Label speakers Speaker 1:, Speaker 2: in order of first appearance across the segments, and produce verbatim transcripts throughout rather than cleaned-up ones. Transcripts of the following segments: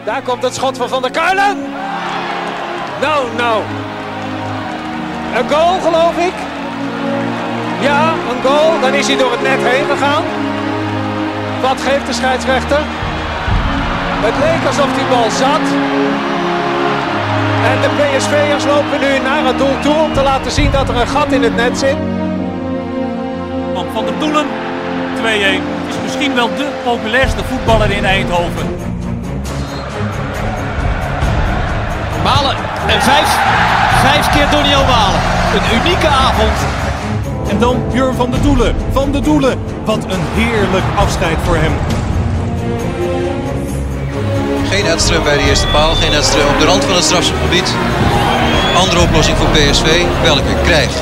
Speaker 1: Daar komt het schot van Van der Kuilen. Nou, nou. Een goal, geloof ik. Ja, een goal. Dan is hij door het net heen gegaan. Wat geeft de scheidsrechter? Het leek alsof die bal zat. En de P S V'ers lopen nu naar het doel toe om te laten zien dat er een gat in het net zit.
Speaker 2: Van der Doelen, twee-een. Is misschien wel de populairste voetballer in Eindhoven.
Speaker 3: Malen en vijf, vijf keer Doniel Malen. Een unieke avond.
Speaker 2: En dan Björn van der Doelen. Van der Doelen, wat een heerlijk afscheid voor hem.
Speaker 4: Geen Edström bij de eerste paal, geen Edström op de rand van het strafschopgebied. Andere oplossing voor P S V, welke krijgt?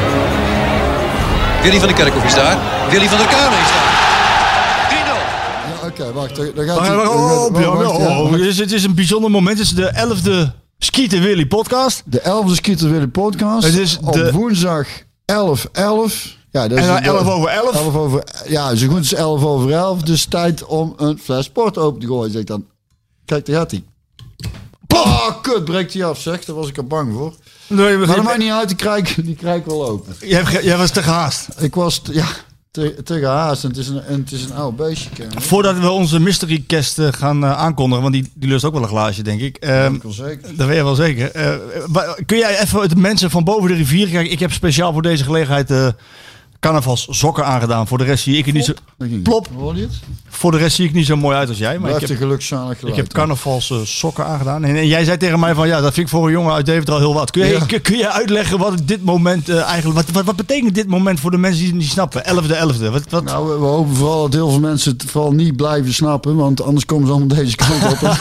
Speaker 4: Willy van der Kerkhoff is daar. Willy van der Kuilen is daar. drie nul.
Speaker 5: Ja, Oké, okay, wacht. Dan gaat
Speaker 6: hij,
Speaker 5: hij,
Speaker 6: oh,
Speaker 5: dan gaat,
Speaker 6: oh, oh, oh. Het, is, het is een bijzonder moment. Het is de elfde Skeeter Willy podcast.
Speaker 5: De elfde Skeeter Willy podcast.
Speaker 6: Het is
Speaker 5: op
Speaker 6: de...
Speaker 5: woensdag elf elf. Ja, dat is
Speaker 6: en dan
Speaker 5: de,
Speaker 6: elf over elf.
Speaker 5: elf over, ja, zo goed is elf over elf. Dus tijd om een fles sport open te gooien. Zeg ik dan. Kijk, daar gaat hij. Oh, kut, breekt hij af, zeg. Daar was ik er bang voor.
Speaker 6: Nee,
Speaker 5: maar dat maakt niet uit, die krijg, die krijg ik wel open.
Speaker 6: Jij, jij was te gehaast.
Speaker 5: Ik was, te, ja, te, te gehaast. En het is een, en het is een oud beestje. Ken,
Speaker 6: Voordat we onze mystery guest uh, gaan uh, aankondigen, want die, die lust ook wel een glaasje, denk ik. Um,
Speaker 5: dat weet ik wel zeker.
Speaker 6: Dat weet je wel zeker. Uh, kun jij even de mensen van boven de rivier kijken? Ik heb speciaal voor deze gelegenheid uh, carnavals sokken aangedaan. Voor de rest zie ik er niet zo... Plop. Voor de rest zie ik niet zo mooi uit als jij. Maar
Speaker 5: Blijft
Speaker 6: ik heb,
Speaker 5: een gelukzalig geluid.
Speaker 6: Ik heb carnavals uh, sokken aangedaan. En, en jij zei tegen mij van, ja, dat vind ik voor een jongen uit Deventer al heel wat. Kun je, ja. kun, kun je uitleggen wat dit moment uh, eigenlijk... Wat, wat, wat betekent dit moment voor de mensen die het niet snappen? elfde elfde. Wat, wat?
Speaker 5: Nou, we, we hopen vooral dat heel veel mensen het vooral niet blijven snappen. Want anders komen ze allemaal deze kant op.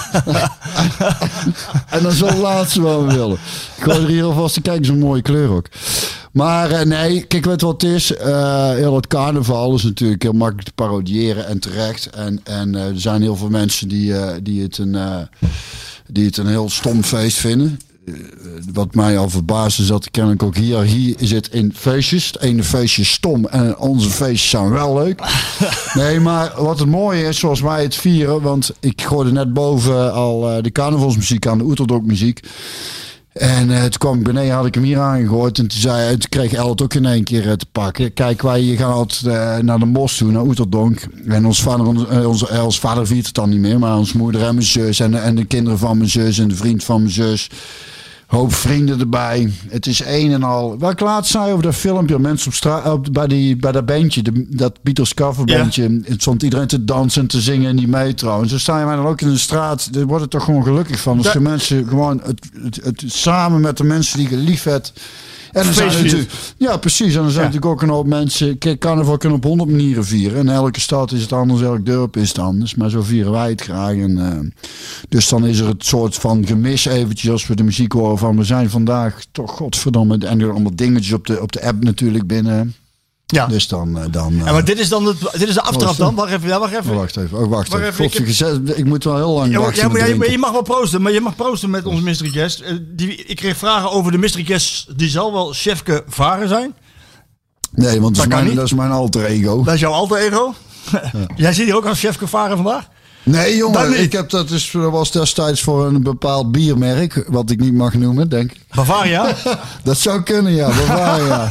Speaker 5: En dan zal het laatste wel willen. Ik gooi er hier alvast te kijken, zo'n mooie kleur ook. Maar uh, nee, kijk, weet wat het is? Uh, heel het carnaval is natuurlijk heel makkelijk te parodiëren en terecht. En, en uh, er zijn heel veel mensen die, uh, die, het een, uh, die het een heel stom feest vinden. Uh, wat mij al verbaast is dat kennelijk ook hier, hier zit in feestjes. Het ene feestje is stom en onze feestjes zijn wel leuk. Nee, maar wat het mooie is, zoals wij het vieren. Want ik gooide net boven al uh, de carnavalsmuziek aan, de Oeterdok muziek. En uh, toen kwam ik beneden, had ik hem hier aangegooid. En toen, zei, toen kreeg El het ook in één keer uh, te pakken. Kijk, wij gaan altijd uh, naar de mos toe, naar Oeterdonk. En ons vader, uh, onze, uh, ons vader viert het dan niet meer. Maar onze moeder en mijn zus en, en de kinderen van mijn zus en de vriend van mijn zus. Hoop vrienden erbij. Het is een en al. Wat ik laatst zei over dat filmpje. Mensen op straat, bij, die, bij dat bandje, de, dat Beatles coverbandje. Ja. Het stond iedereen te dansen en te zingen in die metro. En zo sta je mij dan ook in de straat. Daar wordt het toch gewoon gelukkig van. Als je mensen gewoon het, het, het, het samen met de mensen die je lief hebt. En dan zijn er natuurlijk, ja, precies. En dan zijn ja. natuurlijk ook een hoop mensen. Kijk, carnaval kunnen op honderd manieren vieren. In elke stad is het anders, elk dorp is het anders. Maar zo vieren wij het graag. En, uh, dus dan is er het soort van gemis eventjes als we de muziek horen van we zijn vandaag toch godverdomme. En er allemaal dingetjes op de, op de app natuurlijk binnen. Ja. Dus dan... dan
Speaker 6: ja, maar dit is dan het, dit is de aftrap dan? Wacht even. Ja, wacht even.
Speaker 5: Oh, wacht even. Oh, wacht even. even.
Speaker 6: Ik, heb...
Speaker 5: gezet, ik moet wel heel lang
Speaker 6: ja,
Speaker 5: wachten.
Speaker 6: Ja, maar je, je mag wel proosten, maar je mag proosten met onze mystery guest. Uh, die, ik kreeg vragen over de mystery guest. Die zal wel Chefke Varen zijn.
Speaker 5: Nee, want dat, dat, is, mijn, dat is mijn alter ego.
Speaker 6: Dat is jouw alter ego? Ja. Jij zit hier ook als Chefke Varen vandaag?
Speaker 5: Nee, jongen, ik heb dat dus, dat was destijds voor een bepaald biermerk, wat ik niet mag noemen, denk ik.
Speaker 6: Bavaria?
Speaker 5: Dat zou kunnen, ja, Bavaria.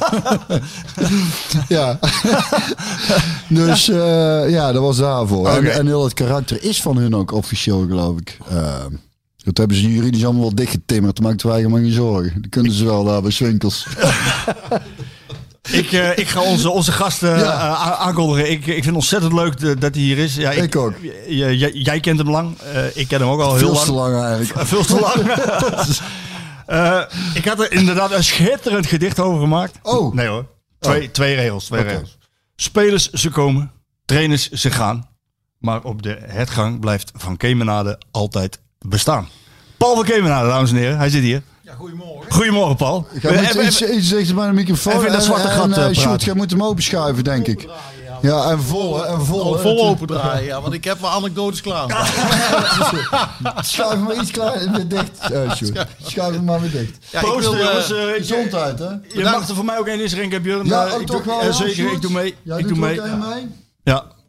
Speaker 5: Ja. Dus uh, ja, dat was daarvoor. Okay. En, en heel het karakter is van hun ook officieel, geloof ik. Uh, dat hebben ze juridisch allemaal wel dichtgetimmerd, daar maakt wij helemaal geen zorgen. Dat kunnen ze wel daar bij Swinkels.
Speaker 6: Ik, uh, ik ga onze, onze gasten ja. uh, aankondigen. Ik, ik vind het ontzettend leuk de, dat hij hier is. Ja, ik,
Speaker 5: ik ook.
Speaker 6: J, j, jij kent hem lang. Uh, ik ken hem ook al heel lang.
Speaker 5: Veel te lang eigenlijk.
Speaker 6: Uh, veel te lang. uh, ik had er inderdaad een schitterend gedicht over gemaakt.
Speaker 5: Oh.
Speaker 6: Nee hoor. Twee, oh. twee regels. Twee okay. regels. Spelers ze komen. Trainers ze gaan. Maar op de hertgang blijft Van Kemenade altijd bestaan. Paul van Kemenade, dames en heren. Hij zit hier.
Speaker 7: Ja, goedemorgen.
Speaker 6: Goedemorgen, Paul.
Speaker 5: Ik ga even, iets, iets dichter bij de microfoon.
Speaker 6: Even in dat zwarte gat
Speaker 5: en, uh, Sjoerd, jij moet hem openschuiven, denk ik. Ja, en vol, en vol.
Speaker 7: Oh, vol open draaien, ja, want ik heb mijn anekdotes klaar.
Speaker 5: Schuif hem maar iets kleiner weer dicht. Uh, Schuif hem maar weer dicht.
Speaker 6: Ja, Proost, wil, uh, uh,
Speaker 5: gezondheid, hè?
Speaker 6: Je mag er voor mij ook één inschenken, Björn.
Speaker 5: Ja,
Speaker 6: uh,
Speaker 5: ook
Speaker 6: ik
Speaker 5: toch
Speaker 6: doe,
Speaker 5: wel.
Speaker 6: Uh, zeker, ik doe mee.
Speaker 5: Jij
Speaker 6: ik
Speaker 5: doe
Speaker 6: mee.
Speaker 5: mee.
Speaker 6: Ja.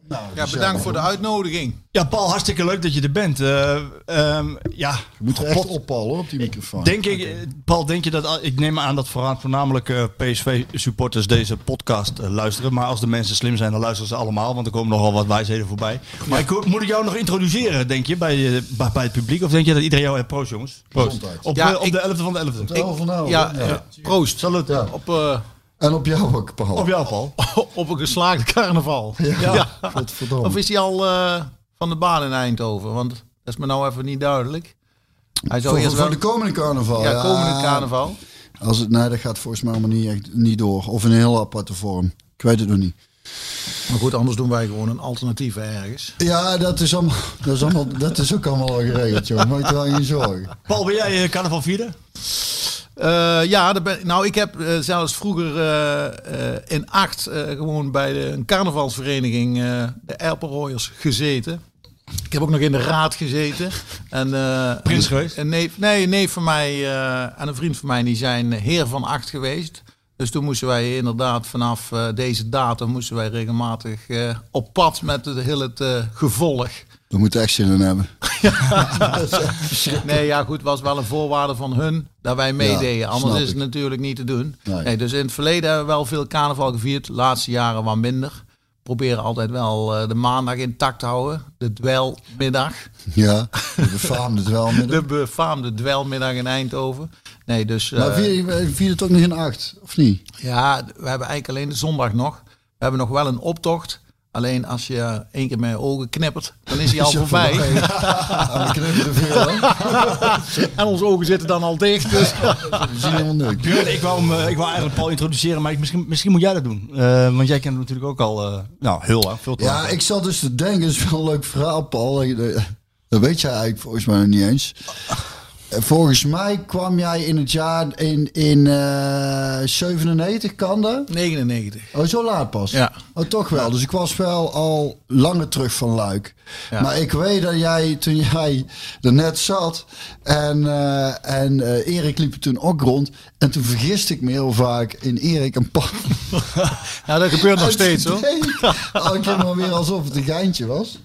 Speaker 5: Nou,
Speaker 7: Ja, bedankt voor de uitnodiging.
Speaker 6: Ja, Paul, hartstikke leuk dat je er bent. Uh, um, ja,
Speaker 5: Je moet er echt op, Paul, hoor, op die microfoon.
Speaker 6: Denk ik, Paul, denk je dat... Ik neem aan dat voornamelijk uh, P S V-supporters deze podcast uh, luisteren. Maar als de mensen slim zijn, dan luisteren ze allemaal. Want er komen nogal wat wijsheden voorbij. Maar ik, moet ik jou nog introduceren, denk je, bij, uh, bij, bij het publiek? Of denk je dat iedereen jou heeft? Proost, jongens. Proost. Op,
Speaker 7: Ja,
Speaker 6: uh, op
Speaker 7: ik,
Speaker 6: de elfde van de elfde.
Speaker 5: Op de elfde van de elfde.
Speaker 7: Ja,
Speaker 5: Ja.
Speaker 7: ja. Proost.
Speaker 6: Salut.
Speaker 5: Ja.
Speaker 7: Op, uh,
Speaker 5: En op jou ook, Paul.
Speaker 6: Op jou, Paul.
Speaker 7: op een geslaagde carnaval.
Speaker 5: Ja, godverdomme.
Speaker 7: Of is hij al uh, van de baan in Eindhoven? Want dat is me nou even niet duidelijk. Hij zou
Speaker 5: Voor,
Speaker 7: eerst
Speaker 5: voor
Speaker 7: wel...
Speaker 5: de komende carnaval.
Speaker 7: Ja, komende carnaval.
Speaker 5: Als het, nee, dat gaat volgens mij allemaal niet, echt, niet door. Of in een heel aparte vorm. Ik weet het nog niet.
Speaker 7: Maar goed, anders doen wij gewoon een alternatief ergens.
Speaker 5: Ja, dat is, allemaal, dat is, allemaal, dat is ook allemaal al geregeld, joh. Maak je wel geen zorgen.
Speaker 6: Paul, ben jij uh, carnaval vieren?
Speaker 7: Uh, ja, daar ben, nou ik heb uh, zelfs vroeger uh, uh, in acht uh, gewoon bij de, een carnavalsvereniging, uh, de Erpenrooiers, gezeten. Ik heb ook nog in de raad gezeten. En, uh,
Speaker 6: Prins geweest?
Speaker 7: Een neef, nee, een neef van mij uh, en een vriend van mij die zijn heer van acht geweest. Dus toen moesten wij inderdaad vanaf uh, deze datum moesten wij regelmatig uh, op pad met het hele uh, gevolg.
Speaker 5: We moeten echt zin in hebben.
Speaker 7: Nee, ja goed, was wel een voorwaarde van hun dat wij meededen.
Speaker 5: Ja,
Speaker 7: Anders
Speaker 5: snap
Speaker 7: is het
Speaker 5: ik.
Speaker 7: natuurlijk niet te doen.
Speaker 5: Nee.
Speaker 7: Nee, dus in het verleden hebben we wel veel carnaval gevierd. De laatste jaren wat minder. Proberen altijd wel uh, de maandag intact te houden. De dwelmiddag.
Speaker 5: Ja, de befaamde dwelmiddag.
Speaker 7: De befaamde dwelmiddag in Eindhoven. Nee, dus... Uh,
Speaker 5: Maar vier, vier het ook nog in acht, of niet?
Speaker 7: ja, we hebben eigenlijk alleen de zondag nog. We hebben nog wel een optocht. Alleen als je één keer met je ogen knippert, dan is hij al
Speaker 5: Is je
Speaker 7: voorbij.
Speaker 5: voorbij. Ja, we knippen er veel, hè?
Speaker 7: En onze ogen zitten dan al dicht. Dus.
Speaker 5: We zien helemaal niks.
Speaker 6: Björn, ik wou, hem, uh, ik wou eigenlijk Paul introduceren, maar ik, misschien, misschien moet jij dat doen. Uh, want jij kent hem natuurlijk ook al uh, nou, heel lang. Veel te
Speaker 5: Ja,
Speaker 6: lang.
Speaker 5: ik zat dus te denken, dat is wel een leuk verhaal, Paul. Dat weet jij eigenlijk volgens mij nog niet eens. Volgens mij kwam jij in het jaar in, in uh, zevenennegentig, kan dat?
Speaker 7: negenennegentig.
Speaker 5: Oh, zo laat pas?
Speaker 7: Ja.
Speaker 5: Oh, toch wel. Dus ik was wel al langer terug van Luik.
Speaker 7: Ja.
Speaker 5: Maar ik weet dat jij, toen jij er net zat en, uh, en uh, Erik liep er toen ook rond. En toen vergiste ik me heel vaak in Erik en Paul.
Speaker 7: Ja, dat gebeurt nog
Speaker 5: En
Speaker 7: steeds
Speaker 5: toen
Speaker 7: hoor.
Speaker 5: deed ik elke keer maar weer alsof het een geintje was.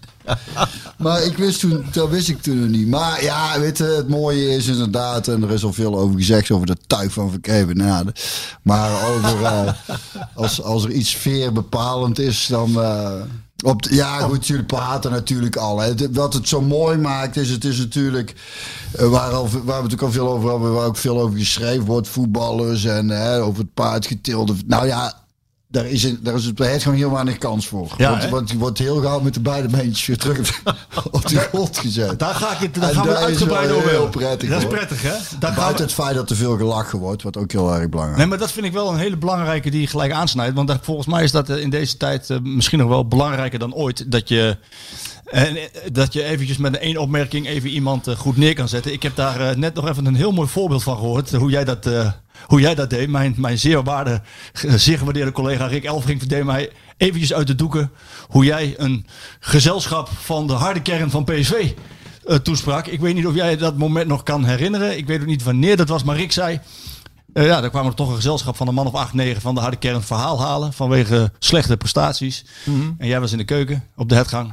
Speaker 5: Maar ik wist toen, dat wist ik toen nog niet. Maar ja, weet je, het mooie is inderdaad, en er is al veel over gezegd, over de tuig van Verkevenade. Maar over, uh, als, als er iets sfeerbepalend is, dan... Uh, op de, ja, goed, jullie praten natuurlijk al. Hè. Wat het zo mooi maakt, is het is natuurlijk... Uh, waar, al, waar we natuurlijk al veel over hebben, waar ook veel over geschreven wordt. Voetballers en uh, over het paard getilde. Nou ja... Daar is, een, daar is het bij het gewoon heel weinig kans voor.
Speaker 6: Ja,
Speaker 5: want,
Speaker 6: hè?
Speaker 5: want die wordt heel gauw met de beide beentjes weer terug op, op de grond gezet.
Speaker 6: Daar, ga ik het, daar
Speaker 5: En
Speaker 6: gaan we het
Speaker 5: dat is
Speaker 6: uitgebreid
Speaker 5: wel
Speaker 6: over
Speaker 5: heel
Speaker 6: hebben.
Speaker 5: prettig,
Speaker 6: Dat is
Speaker 5: hoor.
Speaker 6: prettig, hè? Daar gaan
Speaker 5: Buiten
Speaker 6: we...
Speaker 5: het feit dat er veel gelachen wordt, wat ook heel erg belangrijk.
Speaker 6: Nee, maar dat vind ik wel een hele belangrijke die je gelijk aansnijdt. Want dat, volgens mij is dat in deze tijd uh, misschien nog wel belangrijker dan ooit. Dat je, uh, dat je eventjes met een één opmerking even iemand uh, goed neer kan zetten. Ik heb daar uh, net nog even een heel mooi voorbeeld van gehoord. Hoe jij dat... Uh, Hoe jij dat deed. Mijn, mijn zeer waarde, zeer gewaardeerde collega Rick Elfrink deed mij eventjes uit de doeken hoe jij een gezelschap van de harde kern van P S V uh, toesprak. Ik weet niet of jij dat moment nog kan herinneren. Ik weet ook niet wanneer dat was, maar Rick zei... Uh, ja, daar kwam er toch een gezelschap van een man of acht, negen van de harde kern verhaal halen vanwege slechte prestaties. Mm-hmm. En jij was in de keuken op de Hetgang.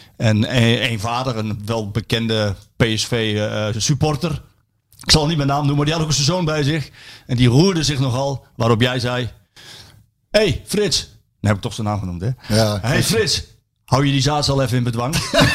Speaker 6: En een, een vader, een welbekende P S V uh, supporter... Ik zal niet mijn naam noemen, maar die had ook zijn zoon bij zich. En die roerde zich nogal, waarop jij zei... Hé, hey, Frits. Dan heb ik toch zijn naam genoemd, hè?
Speaker 5: Ja.
Speaker 6: Hé, hey, Frits. Hou je die zaad al even in bedwang?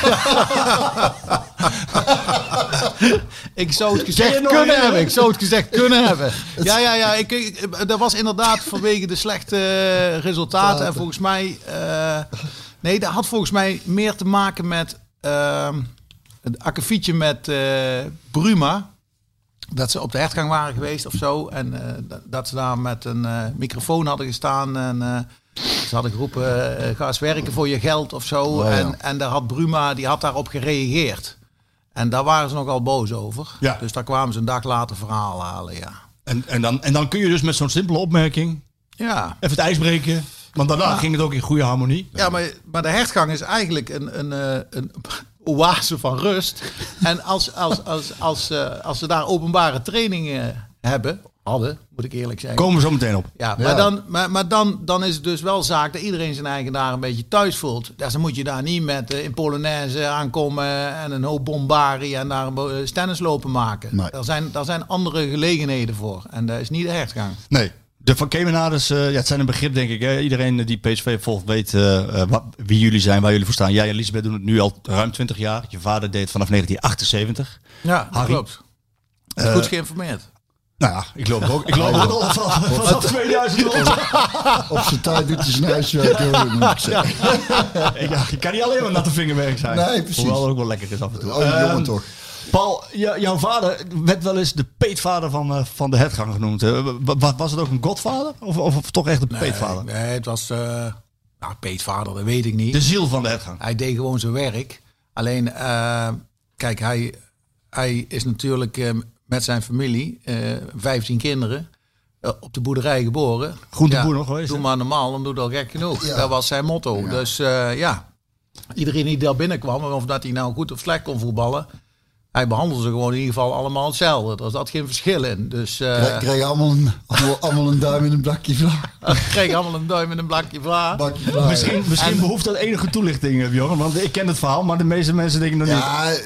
Speaker 7: Ik zou het gezegd kunnen hebben. Ik zou het gezegd kunnen hebben. Ja, ja, ja. Ik, ik, dat was inderdaad vanwege de slechte uh, resultaten. En volgens mij... Uh, nee, dat had volgens mij meer te maken met... Uh, het akkefietje met uh, Bruma. Dat ze op de hertgang waren geweest of zo. En uh, dat, dat ze daar met een uh, microfoon hadden gestaan. En uh, ze hadden geroepen, uh, ga eens werken voor je geld of zo.
Speaker 5: Oh, ja.
Speaker 7: en, en daar had Bruma, die had daarop gereageerd. En daar waren ze nogal boos over.
Speaker 6: Ja.
Speaker 7: Dus daar kwamen ze een dag later verhaal halen, ja.
Speaker 6: En, en, dan, en dan kun je dus met zo'n simpele opmerking
Speaker 7: Ja,
Speaker 6: even het ijs breken. Want daarna
Speaker 7: Ja.
Speaker 6: ging het ook in goede harmonie.
Speaker 7: ja maar, maar de hertgang is eigenlijk een... een, een, een oase van rust. En als, als, als, als, uh, als ze daar openbare trainingen hebben, hadden, moet ik eerlijk zeggen.
Speaker 6: Komen we zo meteen op.
Speaker 7: Ja, maar,
Speaker 5: Ja.
Speaker 7: Dan, maar, maar dan, dan is het dus wel zaak dat iedereen zijn eigen daar een beetje thuis voelt. Dus dan moet je daar niet met uh, in Polonaise aankomen en een hoop bombarie en daar uh, stennis lopen maken.
Speaker 5: Nee.
Speaker 7: Er zijn, daar zijn andere gelegenheden voor. En dat is niet de hertgang.
Speaker 6: Nee. De Van Kemenades, uh, ja, het zijn een begrip denk ik. Hè? Iedereen die P S V volgt weet uh, uh, wat, wie jullie zijn, waar jullie voor staan. Jij en Elisabeth doen het nu al ruim twintig jaar. Je vader deed het vanaf negentien achtenzeventig.
Speaker 7: Ja, dat
Speaker 6: Harry?
Speaker 7: klopt.
Speaker 6: Uh,
Speaker 7: Goed geïnformeerd.
Speaker 6: Nou ja, ik loop er ook. Ik loop er ook al vanaf, vanaf tweeduizend.
Speaker 5: Op zijn tijd doet hij zijn huiswerk, hoor, moet ik zeggen.
Speaker 6: Ik, ja, je kan niet alleen maar natte vingerwerk zijn.
Speaker 5: Nee, precies.
Speaker 6: Hoewel het ook wel lekker is af en toe.
Speaker 5: Oh, die jongen
Speaker 6: Ehm,
Speaker 5: toch.
Speaker 6: Paul, j- jouw vader werd wel eens de peetvader van, uh, van de hertgang genoemd. Hè? W- was het ook een godvader? Of, of, of toch echt een peetvader?
Speaker 7: Nee, het was... Uh, nou, peetvader, dat weet ik niet.
Speaker 6: De ziel van de hertgang.
Speaker 7: Hij deed gewoon zijn werk. Alleen, uh, kijk, hij, hij is natuurlijk uh, met zijn familie, uh, vijftien kinderen, uh, op de boerderij geboren.
Speaker 6: Groenteboer nog geweest,
Speaker 7: Doe
Speaker 6: hè?
Speaker 7: maar normaal, dan doe je al gek genoeg.
Speaker 5: Ja.
Speaker 7: Dat was zijn motto.
Speaker 5: Ja.
Speaker 7: Dus uh, ja, iedereen die daar binnenkwam, of dat hij nou goed of slecht kon voetballen, hij behandelde ze gewoon in ieder geval allemaal hetzelfde. Er zat geen verschil in. Dus uh,
Speaker 5: Krijg, krijg allemaal, een, allemaal, allemaal een duim in een blakje vla.
Speaker 7: kreeg allemaal een duim en een blakje vla.
Speaker 5: Bakje vla.
Speaker 6: Misschien, misschien
Speaker 7: En-
Speaker 6: behoeft dat enige toelichting, Bjorn. Want ik ken het verhaal, maar de meeste mensen denken nog niet.
Speaker 5: Ja, eh,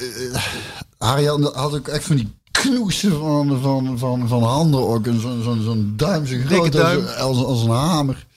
Speaker 5: Harry had, had ook echt van die knoesen van, van, van, van handen ook. En zo'n zo'n zo'n duim zo groot
Speaker 7: duim.
Speaker 5: als, als, als een hamer.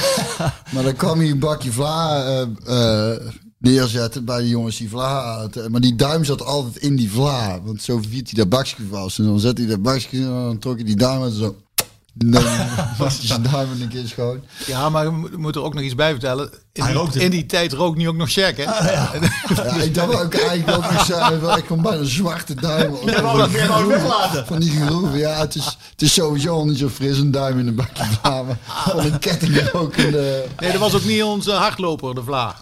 Speaker 5: Maar dan kwam hij een bakje vla uh, uh, neerzetten bij de jongens die vla aten. Maar die duim zat altijd in die vla. Want zo viert hij dat bakje vast. En dan zette hij dat bakje en dan trok hij die duim en zo. Dan was hij zijn duim een keer schoon.
Speaker 7: Ja, maar je moet- je moet er ook nog iets bij vertellen. In,
Speaker 6: Hij
Speaker 7: die,
Speaker 6: rookte.
Speaker 7: in die tijd rook niet ook nog Jack, hè?
Speaker 5: Ja, ik dacht ook eigenlijk ook nog zeggen, wel, ik kom bijna een zwarte duim.
Speaker 6: Ja, maar dat kun je ook weglaten.
Speaker 5: Van die geroeven, ja, het is, het is sowieso al niet zo fris, een duim in een bakje vla. Maar van een ketting ook in de...
Speaker 7: Nee, dat was ook niet onze hardloper, de Vla.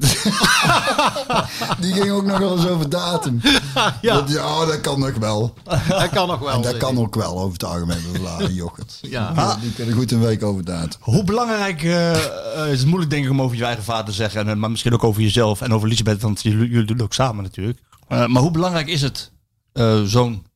Speaker 5: Die ging ook nog wel eens over datum.
Speaker 7: Ja.
Speaker 5: Dat, ja, dat kan nog wel.
Speaker 7: Dat kan nog wel.
Speaker 5: En dat
Speaker 7: zeg
Speaker 5: kan
Speaker 7: ik.
Speaker 5: ook wel over het algemeen, de vla en yoghurt.
Speaker 7: Ja.
Speaker 5: Die, die kunnen goed een week over datum.
Speaker 6: Hoe belangrijk uh, uh, is het moeilijk denk ik om over je eigen vader te zeggen, en, maar misschien ook over jezelf en over Elisabeth, want jullie, jullie doen het ook samen natuurlijk. Uh, maar hoe belangrijk is het uh, zo'n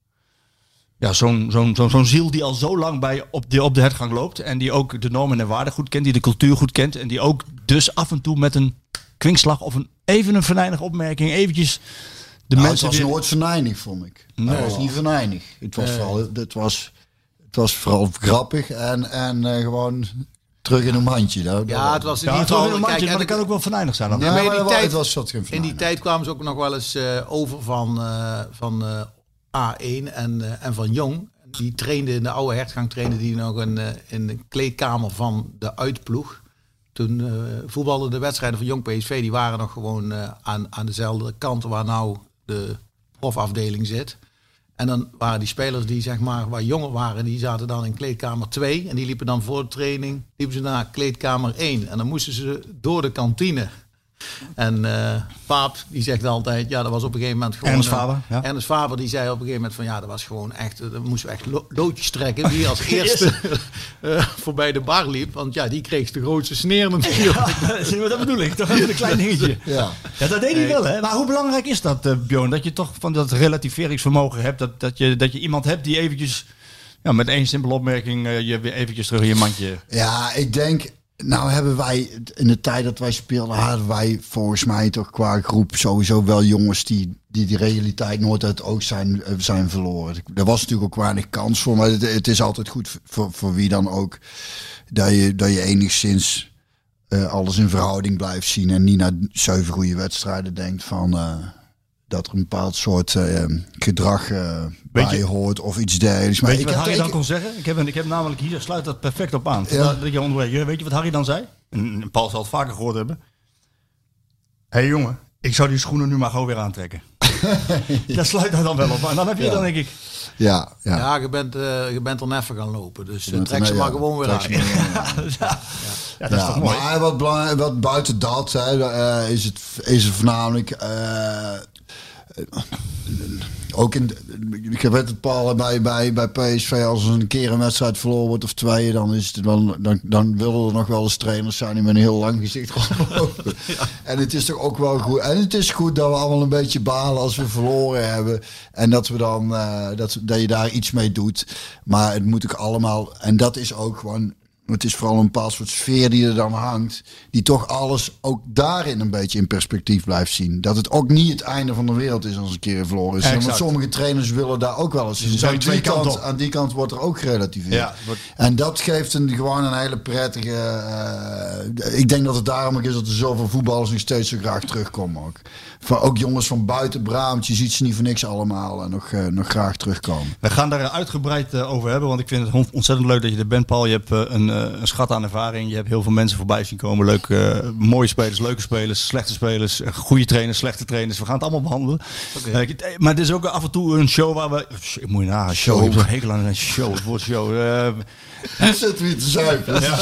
Speaker 6: ja, zo'n zo'n zo'n zo'n ziel die al zo lang bij op de, op de hertgang loopt en die ook de normen en waarden goed kent, die de cultuur goed kent en die ook dus af en toe met een kwinkslag of een, even een venijnige opmerking eventjes de
Speaker 5: Nou, het
Speaker 6: mensen
Speaker 5: was
Speaker 6: weer-
Speaker 5: nooit venijnig, vond ik.
Speaker 6: Nee.
Speaker 5: Het was niet venijnig. Het was, vooral, het was, het was vooral grappig en, en uh, gewoon terug in een mandje. Dat,
Speaker 7: Ja, het was in
Speaker 6: Ja,
Speaker 7: ieder
Speaker 6: het was
Speaker 7: geval...
Speaker 6: weer een mandje,
Speaker 7: kijk,
Speaker 6: maar
Speaker 7: en
Speaker 6: dat kan ook wel venijnig zijn. Dan.
Speaker 7: Ja,
Speaker 5: Ja,
Speaker 7: maar in
Speaker 5: maar
Speaker 7: die
Speaker 5: wel-
Speaker 7: tijd-
Speaker 5: het was zat geen
Speaker 7: In die
Speaker 5: venijnig.
Speaker 7: tijd kwamen ze ook nog wel eens uh, over van, uh, van uh, A één en, uh, en van Jong. Die trainde in de oude hertgang, trainde die nog in, uh, in de kleedkamer van de uitploeg. Toen uh, voetbalden de wedstrijden van Jong P S V, die waren nog gewoon uh, aan, aan dezelfde kant waar nou de profafdeling zit. En dan waren die spelers die zeg maar waar jonger waren, die zaten dan in kleedkamer twee. En die liepen dan voor de training, liepen ze naar kleedkamer één. En dan moesten ze door de kantine. En uh, Paap, die zegt altijd, ja, dat was op een gegeven moment gewoon...
Speaker 6: Ernst
Speaker 7: uh,
Speaker 6: Faber, ja.
Speaker 7: Ernst Faber, die zei op een gegeven moment van, ja, dat was gewoon echt... Dan moesten we echt lo- loodjes trekken, wie als eerste uh, voorbij de bar liep. Want ja, die kreeg de grootste sneer natuurlijk.
Speaker 6: Ja, dat bedoel ik, toch even een klein dingetje.
Speaker 5: Ja.
Speaker 6: Ja, dat deed hij
Speaker 7: Nee.
Speaker 6: wel, hè? Maar hoe belangrijk is dat, uh, Bjorn? Dat je toch van dat relativeringsvermogen hebt. Dat, dat, je, dat je iemand hebt die eventjes ja, met één simpele opmerking uh, je weer eventjes terug in je mandje...
Speaker 5: Ja, ik denk... Nou hebben wij, in de tijd dat wij speelden, hadden wij volgens mij toch qua groep sowieso wel jongens die die, die realiteit nooit uit het oog zijn, zijn verloren. Er was natuurlijk ook weinig kans voor, maar het, het is altijd goed voor, voor wie dan ook dat je, dat je enigszins uh, alles in verhouding blijft zien en niet naar zeven goede wedstrijden denkt van... Uh, dat er een bepaald soort uh, gedrag uh, bij je hoort of iets dergelijks. Maar
Speaker 6: Weet je
Speaker 5: ik
Speaker 6: wat
Speaker 5: heb,
Speaker 6: Harry dan
Speaker 5: ik,
Speaker 6: kon zeggen? Ik heb, een, ik heb namelijk hier, sluit dat perfect op aan.
Speaker 5: Ja.
Speaker 6: Dat je onderbreekt. Weet je wat Harry dan zei? En Paul zal het vaker gehoord hebben. Hé hey jongen, ik zou die schoenen nu maar gewoon weer aantrekken. Dat sluit daar dan wel op aan. Dan heb je
Speaker 5: Ja.
Speaker 6: dan denk ik...
Speaker 5: ja, ja.
Speaker 7: Ja, je bent, uh, je bent er neffen gaan lopen. Dus uh,
Speaker 5: bent
Speaker 7: trek
Speaker 5: er-
Speaker 7: ze
Speaker 5: ja,
Speaker 7: maar gewoon weer
Speaker 5: trek
Speaker 7: aan.
Speaker 5: ze maar weer aan.
Speaker 6: Ja, ja, dat is
Speaker 5: Ja,
Speaker 6: toch mooi.
Speaker 5: maar wat, belangrijk, wat buiten dat hè, uh, is, het, is het voornamelijk uh, ook in, ik weet het Paul, bij, bij, bij P S V, als er een keer een wedstrijd verloren wordt of twee, dan is het wel, dan, dan willen er nog wel eens trainers zijn die met een heel lang gezicht rondlopen. Ja. En het is toch ook wel goed. En het is goed dat we allemaal een beetje balen als we verloren hebben. En dat we dan uh, dat, dat je daar iets mee doet. Maar het moet ook allemaal. En dat is ook gewoon. Het is vooral een bepaald soort sfeer die er dan hangt. Die toch alles ook daarin een beetje in perspectief blijft zien. Dat het ook niet het einde van de wereld is als een keer verloren is.
Speaker 6: Exact.
Speaker 5: Want sommige trainers willen daar ook wel eens. Dus aan, die kant, aan die kant wordt er ook gerelativeerd. Ja, wordt... En dat geeft een, gewoon een hele prettige... Uh, ik denk dat het daarom ook is dat er zoveel voetballers nog steeds zo graag terugkomen. Ook, van, ook jongens van buiten Brabant. Je ziet ze niet voor niks allemaal en nog, uh, nog graag terugkomen.
Speaker 6: We gaan daar uitgebreid uh, over hebben. Want ik vind het ontzettend leuk dat je er bent, Paul. Je hebt uh, een... een schat aan ervaring. Je hebt heel veel mensen voorbij zien komen. Leuke, uh, mooie spelers, leuke spelers, slechte spelers, uh, goede trainers, slechte trainers. We gaan het allemaal behandelen. Okay. Uh, maar het is ook af en toe een show waar we... Ik moet je na, show. Ik heb een hekel aan een show. Het woord show. Uh,
Speaker 5: Je zit weer te zuipen. Ja.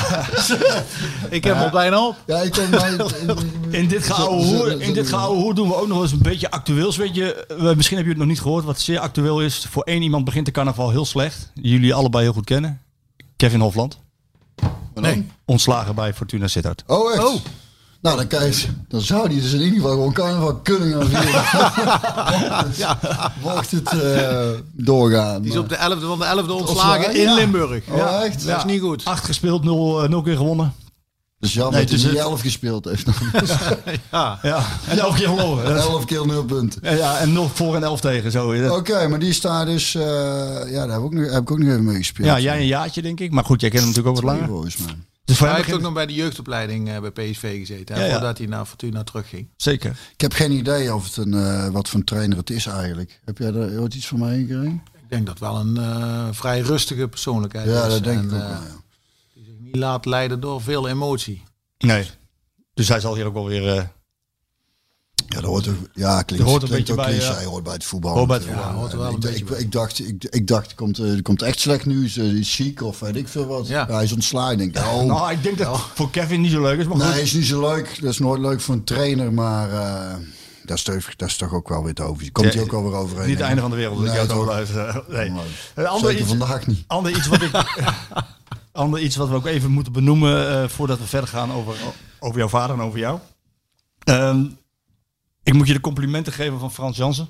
Speaker 7: Ik heb hem al bijna op.
Speaker 5: Ja, ik kom bij...
Speaker 6: In dit geouwe hoe, in dit geouwe hoe doen we ook nog eens een beetje actueels. Weet je, uh, misschien heb je het nog niet gehoord. Wat zeer actueel is. Voor één iemand begint de carnaval heel slecht. Die jullie allebei heel goed kennen. Kevin Hofland. Nee. Ontslagen bij Fortuna Sittard.
Speaker 5: Oh, echt? Oh. Nou, dan, kan je, dan zou die dus in ieder geval gewoon carnaval kunnen gaan vieren. Ja. Mocht het uh, doorgaan.
Speaker 7: Die is op de elfde van de elfde ontslagen in ja. Limburg.
Speaker 5: Oh, ja. Echt?
Speaker 7: Dat is niet goed.
Speaker 6: Acht gespeeld, nul, nul keer gewonnen.
Speaker 5: Dus jammer nee, dat hij niet elf gespeeld heeft.
Speaker 6: ja. ja, en elf keer verloren.
Speaker 5: Elf keer nul punten.
Speaker 6: Ja, ja, en nul voor en elf tegen. Oké,
Speaker 5: okay, maar die staat dus... Uh, ja, daar heb ik, ook nog, heb ik ook nog even mee gespeeld.
Speaker 6: Ja, jij een jaartje denk ik. Maar goed, jij kent hem natuurlijk ook wat langer.
Speaker 5: Volgens mij.
Speaker 7: Dus hij heeft ook nog bij de jeugdopleiding uh, bij P S V gezeten. Hè, ja, ja. Voordat hij naar Fortuna terugging.
Speaker 6: Zeker.
Speaker 5: Ik heb geen idee of het een, uh, wat voor een trainer het is eigenlijk. Heb jij er ooit iets van meegekregen?
Speaker 7: Ik denk dat wel een uh, vrij rustige persoonlijkheid
Speaker 5: ja,
Speaker 7: is.
Speaker 5: Dat denk
Speaker 7: en,
Speaker 5: ik ook
Speaker 7: uh,
Speaker 5: wel, ja.
Speaker 7: Die zich niet laat leiden door veel emotie.
Speaker 6: Nee. Dus hij zal hier ook wel weer... Uh...
Speaker 5: Ja, dat hoort, er, ja, klinkt,
Speaker 6: hoort een
Speaker 5: klinkt
Speaker 6: beetje
Speaker 5: ook
Speaker 6: bij...
Speaker 5: cliché,
Speaker 6: Uh...
Speaker 5: hoort bij het voetbal.
Speaker 6: Hoort bij het voetbal.
Speaker 5: Ja,
Speaker 7: hoort er wel een
Speaker 5: ik,
Speaker 7: beetje
Speaker 5: ik,
Speaker 7: bij.
Speaker 5: ik dacht, ik, ik dacht er, komt, er komt echt slecht nieuws. Hij is ziek of weet ik veel wat. Ja. Ja, hij is ontslagen. Denk ik, oh.
Speaker 6: Nou, ik denk dat het voor Kevin niet zo leuk is. Maar
Speaker 5: nee,
Speaker 6: goed.
Speaker 5: hij is niet zo leuk. Dat is nooit leuk voor een trainer, maar... Uh, Dat is, toch, dat is toch ook wel weer te over. Komt hij ja, ook wel weer overheen.
Speaker 6: Niet het einde van de wereld.
Speaker 5: Nee,
Speaker 6: ik jou luister. Nee.
Speaker 5: Nee. Ander iets, vandaag niet.
Speaker 6: Ander iets wat ik... ander iets wat we ook even moeten benoemen... Uh, voordat we verder gaan over, over jouw vader en over jou. Um, ik moet je de complimenten geven van Frans Jansen.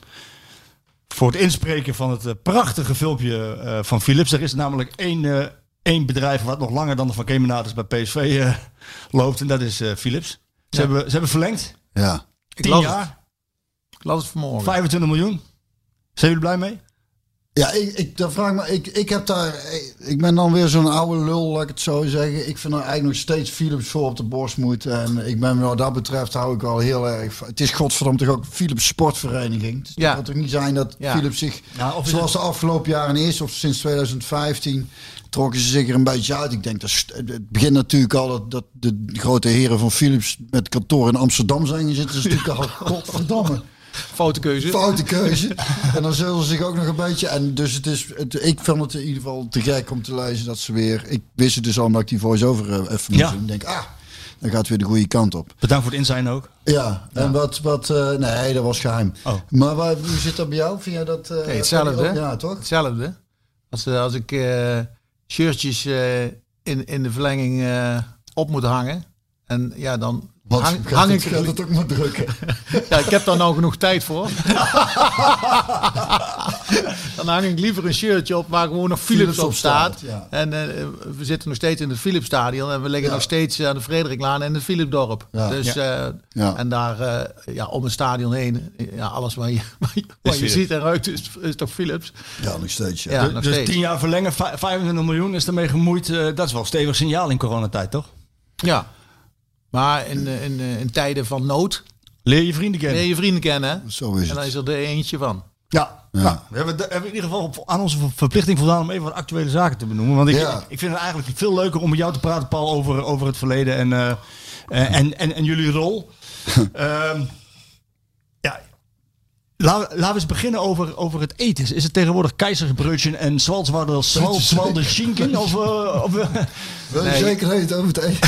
Speaker 6: Voor het inspreken van het uh, prachtige filmpje uh, van Philips. Er is namelijk één, uh, één bedrijf wat nog langer dan de Van Kemenades bij P S V uh, loopt. En dat is uh, Philips. Ze, ja. hebben, ze hebben verlengd.
Speaker 5: Ja.
Speaker 6: Tien jaar.
Speaker 7: Ik las het vanmorgen.
Speaker 6: vijfentwintig miljoen. Zijn jullie blij mee?
Speaker 5: Ja, ik, ik, dat vraag me, ik, ik heb daar, ik ben dan weer zo'n oude lul, laat ik het zo zeggen. Ik vind er eigenlijk nog steeds Philips voor op de borst moet. En ik ben wat dat betreft hou ik wel heel erg. Het is godverdomme toch ook Philips Sportvereniging. Het
Speaker 7: ja.
Speaker 5: kan toch niet zijn dat ja. Philips zich, ja, of zoals de afgelopen jaren eerst of sinds twintig vijftien, trokken ze zich er een beetje uit. Ik denk dat het begint natuurlijk al dat, dat de grote heren van Philips met kantoor in Amsterdam zijn gezeten. Dat is natuurlijk al godverdomme.
Speaker 7: Foute keuze.
Speaker 5: Foute keuze. En dan zullen ze zich ook nog een beetje... En dus het is... Het, ik vond het in ieder geval te gek om te lezen dat ze weer... Ik wist het dus al dat ik die voice-over uh, even moest ja. doen. Ik denk, ah, dan gaat het weer de goede kant op.
Speaker 6: Bedankt voor het inzijn ook.
Speaker 5: Ja, ja. En wat... wat uh, nee, dat was geheim. Oh. Maar waar, hoe zit dat bij jou? Vind jij dat... Uh,
Speaker 7: nee, hetzelfde.
Speaker 5: Oh, ja, toch?
Speaker 7: Hetzelfde. Als, als ik uh, shirtjes uh, in, in de verlenging uh, op moet hangen... En ja, dan...
Speaker 5: Wat,
Speaker 7: hang,
Speaker 5: hang ik het, het ook maar drukken.
Speaker 7: Ja, ik heb daar nou genoeg tijd voor. Dan hang ik liever een shirtje op waar gewoon nog Philips, Philips op staat. staat ja. En uh, we zitten nog steeds in het Philips Stadion en we liggen ja. nog steeds aan de Frederiklaan en het Philipsdorp. Ja. Dus ja. Uh, ja. en daar uh, ja, om het stadion heen, ja, alles wat je, wat je ziet en ruikt is, is toch Philips.
Speaker 5: Ja, nog steeds. Ja.
Speaker 7: Ja,
Speaker 6: de,
Speaker 7: nog
Speaker 6: dus
Speaker 7: steeds.
Speaker 6: tien jaar verlengen, vijfentwintig miljoen is ermee gemoeid. Uh, dat is wel een stevig signaal in coronatijd, toch?
Speaker 7: Ja. Maar in, in, in tijden van nood...
Speaker 6: Leer je vrienden kennen.
Speaker 7: Leer je vrienden kennen. Hè?
Speaker 5: Zo is het.
Speaker 7: En dan is er er eentje van.
Speaker 6: Ja. ja. Nou, we hebben, we hebben in ieder geval aan onze verplichting voldaan om even wat actuele zaken te benoemen. Want ik, ja. ik, ik vind het eigenlijk veel leuker om met jou te praten, Paul, over, over het verleden en, uh, en, en, en jullie rol. um, ja. Laten we eens beginnen over, over het eten. Is het tegenwoordig keizersbroodje en Salzwalder Salzwalder Schinken? Of, uh, of uh,
Speaker 5: Wel
Speaker 7: Nee.
Speaker 5: zeker weten over het eten.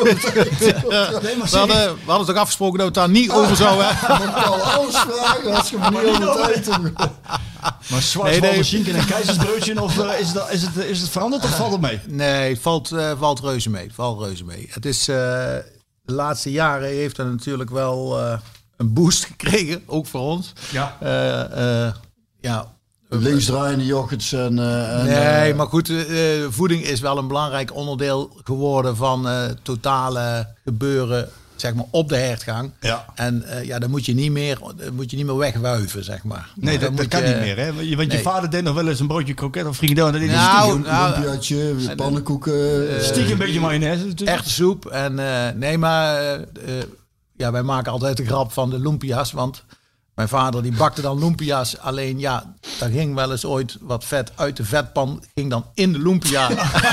Speaker 6: nee, maar
Speaker 7: We hadden, we hadden toch afgesproken dat we het daar niet over zouden hebben.
Speaker 5: Ik kan alles vragen als je me niet over het eten.
Speaker 6: Maar Salzwalder
Speaker 7: Nee, nee.
Speaker 6: Schinken en keizersbroodje, of uh, is, het, is, het, is het veranderd of valt het mee?
Speaker 7: Nee, het valt, uh, valt reuze mee. Het valt reuze mee. Het is, uh, de laatste jaren heeft er natuurlijk wel uh, een boost gekregen, ook voor ons.
Speaker 6: Ja.
Speaker 7: Uh, uh, ja.
Speaker 5: Linksdraaiende yoghurts en... Uh, en
Speaker 7: Nee,
Speaker 5: uh,
Speaker 7: maar goed, uh, voeding is wel een belangrijk onderdeel geworden van uh, totale gebeuren, zeg maar, op de hertgang.
Speaker 6: Ja.
Speaker 7: En uh, ja, dan moet je niet meer, dan moet je niet meer wegwuiven, zeg maar.
Speaker 6: Nee, dat,
Speaker 7: Dan
Speaker 6: dat
Speaker 7: moet
Speaker 6: kan
Speaker 7: je-
Speaker 6: niet meer. Hè? Want je, want je
Speaker 7: nee.
Speaker 6: vader deed nog wel eens een broodje kroket of frikandel. En dan deed hij
Speaker 7: Nou,
Speaker 6: stiekem,
Speaker 7: nou,
Speaker 5: lumpiaatje, pannenkoeken.
Speaker 7: uh,
Speaker 6: stiekem een beetje mayonaise natuurlijk.
Speaker 7: Echte soep. En uh, nee, maar uh, uh, ja, wij maken altijd de grap van de lumpia's, want mijn vader die bakte dan lumpia's. Alleen ja, daar ging wel eens ooit wat vet uit de vetpan, ging dan in de lumpia.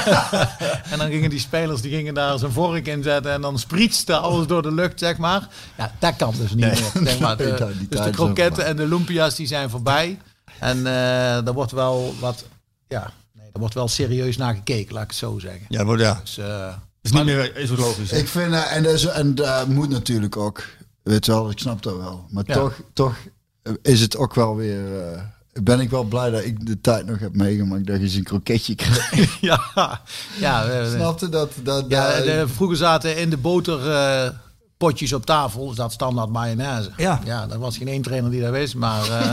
Speaker 7: En dan gingen die spelers, die gingen daar zijn vork in zetten en dan sprietste alles door de lucht, zeg maar. Ja, dat kan dus niet
Speaker 6: Nee.
Speaker 7: meer. Zeg maar. De-
Speaker 5: Nee, dat- die
Speaker 7: dus de
Speaker 5: tijd is
Speaker 7: kroketten
Speaker 5: voorbij.
Speaker 7: en de lumpia's die zijn voorbij. En uh, er wordt wel wat, ja, nee, er wordt wel serieus naar gekeken, laat ik het zo zeggen.
Speaker 6: Ja, maar ja.
Speaker 7: Dus, uh,
Speaker 6: Is niet meer is ook logisch. hè?
Speaker 5: Ik vind, uh, en, dat is- en dat moet natuurlijk ook, weet je wel, ik snap dat wel. Maar
Speaker 7: Ja.
Speaker 5: toch, toch is het ook wel weer, uh, ben ik wel blij dat ik de tijd nog heb meegemaakt dat je eens een kroketje krijgt.
Speaker 7: ja, ja, we- we-
Speaker 5: Snapte dat? dat
Speaker 7: ja
Speaker 5: dat-
Speaker 7: de, vroeger zaten in de boter uh, potjes op tafel, dat standaard mayonaise.
Speaker 6: Ja.
Speaker 7: Ja, er was geen één trainer die dat wist, maar uh,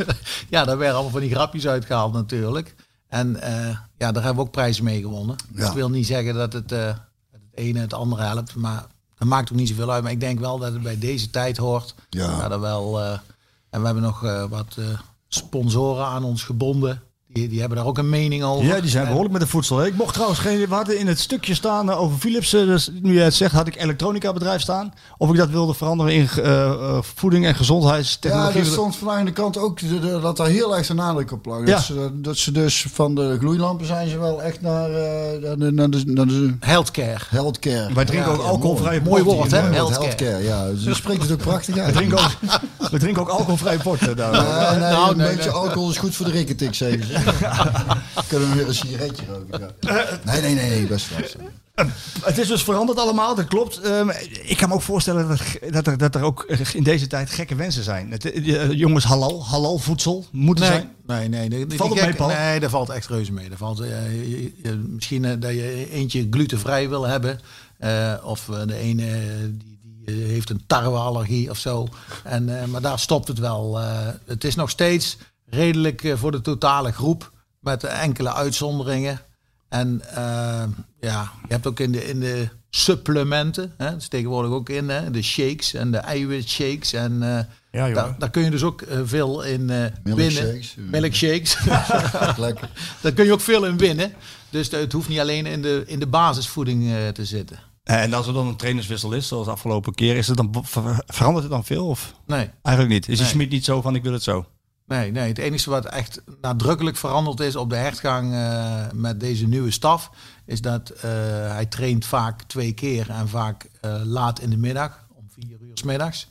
Speaker 7: ja, daar werden allemaal van die grapjes uitgehaald natuurlijk. En uh, ja, daar hebben we ook prijzen mee gewonnen.
Speaker 5: Ja.
Speaker 7: Ik wil niet zeggen dat het, uh, het ene het andere helpt, maar dat maakt ook niet zoveel uit. Maar ik denk wel dat het bij deze tijd hoort.
Speaker 5: Ja.
Speaker 7: Ja, dat wel, uh, en we hebben nog uh, wat uh, sponsoren aan ons gebonden. Die, die hebben daar ook een mening over.
Speaker 6: Ja, die zijn
Speaker 7: En-
Speaker 6: behoorlijk met de voedsel. hè. Ik mocht trouwens geen... We hadden in het stukje staan eh, over Philips. eh, Dus nu jij het zegt, had ik elektronica bedrijf staan. Of ik dat wilde veranderen in eh, eh, voeding en
Speaker 5: Ja,
Speaker 6: gezondheidstechnologie.
Speaker 5: er stond vandaag aan de kant ook de- de- dat daar heel erg de nadruk op lag.
Speaker 6: Ja.
Speaker 5: Dat, ze, dat ze dus van de gloeilampen zijn ze wel echt naar, uh, naar, de, naar, de, naar de
Speaker 7: Healthcare.
Speaker 5: healthcare.
Speaker 6: Wij drinken
Speaker 5: Ja,
Speaker 6: ook
Speaker 5: ja,
Speaker 6: alcoholvrije
Speaker 7: Mooi
Speaker 6: port
Speaker 7: woord,
Speaker 6: hier,
Speaker 7: hè?
Speaker 6: hè.
Speaker 5: Healthcare.
Speaker 7: Healthcare.
Speaker 5: healthcare, ja. Ze spreekt het ook prachtig uit.
Speaker 6: We drinken ook, we drinken ook alcoholvrije port. eh, daar.
Speaker 5: Ja, nee,
Speaker 7: Nou,
Speaker 5: een
Speaker 7: nee,
Speaker 5: beetje
Speaker 7: nee.
Speaker 5: alcohol is goed voor de rikketik, zeggen ze. Kunnen we weer een sigaretje roken? Ja. Nee, nee, nee, nee, best wel.
Speaker 6: Het is dus veranderd allemaal, dat klopt. Um, ik kan me ook voorstellen dat er, dat, er, dat er ook in deze tijd gekke wensen zijn. Het, uh, jongens, halal, halal voedsel moet er
Speaker 7: Nee,
Speaker 6: zijn.
Speaker 7: nee, nee. nee, die
Speaker 6: Valt het
Speaker 7: gek-
Speaker 6: mee, Paul?
Speaker 7: Nee, daar valt echt reuze mee. Daar valt, uh, je- je- misschien uh, dat je eentje glutenvrij wil hebben. Uh, of uh, de ene uh, die, die uh, heeft een tarweallergie of zo. En, uh, maar daar stopt het wel. Uh, het is nog steeds redelijk uh, voor de totale groep. Met enkele uitzonderingen. En uh, ja, je hebt ook in de, in de supplementen, hè, dat is tegenwoordig ook in, hè, de shakes en de eiwitshakes. En uh,
Speaker 6: Ja, joh.
Speaker 7: daar, daar kun je dus ook uh, veel in uh,
Speaker 5: Milkshakes.
Speaker 7: winnen. Milkshakes.
Speaker 5: Lekker.
Speaker 7: Daar kun je ook veel in winnen. Dus het hoeft niet alleen in de, in de basisvoeding uh, te zitten.
Speaker 6: En als er dan een trainerswissel is, zoals de afgelopen keer, is het dan, ver- verandert het dan veel? Of
Speaker 7: Nee,
Speaker 6: eigenlijk niet? Is die
Speaker 7: Nee.
Speaker 6: Schmid niet zo van ik wil het zo?
Speaker 7: nee, nee. Het enige wat echt nadrukkelijk veranderd is op de hertgang uh, met deze nieuwe staf, is dat uh, hij traint vaak twee keer en vaak uh, laat in de middag, om vier uur 's middags.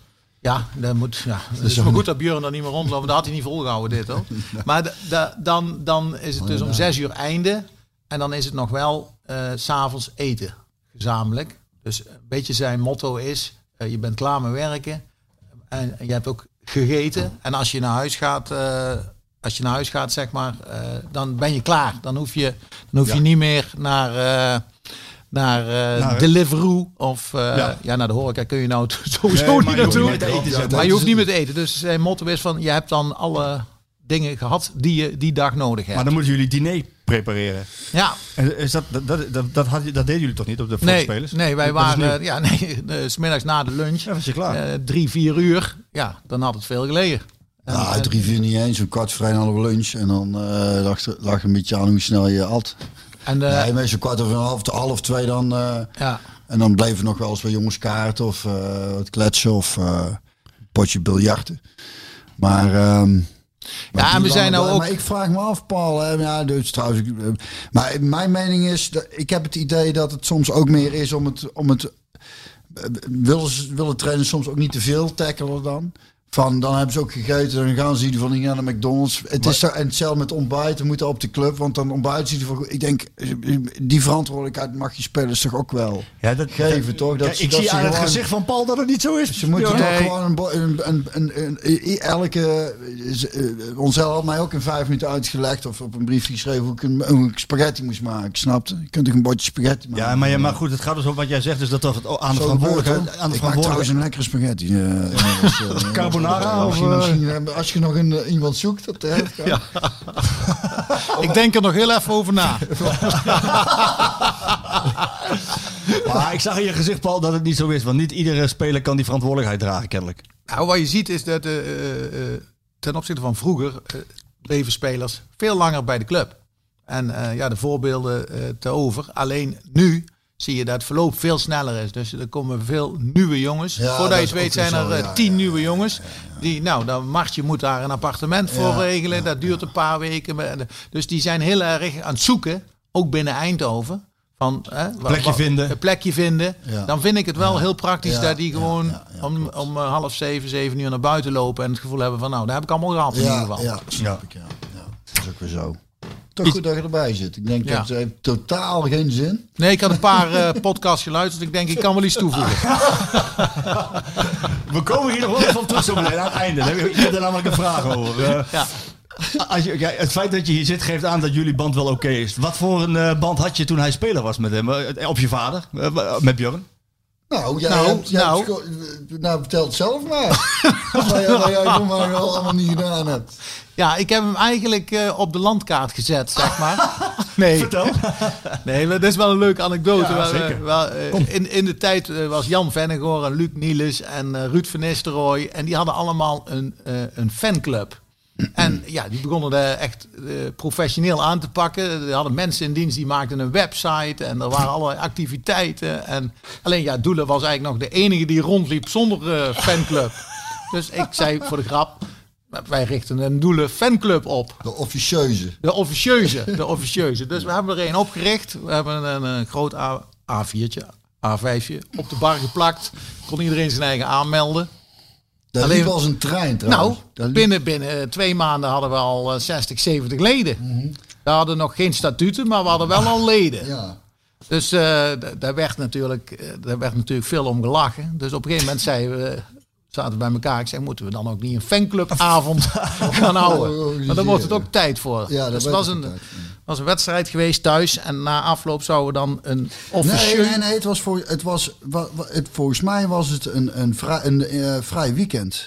Speaker 7: Ja, dat moet. Ja, het is maar goed dat Björn er niet meer rondloopt. Dat had hij niet volgehouden, dit hoor. Maar de, de, dan, dan is het dus om zes uur einde. En dan is het nog wel uh, 's avonds eten, gezamenlijk. Dus een beetje zijn motto is, uh, je bent klaar met werken. En, en je hebt ook gegeten. En als je naar huis gaat, uh, als je naar huis gaat, zeg maar, uh, dan ben je klaar. Dan hoef je, dan hoef
Speaker 6: Ja.
Speaker 7: je niet meer naar... Uh, naar uh,
Speaker 6: Naar-
Speaker 7: Deliveroo of uh,
Speaker 6: Ja.
Speaker 7: ja. naar de horeca kun je nou t- sowieso
Speaker 6: Nee,
Speaker 7: niet
Speaker 6: maar je hoeft
Speaker 7: naartoe.
Speaker 6: niet met eten, zeg maar.
Speaker 7: Maar je hoeft niet met eten. Dus zijn motto is van, je hebt dan alle dingen gehad die je die dag nodig hebt.
Speaker 6: Maar dan moeten jullie diner prepareren.
Speaker 7: Ja,
Speaker 6: En is dat, dat, dat, dat, dat, had je, dat deden jullie toch niet op de
Speaker 7: nee,
Speaker 6: voorspelers?
Speaker 7: nee, wij
Speaker 6: Dat is
Speaker 7: waren,
Speaker 6: nieuw.
Speaker 7: ja, nee, uh, 's middags na de lunch,
Speaker 6: Ja, was je klaar.
Speaker 7: uh, drie, vier uur, ja, dan had het veel gelegen. En-
Speaker 5: Ja,
Speaker 7: en-
Speaker 5: drie, vier niet eens. Een kwart voor één hadden we lunch. En dan uh, lag, er- lag een beetje aan hoe snel je at.
Speaker 7: en, uh,
Speaker 5: Nee, meestal kwart over half, half twee dan. Uh,
Speaker 7: ja.
Speaker 5: en dan bleven nog wel eens bij jongenskaart of uh, wat kletsen of uh, een potje biljarten. Maar... Um, maar
Speaker 7: Ja, en
Speaker 5: die
Speaker 7: we zijn
Speaker 5: lange-
Speaker 7: nou ook-
Speaker 5: Maar ik vraag me af, Paul. Hè, ja, dus trouwens, ik- uh, maar mijn mening is, dat, ik heb het idee dat het soms ook meer is om het... Om het uh, willen, ze- willen trainers soms ook niet te veel tackelen dan? Van, dan hebben ze ook gegeten en dan gaan ze in ieder geval niet naar de McDonald's. Het is daar, en hetzelfde met ontbijten moeten op de club, want dan ontbijten ze in ieder geval. Ik denk, die verantwoordelijkheid mag je spelers toch ook wel
Speaker 6: ja, dat,
Speaker 5: geven,
Speaker 6: dat,
Speaker 5: toch? Dat,
Speaker 6: ja, ik
Speaker 5: dat
Speaker 6: zie aan
Speaker 5: gewoon,
Speaker 6: het gezicht van Paul dat het niet zo is.
Speaker 5: Ze moeten
Speaker 6: ja,
Speaker 5: toch
Speaker 6: nee.
Speaker 5: gewoon een, een, een, een, een, elke... Onszelf had mij ook in vijf minuten uitgelegd of op een briefje geschreven hoe ik, een, hoe ik spaghetti moest maken, snapte? Je kunt toch een bordje spaghetti maken?
Speaker 6: Ja, maar, ja, maar goed, het gaat dus om wat jij zegt, dus dat dat het aan de
Speaker 5: Zo
Speaker 6: verantwoordelijkheid... Aan de
Speaker 5: ik maak trouwens een lekkere spaghetti. Uh, uh,
Speaker 6: Carbonara of...
Speaker 5: Uh, Als je nog een, uh, iemand zoekt op de helft kan.
Speaker 7: Ja. Ik denk er nog heel even over na.
Speaker 6: Maar ik zag in je gezicht, Paul, dat het niet zo is. Want niet iedere speler kan die verantwoordelijkheid dragen, kennelijk.
Speaker 7: Nou, wat je ziet is dat uh, uh, ten opzichte van vroeger uh, bleven spelers veel langer bij de club. En uh, ja, de voorbeelden uh, te over. Alleen nu zie je dat het verloop veel sneller is. Dus er komen veel nieuwe jongens.
Speaker 5: Ja,
Speaker 7: Voordat je het
Speaker 5: is
Speaker 7: weet
Speaker 5: ook
Speaker 7: zijn
Speaker 5: zo,
Speaker 7: er uh,
Speaker 5: ja,
Speaker 7: tien
Speaker 5: ja,
Speaker 7: nieuwe
Speaker 5: ja,
Speaker 7: jongens.
Speaker 5: ja, ja, ja.
Speaker 7: Die, nou, dan Martje moet daar een appartement voor
Speaker 5: Ja,
Speaker 7: regelen.
Speaker 5: ja,
Speaker 7: dat duurt
Speaker 5: ja.
Speaker 7: een paar weken. Dus die zijn heel erg aan het zoeken. Ook binnen Eindhoven. Van, hè,
Speaker 6: Plekje
Speaker 7: wa-
Speaker 6: vinden.
Speaker 7: Een plekje vinden.
Speaker 5: Ja.
Speaker 7: Dan vind ik het wel
Speaker 5: Ja.
Speaker 7: heel praktisch
Speaker 5: Ja,
Speaker 7: dat die
Speaker 5: ja,
Speaker 7: gewoon
Speaker 5: ja, ja,
Speaker 7: om,
Speaker 5: klopt.
Speaker 7: om uh, half zeven, zeven uur naar buiten lopen. En het gevoel hebben van, nou, daar heb ik allemaal gehad in ieder
Speaker 5: Ja,
Speaker 7: geval.
Speaker 5: ja, snap
Speaker 6: Ja.
Speaker 5: ik. Ja. Ja, dat is ook weer zo. Toch goed dat je erbij zit. Ik denk
Speaker 7: Ja.
Speaker 5: dat het heeft totaal geen zin.
Speaker 7: Nee, ik had een paar uh, podcasts geluisterd. Ik denk, ik kan wel iets toevoegen.
Speaker 6: We komen hier nog wel even op terug zo meteen aan het einde. Ik heb er namelijk een vraag over. Uh,
Speaker 7: Ja.
Speaker 6: als je, ja, het feit dat je hier zit geeft aan dat jullie band wel oké is. Wat voor een uh, band had je toen hij speler was met hem? Uh, op je vader? Uh, met Björn?
Speaker 5: Nou, jij
Speaker 7: Nou,
Speaker 5: hebt, jij
Speaker 7: nou.
Speaker 5: hebt gewoon- nou, vertel het zelf maar. Wat jij, wat jij voor mij wel allemaal niet gedaan hebt.
Speaker 7: Ja, ik heb hem eigenlijk uh, op de landkaart gezet, zeg maar. Nee,
Speaker 6: Vertel.
Speaker 7: nee, dat is wel een leuke anekdote.
Speaker 6: Ja,
Speaker 7: Wel,
Speaker 6: zeker.
Speaker 7: uh, wel, uh, in, in de tijd uh, was Jan Vennegoor en Luc Niels en uh, Ruud van Nistelrooy. En die hadden allemaal een, uh, een fanclub. En ja, die begonnen er echt uh, professioneel aan te pakken. Er hadden mensen in dienst die maakten een website en er waren allerlei activiteiten. En alleen ja, Doelen was eigenlijk nog de enige die rondliep zonder uh, fanclub. Dus ik zei voor de grap, wij richten een Doelen fanclub op.
Speaker 5: De officieuze.
Speaker 7: De officieuze, de officieuze. Dus we hebben er een opgericht. We hebben een, een groot A, A4'tje, A vijf'tje op de bar geplakt. Kon iedereen zijn eigen aanmelden.
Speaker 5: Dat
Speaker 7: Alleen-
Speaker 5: liep als een trein
Speaker 7: Nou,
Speaker 5: trouwens. Dat liep-
Speaker 7: binnen, binnen twee maanden hadden we al uh, zestig, zeventig leden. We hadden nog geen statuten, maar we hadden wel al leden.
Speaker 5: Ja.
Speaker 7: Dus uh, d- daar, werd natuurlijk, uh, daar werd natuurlijk veel om gelachen. Dus op een gegeven moment zeiden we, zaten we bij elkaar. Ik zei, moeten we dan ook niet een fanclubavond gaan houden? Maar dan wordt het ook tijd voor.
Speaker 5: Ja, dat
Speaker 7: dus het
Speaker 5: wordt
Speaker 7: was
Speaker 5: ook
Speaker 7: een,
Speaker 5: tijd,
Speaker 7: was een wedstrijd geweest thuis. En na afloop zouden we dan een
Speaker 5: Nee,
Speaker 7: officieel...
Speaker 5: nee, nee, het was, voor, het was wa- wa- het, volgens mij was het een, een, vrij, een uh, vrij weekend.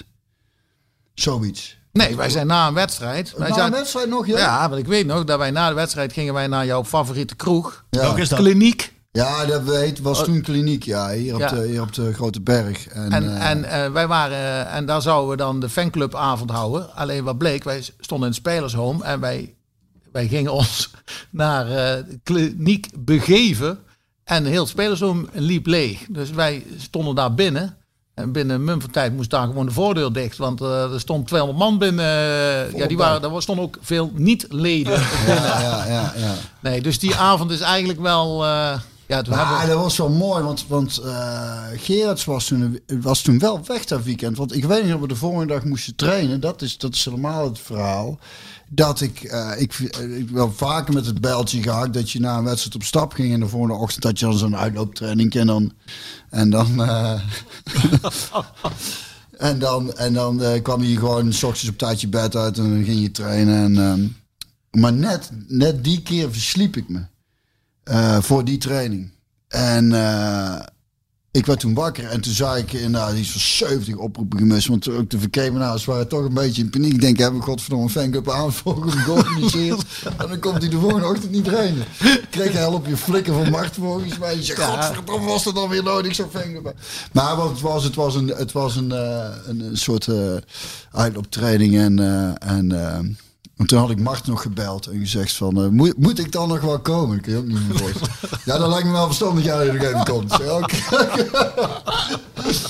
Speaker 5: Zoiets.
Speaker 7: Nee, wij zijn na een wedstrijd. Wij
Speaker 5: Na
Speaker 7: zijn,
Speaker 5: een wedstrijd nog, ja?
Speaker 7: ja, want ik weet nog dat wij na de wedstrijd gingen wij naar jouw favoriete kroeg.
Speaker 5: Ja.
Speaker 6: Welke is dat?
Speaker 7: Kliniek.
Speaker 5: Ja, dat weet, was toen kliniek, ja, hier op,
Speaker 7: Ja.
Speaker 5: De, hier op de Grote Berg. En,
Speaker 7: En,
Speaker 5: eh,
Speaker 7: en, uh, wij waren, uh, en daar zouden we dan de fanclubavond houden. Alleen wat bleek, wij stonden in het spelershome en wij, wij gingen ons naar uh, de kliniek begeven. En heel het spelershome liep leeg. Dus wij stonden daar binnen. En binnen een mum van tijd moest daar gewoon de voordeur dicht. Want uh, er stond tweehonderd man binnen. Uh, ja, die waren, er stonden ook veel niet-leden binnen.
Speaker 5: ja, ja, ja, ja.
Speaker 7: Nee, dus die avond is eigenlijk wel... Uh, ja, toen
Speaker 5: Maar
Speaker 7: hebben we,
Speaker 5: dat was wel mooi, want, want uh, Gerards was toen, was toen wel weg dat weekend. Want ik weet niet of we de volgende dag moesten trainen. Dat is, dat is helemaal het verhaal. Dat ik, uh, ik, ik wel vaker met het bijltje gehakt dat je na een wedstrijd op stap ging. En de volgende ochtend had je dan zo'n uitlooptraining. En dan... En dan uh, en dan, en dan uh, kwam je gewoon 's ochtends op tijd je bed uit en dan ging je trainen. En, um, maar net, net die keer versliep ik me. Uh, voor die training. En uh, ik werd toen wakker en toen zag ik inderdaad iets van zeventig oproepen gemist. Want ook de verkeermenaars waren toch een beetje in paniek. Ik denk, hebben we godverdomme een fanclub aanvolgen georganiseerd. En dan komt hij de volgende ochtend niet trainen. Ik kreeg een help je flikken van Mart volgens mij. Je zegt,
Speaker 7: Ja.
Speaker 5: godverdomme was er dan weer nodig zo'n fanclub. Maar wat het was, het was een, het was een, uh, een, een soort uh, uitlooptraining en... Uh, en uh, En toen had ik Mart nog gebeld en gezegd van, uh, moet, moet ik dan nog wel komen? Dat kun je ook niet meer voorstellen. Ja, dat lijkt me wel verstandig dat jij er nog even komt. Ja, okay.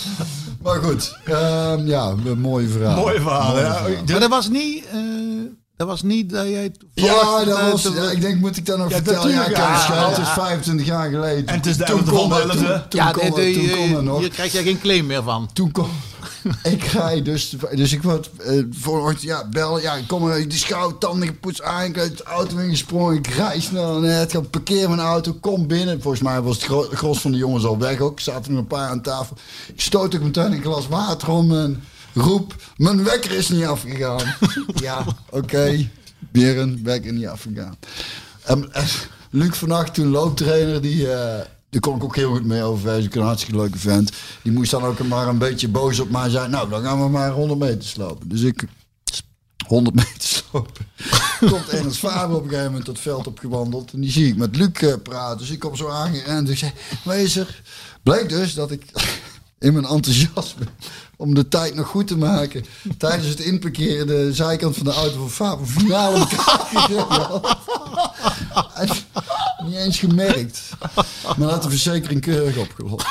Speaker 5: Maar goed, um, ja, een mooie verhaal.
Speaker 6: Mooi verhaal.
Speaker 5: Mooie
Speaker 6: Ja.
Speaker 5: verhaal.
Speaker 7: maar dat was niet... Uh, Dat was niet dat jij...
Speaker 5: Ja, dat
Speaker 7: uh,
Speaker 5: was,
Speaker 7: te,
Speaker 5: ja, ik denk, moet ik dan nog
Speaker 6: Ja,
Speaker 5: vertellen? Ja,
Speaker 6: natuurlijk,
Speaker 5: kijk,
Speaker 6: ja.
Speaker 5: het is vijfentwintig jaar geleden.
Speaker 6: En het is de
Speaker 5: toen
Speaker 6: elfde
Speaker 5: kon
Speaker 6: van de
Speaker 5: dat-
Speaker 6: elfde.
Speaker 5: Toen
Speaker 7: ja,
Speaker 5: kon
Speaker 7: de, de,
Speaker 5: dat- toen kon dat nog.
Speaker 7: hier krijg je geen claim meer van.
Speaker 5: Toen kom ik rij dus, dus ik word uh, voor ja bel, ja ik kom er die schouw tanden gepoetst aan, ik uit de auto ingesprongen, ik rij snel naar het, ik parkeer mijn auto, kom binnen. Volgens mij was het gro- gros van de jongens al weg ook, zaten nog een paar aan tafel. Ik stoot ook meteen een glas water om en roep, mijn wekker is niet afgegaan. Ja, oké, okay. Weer een wekker niet afgegaan. En, en Luc vannacht, toen looptrainer, die uh, daar kon ik ook heel goed mee overwijzen. Ik een hartstikke leuke vent. Die moest dan ook maar een beetje boos op mij. En zei, nou, dan gaan we maar honderd meter slopen. Dus ik honderd meter slopen. Komt Ernst Faber op een gegeven moment dat veld opgewandeld. En die zie ik met Luc uh, praten. Dus ik kom zo aangerend. Ik zei, wezer. Bleek dus dat ik in mijn enthousiasme om de tijd nog goed te maken, tijdens het inparkeren de zijkant van de auto van Faber finale in elkaar gereden had. En niet eens gemerkt. Maar had de verzekering keurig opgelost.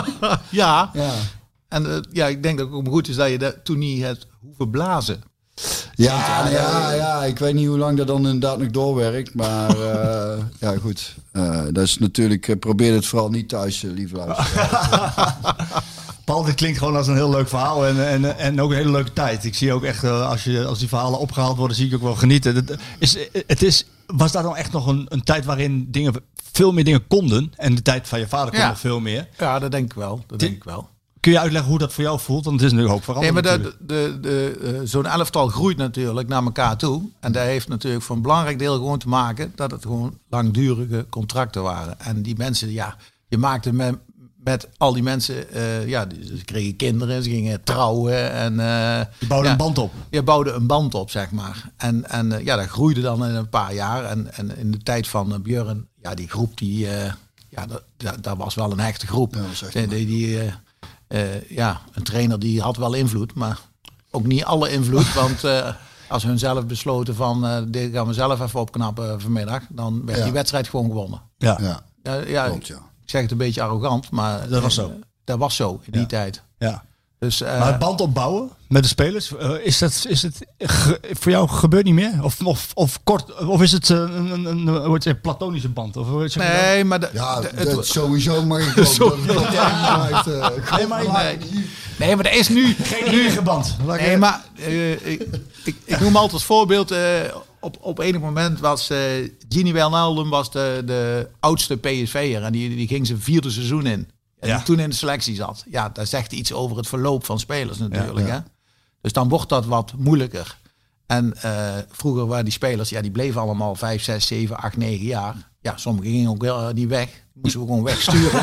Speaker 7: Ja,
Speaker 5: Ja.
Speaker 7: en uh, ja, ik denk dat het ook goed is dat je dat toen niet hebt hoeven blazen.
Speaker 5: Ja, nou ja, ja, ik weet niet hoe lang dat dan inderdaad nog doorwerkt. Maar uh, ja, goed. Uh, dat is natuurlijk, uh, probeer het vooral niet thuis, uh, lieve luisteraars.
Speaker 6: Paul, dit klinkt gewoon als een heel leuk verhaal en, en, en ook een hele leuke tijd. Ik zie ook echt, uh, als, je, als die verhalen opgehaald worden, zie ik ook wel genieten. Het is, het is, was daar dan echt nog een, een tijd waarin dingen, veel meer dingen konden? En de tijd van je vader kon
Speaker 7: Ja.
Speaker 6: nog veel meer.
Speaker 7: Ja, dat denk ik wel. Dat denk ik wel.
Speaker 6: Kun je uitleggen hoe dat voor jou voelt? Want het is nu ook veranderd.
Speaker 7: Nee, maar de,
Speaker 6: natuurlijk.
Speaker 7: de, de, uh, zo'n elftal groeit natuurlijk naar elkaar toe. En dat heeft natuurlijk voor een belangrijk deel gewoon te maken dat het gewoon langdurige contracten waren. En die mensen, ja, je maakte met, met al die mensen, uh, ja, die, ze kregen kinderen, ze gingen trouwen. En, uh,
Speaker 6: Je bouwde
Speaker 7: ja,
Speaker 6: een band op.
Speaker 7: Je bouwde een band op, zeg maar. En, en uh, ja, dat groeide dan in een paar jaar. En, en in de tijd van uh, Björn, ja, die groep, die, uh, ja, dat, dat, dat was wel een hechte groep.
Speaker 5: Ja, dat was echt
Speaker 7: die, die, die, uh, uh, ja, een trainer die had wel invloed, maar ook niet alle invloed. Want uh, als hun zelf besloten van, uh, dit gaan we zelf even opknappen vanmiddag, dan werd
Speaker 5: Ja.
Speaker 7: die wedstrijd gewoon gewonnen.
Speaker 6: Ja.
Speaker 5: Ja,
Speaker 7: Ja, ja,
Speaker 5: klopt, ja.
Speaker 7: ik zeg het een beetje arrogant, maar
Speaker 6: Dat was zo.
Speaker 7: uh, dat was zo in die
Speaker 6: Ja.
Speaker 7: tijd.
Speaker 6: Ja.
Speaker 7: Dus, uh,
Speaker 6: Maar het band opbouwen met de spelers, uh, is dat is het ge, voor jou gebeurt niet meer? Of, of, of kort, of is het uh, een, een, een, hoe heet het, platonische band? Of, hoe zeg je dat?
Speaker 7: nee, maar de,
Speaker 5: Ja,
Speaker 7: de-
Speaker 5: dat,
Speaker 7: het,
Speaker 5: sowieso mag ik ook. Dat, dat, dat, uh,
Speaker 7: nee, maar, nee, nee, maar er is nu...
Speaker 6: Geen enige band.
Speaker 7: Nee, maar uh, ik, ik, ik noem altijd als voorbeeld. Uh, op, op enig moment was uh, Gini Wijnaldum was de, de oudste P S V'er. En die, die ging zijn vierde seizoen in. En
Speaker 6: Ja.
Speaker 7: die toen in de selectie zat. Ja, dat zegt iets over het verloop van spelers natuurlijk.
Speaker 5: Ja.
Speaker 7: Hè? Dus dan wordt dat wat moeilijker. En uh, vroeger waren die spelers, ja, die bleven allemaal vijf, zes, zeven, acht, negen jaar. Ja, sommigen gingen ook wel uh, niet weg. Moesten we gewoon wegsturen.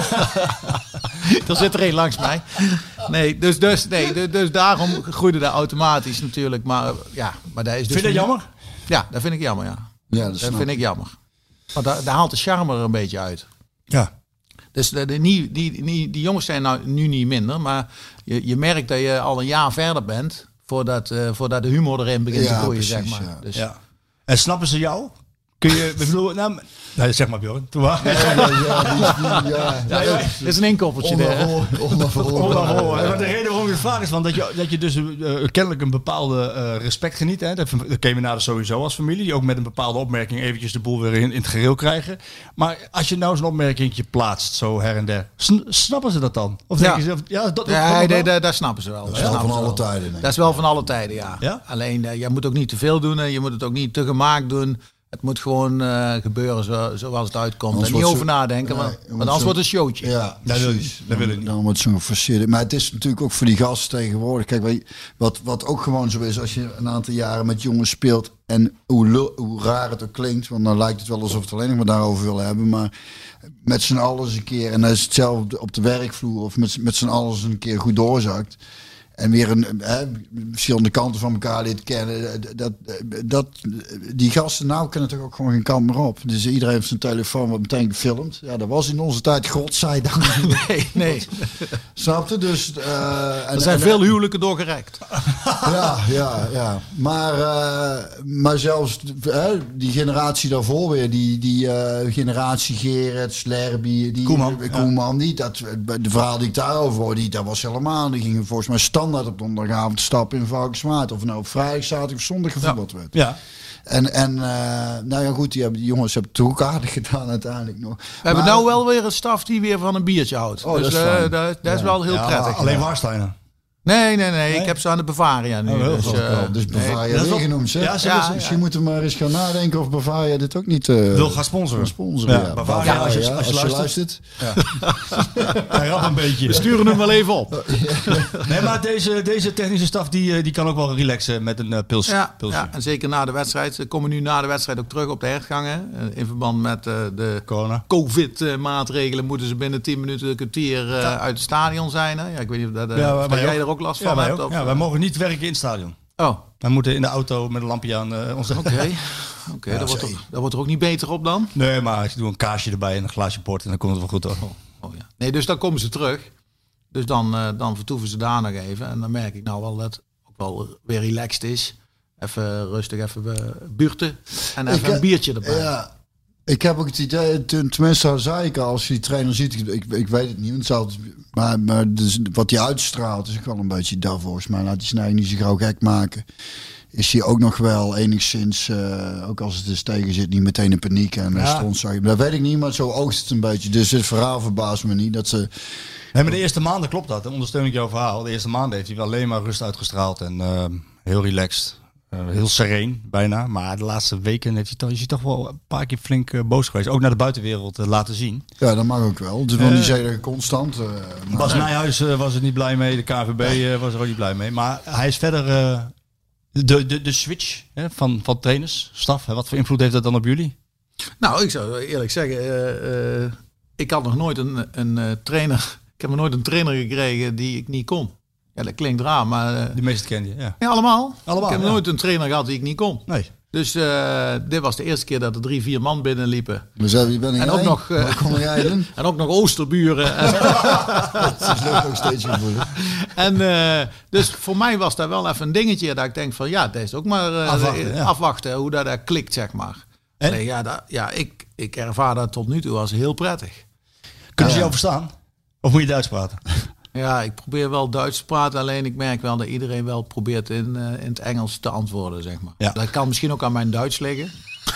Speaker 7: Er zit er één langs mij. Nee, dus, dus, nee, dus, dus daarom groeide dat automatisch natuurlijk. Maar ja, maar dat is dus...
Speaker 6: Vind je dat
Speaker 7: nu-
Speaker 6: jammer?
Speaker 7: Ja, dat vind ik jammer, ja.
Speaker 5: Ja, dat
Speaker 7: Dat
Speaker 5: snap
Speaker 7: vind ik jammer. Maar daar, daar haalt de charme er een beetje uit.
Speaker 6: Ja.
Speaker 7: Dus de, de, die, die, die, die jongens zijn nou nu niet minder. Maar je, je merkt dat je al een jaar verder bent voordat, uh, voordat de humor erin begint
Speaker 5: Ja,
Speaker 7: te groeien,
Speaker 5: precies,
Speaker 7: zeg maar.
Speaker 5: ja.
Speaker 7: Dus,
Speaker 6: Ja. En snappen ze jou? Kun je, ik bedoel, nou, nee, zeg maar Björn. Toen was.
Speaker 5: Ja, ja, ja, die is- ja,
Speaker 7: Ja, dat is een inkoppertje daar. hè?
Speaker 5: onafhankelijk.
Speaker 6: Maar de reden waarom ik het vraag is van dat je, dat je dus uh, kennelijk een bepaalde uh, respect geniet. Hè? Dat dat Kemenade sowieso als familie. Die ook met een bepaalde opmerking eventjes de boel weer in, in het geheel krijgen. Maar als je nou zo'n opmerkingje plaatst, zo her en der. Sn- snappen ze dat dan? Of
Speaker 7: Ja.
Speaker 6: denken ze, ja, dat, dat,
Speaker 7: Ja,
Speaker 6: dat-
Speaker 7: nee, dat, dat snappen ze wel.
Speaker 5: Dat is
Speaker 7: Dat
Speaker 5: wel
Speaker 7: snappen
Speaker 5: van
Speaker 7: ze
Speaker 5: alle
Speaker 7: wel.
Speaker 5: tijden, denk ik.
Speaker 7: Dat is wel van alle tijden, ja.
Speaker 6: Ja?
Speaker 7: Alleen, uh, je moet ook niet te veel doen en je moet het ook niet te gemaakt doen. Het moet gewoon uh, gebeuren zo, zoals het uitkomt.
Speaker 5: Anders
Speaker 7: en niet
Speaker 5: wordt
Speaker 7: over
Speaker 5: zo-
Speaker 7: nadenken,
Speaker 5: Nee,
Speaker 7: want,
Speaker 5: je
Speaker 7: want
Speaker 5: moet
Speaker 7: anders
Speaker 5: zo-
Speaker 7: wordt het een showtje.
Speaker 5: Ja,
Speaker 6: Dat wil je
Speaker 5: precies.
Speaker 6: niet. Dat wil je niet.
Speaker 5: Dan wordt zo'n geforceerd. Maar het is natuurlijk ook voor die gasten tegenwoordig. Kijk, weet je, wat, wat ook gewoon zo is, als je een aantal jaren met jongens speelt en hoe, lu- hoe raar het ook klinkt, want dan lijkt het wel alsof we het alleen nog maar daarover willen hebben, maar met z'n allen eens een keer, en dat is hetzelfde op de werkvloer, of met, met z'n allen eens een keer goed doorzakt. En weer een, hè, verschillende kanten van elkaar leren kennen. Dat, dat, die gasten nou kunnen toch ook gewoon geen kant meer op. Dus iedereen heeft zijn telefoon wat meteen gefilmd. Ja, dat was in onze tijd, godzijdank.
Speaker 7: Nee, nee.
Speaker 5: Snapte? Dus, uh,
Speaker 7: Er zijn veel huwelijken doorgerekt.
Speaker 5: Ja, ja, ja. Maar, uh, maar zelfs uh, die generatie daarvoor weer, die, die uh, generatie Gerrit, Slerby, die
Speaker 6: Koeman,
Speaker 5: uh, Koeman, die, dat, de verhaal die ik daarover hoorde, die, dat was helemaal, die gingen volgens mij stand standaard op donderdagavond stappen in Valkenswaard. Of nou op vrijdag, zaterdag of zondag gevoetbald werd.
Speaker 6: Ja.
Speaker 5: En, en uh, nou ja goed, die, hebben, die jongens hebben het ook aardig gedaan uiteindelijk nog.
Speaker 7: We hebben
Speaker 5: maar,
Speaker 7: nou wel weer een staf die weer van een biertje houdt.
Speaker 5: Oh,
Speaker 7: dus
Speaker 5: dat is,
Speaker 7: uh,
Speaker 5: fijn.
Speaker 7: dat, dat is
Speaker 5: ja.
Speaker 7: wel heel
Speaker 6: Ja,
Speaker 7: prettig.
Speaker 6: alleen
Speaker 7: ja.
Speaker 6: Warsteiner.
Speaker 7: Nee, nee, nee, ik heb ze aan de Bavaria nu.
Speaker 6: Oh, heel
Speaker 7: dus,
Speaker 6: goed.
Speaker 7: uh,
Speaker 5: dus Bavaria
Speaker 6: nee, dat is
Speaker 5: weer
Speaker 6: wel-
Speaker 5: genoemd, zeg.
Speaker 6: Ja,
Speaker 5: Ja,
Speaker 6: ja, ja.
Speaker 5: Misschien moeten we maar eens gaan nadenken of Bavaria dit ook niet uh,
Speaker 6: Wil gaan sponsoren.
Speaker 5: sponsoren.
Speaker 6: Ja,
Speaker 5: Ja,
Speaker 6: Bavaria,
Speaker 5: Bavaria,
Speaker 6: als je-
Speaker 5: ja,
Speaker 6: als je luistert.
Speaker 5: luistert.
Speaker 6: Hij rap een beetje.
Speaker 7: we sturen hem wel even op.
Speaker 6: Nee, maar deze, deze technische staf die, die kan ook wel relaxen met een uh, pils,
Speaker 7: Ja,
Speaker 6: pilsje.
Speaker 7: ja, en zeker na de wedstrijd. Ze komen nu na de wedstrijd ook terug op de hertgangen. Uh, in verband met uh, de
Speaker 6: Corona.
Speaker 7: COVID-maatregelen moeten ze binnen tien minuten een kwartier uh,
Speaker 6: Ja.
Speaker 7: uit het stadion zijn. Hè? Ja, ik weet niet of, dat, uh,
Speaker 6: Ja,
Speaker 7: of
Speaker 6: wij
Speaker 7: dat jij
Speaker 6: ook.
Speaker 7: er ook last
Speaker 6: Ja,
Speaker 7: van
Speaker 6: wij
Speaker 7: hebt.
Speaker 6: ook.
Speaker 7: Of,
Speaker 6: Ja, wij mogen niet werken in het stadion.
Speaker 7: Oh,
Speaker 6: Wij moeten in de auto met een lampje aan. Uh, onze...
Speaker 7: oké. Okay. Okay,
Speaker 6: Ja,
Speaker 7: dat, wordt
Speaker 6: zee.
Speaker 7: er, dat wordt er ook niet beter op dan?
Speaker 6: Nee, maar ik doe een kaasje erbij en een glaasje port en dan komt het wel goed hoor.
Speaker 7: Oh, ja. Nee, dus dan komen ze terug. Dus dan, uh, dan vertoeven ze daar nog even. En dan merk ik nou wel dat het ook wel weer relaxed is. Even rustig, even uh, buurten. En even
Speaker 5: Ik,
Speaker 7: een biertje erbij.
Speaker 5: Ja. Ik heb ook het idee, ten- tenminste al zei ik al, als je die trainer ziet, ik, ik weet het niet, want het zal, maar, maar dus wat hij uitstraalt is ook wel een beetje daar volgens mij. Laat die snij niet zo gauw gek maken. Is hij ook nog wel enigszins, uh, ook als het dus tegen zit, niet meteen in paniek en
Speaker 6: Ja.
Speaker 5: stond zag je. Dat weet ik niet, maar zo oogst het een beetje. Dus het verhaal verbaast me niet dat ze.
Speaker 6: Nee, maar de eerste maanden klopt dat. Dan ondersteun ik jouw verhaal. De eerste maanden heeft hij wel alleen maar rust uitgestraald en uh, heel relaxed. Uh, heel sereen bijna. Maar de laatste weken heeft hij toch, is hij toch wel een paar keer flink uh, boos geweest. Ook naar de buitenwereld uh, laten zien.
Speaker 5: Ja, dat mag ook wel. Dus wil niet zeggen constant. Uh, maar-
Speaker 6: Bas Nijhuis uh, was er niet blij mee. De K V B uh, was er ook niet blij mee. Maar hij is verder uh, de, de, de switch hè, van, van trainers, staf. Hè, wat voor invloed heeft dat dan op jullie?
Speaker 7: Nou, ik zou eerlijk zeggen, uh, uh, ik had nog nooit een, een uh, trainer. Ik heb nog nooit een trainer gekregen die ik niet kon. Ja, dat klinkt raar, maar. Uh,
Speaker 6: De meeste ken je, ja.
Speaker 7: ja, allemaal.
Speaker 6: Allemaal,
Speaker 7: Ik heb
Speaker 6: ja.
Speaker 7: nooit een trainer gehad die ik niet kon.
Speaker 6: Nee.
Speaker 7: Dus uh, dit was de eerste keer dat er drie, vier man binnenliepen.
Speaker 5: Dus uh, wie ben ik
Speaker 7: En ook nog, uh,
Speaker 5: Wat kom jij doen?
Speaker 7: En ook nog Oosterburen. En,
Speaker 5: Dat is leuk nog steeds gevoelig.
Speaker 7: en uh, dus voor mij was dat wel even een dingetje dat ik denk van ja, dat is ook maar uh,
Speaker 6: Afwachten, ja.
Speaker 7: afwachten hoe dat, dat klikt, zeg maar.
Speaker 6: En?
Speaker 7: Nee, ja, dat, ja ik, ik ervaar dat tot nu toe als heel prettig.
Speaker 6: Kunnen ze
Speaker 5: Ja.
Speaker 6: jou verstaan? Of moet je Duits praten?
Speaker 7: Ja, ik probeer wel Duits te praten, alleen ik merk wel dat iedereen wel probeert in, uh, in het Engels te antwoorden, zeg maar.
Speaker 6: Ja.
Speaker 7: Dat kan misschien ook aan mijn Duits liggen.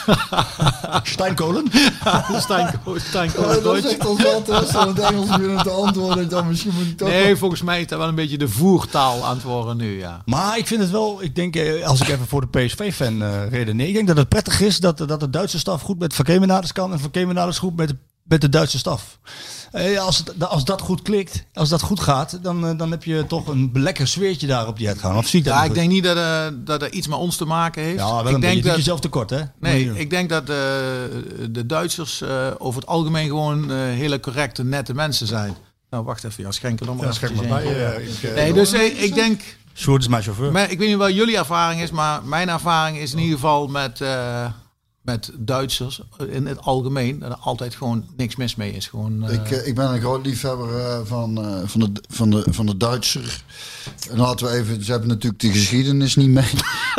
Speaker 6: Steinkolen?
Speaker 7: Steinko, Steinko
Speaker 5: Dat
Speaker 7: Duits.
Speaker 5: zegt ons wat, als dan het Engels beginnen te antwoorden, dan misschien moet ik toch...
Speaker 7: Nee, volgens mij is dat wel een beetje de voertaal aan het worden nu, ja.
Speaker 6: Maar ik vind het wel, ik denk, eh, als ik even voor de P S V-fan uh, redeneer, ik denk dat het prettig is dat, dat de Duitse staf goed met Van Kemenades kan en Van Kemenades goed met de, met de Duitse staf. Eh, als, het, als dat goed klikt, als dat goed gaat, dan, uh, dan heb je toch een lekker sfeertje daar op die uitgang. Of zie ik dat
Speaker 7: Ja,
Speaker 6: niet
Speaker 7: ik
Speaker 6: goed?
Speaker 7: denk niet dat, uh, dat er iets met ons te maken heeft.
Speaker 6: Ja, wel
Speaker 7: ik
Speaker 6: een beetje.
Speaker 7: denk
Speaker 6: Je doet
Speaker 7: dat,
Speaker 6: jezelf tekort, hè?
Speaker 7: nee, ik denk dat uh, de Duitsers uh, over het algemeen gewoon uh, hele correcte, nette mensen zijn. Nou, wacht even. Ja, schenk er dan maar
Speaker 6: Ja, schenk
Speaker 7: eventjes
Speaker 6: maar
Speaker 7: in.
Speaker 6: bij. Uh, ik, uh,
Speaker 7: Nee, dus uh, ik denk...
Speaker 6: Sjoerd is mijn chauffeur.
Speaker 7: Maar ik weet niet wat jullie ervaring is, maar mijn ervaring is in ieder geval met, uh, met Duitsers in het algemeen. Dat er altijd gewoon niks mis mee is. Gewoon, uh,
Speaker 5: Ik, uh, ik ben een groot liefhebber uh, van, uh, van, de, van, de, van de Duitser. En laten we even, ze hebben natuurlijk de geschiedenis niet mee.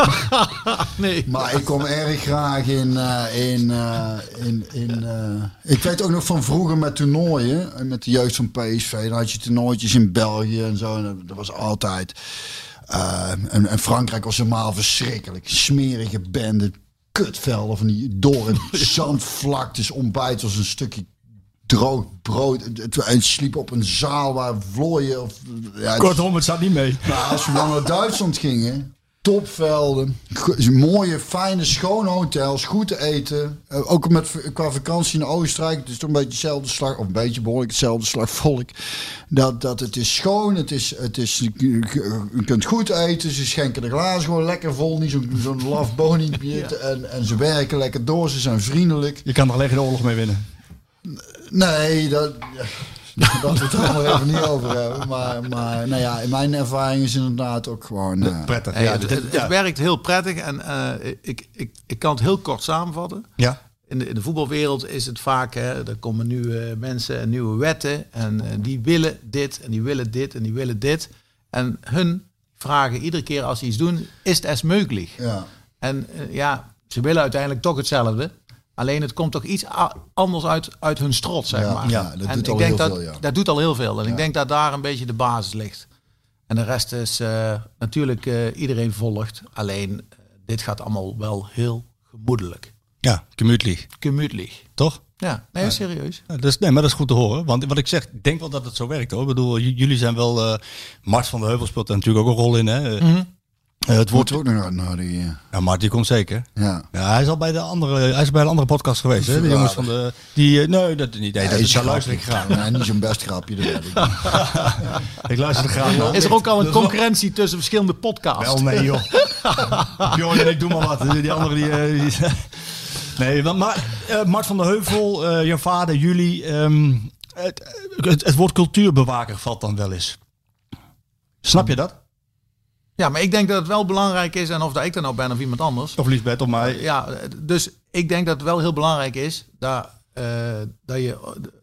Speaker 7: nee.
Speaker 5: Maar ik kom erg graag in. Uh, in, uh, in, in uh, ik weet ook nog van vroeger met toernooien. En met de jeugd van P S V. Dan had je toernooitjes in België en zo. En dat, dat was altijd. Uh, en, en Frankrijk was helemaal verschrikkelijk. Smerige bende. Kutvelden van die door zandvlaktes. Ontbijt was een stukje droog brood. En sliep op een zaal waar vlooien. Of, ja,
Speaker 6: Kortom, het staat niet mee.
Speaker 5: maar als we dan naar Duitsland gingen, topvelden, go- mooie, fijne, schone hotels, goed te eten. Uh, ook met, qua vakantie in Oostenrijk, het is toch een beetje hetzelfde slag, of een beetje behoorlijk hetzelfde slag volk. Dat, dat het is schoon, het is, het is, je kunt goed eten, ze schenken de glazen gewoon lekker vol, niet zo'n zo'n laf bonietje. Ja. En, en ze werken lekker door, ze zijn vriendelijk.
Speaker 6: Je kan er alleen geen oorlog mee winnen.
Speaker 5: Nee, dat... Dat we het er nog even niet over hebben. Maar, maar nou ja, in mijn ervaring is inderdaad ook gewoon... Uh,
Speaker 6: Prettig.
Speaker 7: Hey,
Speaker 6: Ja,
Speaker 7: het,
Speaker 6: dit-
Speaker 7: het, het
Speaker 6: ja.
Speaker 7: werkt heel prettig en uh, ik, ik, ik kan het heel kort samenvatten.
Speaker 6: Ja.
Speaker 7: In de, in de voetbalwereld is het vaak, hè, er komen nieuwe mensen en nieuwe wetten. En uh, die willen dit en die willen dit en die willen dit. En hun vragen iedere keer als ze iets doen, is het es mogelijk?
Speaker 5: ja.
Speaker 7: En uh, ja, ze willen uiteindelijk toch hetzelfde. Alleen het komt toch iets a- anders uit, uit hun strot, zeg
Speaker 5: Ja,
Speaker 7: maar.
Speaker 5: ja, dat
Speaker 7: en
Speaker 5: doet
Speaker 7: ik
Speaker 5: al
Speaker 7: denk
Speaker 5: heel
Speaker 7: dat,
Speaker 5: veel, ja.
Speaker 7: dat doet al heel veel. En
Speaker 5: Ja.
Speaker 7: ik denk dat daar een beetje de basis ligt. En de rest is uh, natuurlijk uh, iedereen volgt. Alleen uh, dit gaat allemaal wel heel gemoedelijk.
Speaker 6: Ja, gemütlich.
Speaker 7: Gemütlich.
Speaker 6: Toch?
Speaker 7: Ja, nee, serieus.
Speaker 6: Ja, dus, nee, maar dat is goed te horen. Want wat ik zeg, ik denk wel dat het zo werkt hoor. Ik bedoel, j- jullie zijn wel... Uh, Mart van de Heuvel speelt daar natuurlijk ook een rol in. Hè? Uh,
Speaker 5: Mm-hmm.
Speaker 6: Uh, het wordt
Speaker 5: ook nog uitnodigen. Ja,
Speaker 6: ja Mart die komt zeker.
Speaker 5: Ja.
Speaker 6: Ja, hij is al bij de andere, hij is bij de andere podcast geweest. Hè? De jongens van de, die, uh, nee, dat niet. Nee,
Speaker 5: ja,
Speaker 6: dat
Speaker 5: is
Speaker 6: daar luister ik graag.
Speaker 5: Nee, niet zo'n best grapje. Dat weet ik niet.
Speaker 6: Ik luister er graag naar.
Speaker 7: Is er ook al een concurrentie tussen verschillende podcasts?
Speaker 6: Wel nee joh. Bjorn en ik doe maar wat. Die andere die... Uh, die nee, maar uh, Mart van de Heuvel, uh, jouw vader, jullie. Um, het, het, het woord cultuurbewaker valt dan wel eens. Snap je dat?
Speaker 7: Ja, maar ik denk dat het wel belangrijk is, en of dat ik er nou ben of iemand anders.
Speaker 6: Of Liesbeth of mij.
Speaker 7: Ja, dus ik denk dat het wel heel belangrijk is dat, uh, dat je,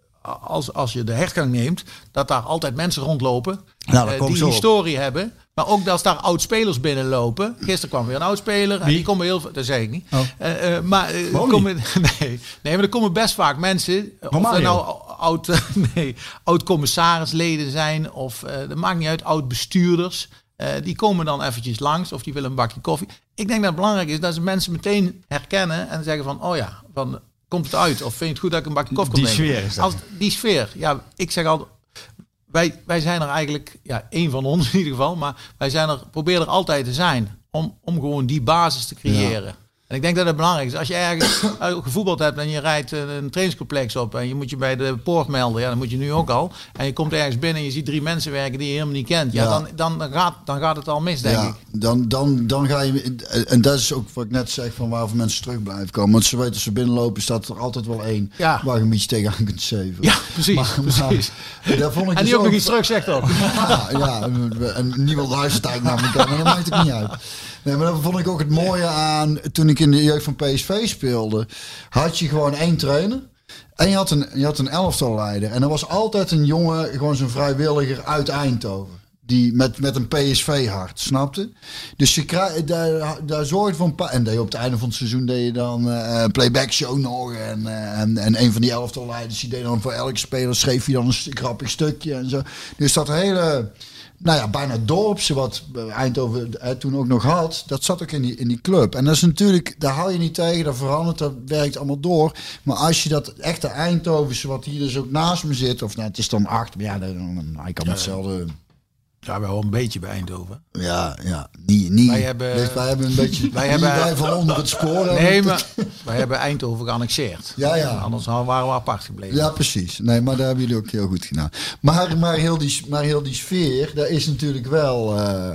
Speaker 7: als, als je de hertgang neemt, dat daar altijd mensen rondlopen
Speaker 6: nou,
Speaker 7: uh, die historie op. hebben. Maar ook dat daar oud-spelers binnenlopen. Gisteren kwam weer een oud-speler. En die komen heel veel... Dat zei ik niet. Oh. Uh, uh, maar, uh, komen, nee, nee, maar er komen best vaak mensen... Of er nou oud, nee, oud-commissarisleden zijn. Of uh, dat maakt niet uit, oud-bestuurders. Uh, die komen dan eventjes langs. Of die willen een bakje koffie. Ik denk dat het belangrijk is dat ze mensen meteen herkennen. En zeggen van, oh ja, van, komt het uit? Of vind je het goed dat ik een bakje koffie kan
Speaker 6: drinken? Die sfeer is dat.
Speaker 7: Als, die sfeer. Ja, ik zeg altijd... Wij, wij zijn er eigenlijk, ja, één van ons in ieder geval, maar wij zijn er, proberen er altijd te zijn om, om gewoon die basis te creëren. Ja. En ik denk dat het belangrijk is. Als je ergens gevoetbald hebt en je rijdt een trainingscomplex op en je moet je bij de poort melden, ja, dan moet je nu ook al. En je komt ergens binnen en je ziet drie mensen werken die je helemaal niet kent. Ja, ja. Dan, dan, dan, gaat, dan gaat het al mis, denk
Speaker 5: ja,
Speaker 7: ik.
Speaker 5: Dan, dan, dan ga je, en dat is ook wat ik net zeg van waarvoor mensen terug blijven komen. Want ze weten als ze binnenlopen staat er altijd wel één
Speaker 7: ja.
Speaker 5: waar je een beetje tegenaan kunt zeven.
Speaker 7: Ja, precies. Maar, precies.
Speaker 5: Maar, daar vond ik
Speaker 7: en
Speaker 5: dus
Speaker 7: die ook nog
Speaker 5: ook,
Speaker 7: iets terug zegt ook.
Speaker 5: Ja, ja, en niemand luistert eigenlijk naar elkaar, maar dat maakt het niet uit. Nee, maar dat vond ik ook het mooie aan, toen ik in de jeugd van P S V speelde, had je gewoon één trainer. En je had een, je had een elftalleider. En er was altijd een jongen, gewoon zo'n vrijwilliger uit Eindhoven. Die met, met een P S V-hart, snapte? Dus je krijg, daar, daar zorgde voor een paar... En deed je op het einde van het seizoen deed je dan uh, een playback show nog. En, uh, en, en een van die elftalleiders, die deed dan voor elke speler, schreef je dan een grappig stukje en zo. Dus dat hele... Nou ja, bijna dorpse wat Eindhoven eh, toen ook nog had, dat zat ook in die, in die club. En dat is natuurlijk, daar hou je niet tegen, dat verandert, dat werkt allemaal door. Maar als je dat echte Eindhovense, wat hier dus ook naast me zit, of nou, het is dan acht, maar ja, dan, dan, hij kan ja, hetzelfde...
Speaker 7: Ja, wel een beetje bij Eindhoven.
Speaker 5: Ja, ja. Niet, niet.
Speaker 7: Wij hebben,
Speaker 5: dus wij hebben een beetje...
Speaker 7: Wij hebben
Speaker 5: wij van onder het spoor.
Speaker 7: Nee, maar wij hebben Eindhoven geannexeerd.
Speaker 5: Ja, ja.
Speaker 7: Anders waren we apart gebleven.
Speaker 5: Ja, precies. Nee, maar daar hebben jullie ook heel goed gedaan. Maar, maar, heel, die, maar heel die sfeer, daar is natuurlijk wel... Uh,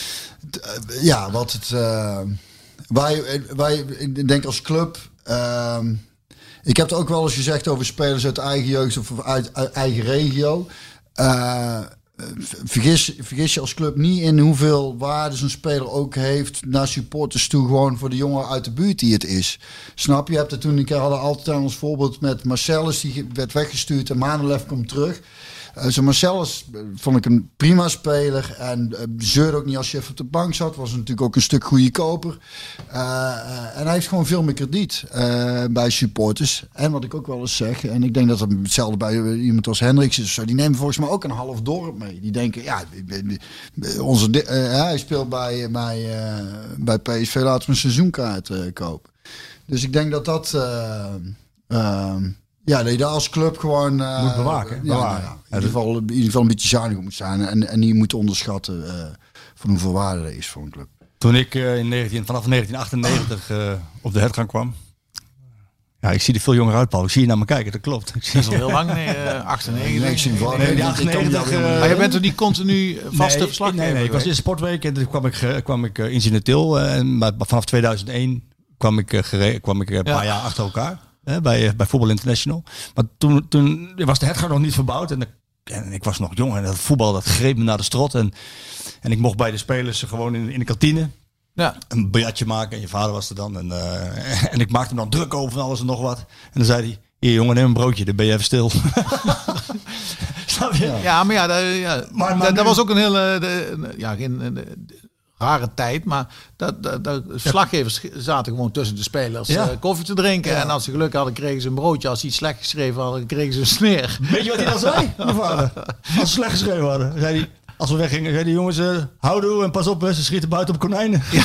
Speaker 5: t, uh, ja, wat het... Uh, wij, wij, ik denk als club... Uh, ik heb het ook wel eens gezegd over spelers uit eigen jeugd of uit, uit eigen regio... Uh, Vergis, vergis je als club niet in hoeveel waarde zo'n speler ook heeft naar supporters toe, gewoon voor de jongen uit de buurt die het is. Snap je? Je hebt het toen een keer hadden altijd aan ons voorbeeld met Marcellus, die werd weggestuurd en Manolev komt terug. Uh, zo Marcellus uh, vond ik een prima speler en uh, zeurde ook niet als je even op de bank zat. Was natuurlijk ook een stuk goedkoper. Uh, uh, en hij heeft gewoon veel meer krediet uh, bij supporters. En wat ik ook wel eens zeg, en ik denk dat het hetzelfde bij uh, iemand als Hendricks is. Zo, die nemen volgens mij ook een half dorp mee. Die denken, ja, onze, uh, hij speelt bij, bij, uh, bij P S V, laten we een seizoenkaart uh, kopen. Dus ik denk dat dat... Uh, uh, Ja, dat je daar als club gewoon... Uh,
Speaker 6: moet bewaken.
Speaker 5: Ja,
Speaker 6: bewaken.
Speaker 5: Nou ja, in, ieder geval, in ieder geval een beetje zuinig moet zijn. En, en niet moet onderschatten uh, van hoeveel waarde er is voor een club.
Speaker 6: Toen ik uh, in negentien, vanaf negentien achtennegentig uh, op de hertgang kwam. Ja, ik zie er veel jonger uit, Paul. Ik zie je naar me kijken, dat klopt. Ik zie
Speaker 7: dat is al heel lang, nee, uh, achtennegentig. Nee, ik zie
Speaker 6: van, nee, achtennegentig. Uh,
Speaker 7: maar je bent er niet continu vaste nee, verslaggever?
Speaker 6: Nee, nee, ik was in Sportweek en toen kwam ik, uh, kwam ik uh, in Zinetil. Uh, en maar vanaf tweeduizend één kwam ik, uh, gere- kwam ik uh, een paar ja. jaar achter elkaar. Hè, bij, bij Voetbal International. Maar toen, toen was de hertgang nog niet verbouwd. En, de, en ik was nog jong. En dat voetbal dat greep me naar de strot. En, en ik mocht bij de spelers gewoon in, in de kantine ja. een biljartje maken. En je vader was er dan. En, uh, en ik maakte hem dan druk over van alles en nog wat. En dan zei hij, hier jongen, neem een broodje. Dan ben je even stil.
Speaker 7: Snap je? Ja, maar ja, dat, ja, maar, maar dat, dat was ook een hele... De, ja, geen... De, rare tijd, maar dat, dat, dat verslaggevers zaten gewoon tussen de spelers ja. uh, koffie te drinken. Ja. En als ze geluk hadden, kregen ze een broodje. Als ze iets slecht geschreven hadden, kregen ze een sneer.
Speaker 6: Weet je wat hij dan zei, mijn vader? Als ze slecht geschreven hadden, zei hij... als we weggingen, zeiden die jongens, uh, houdoe en pas op, hè, ze schieten buiten op konijnen. Ja.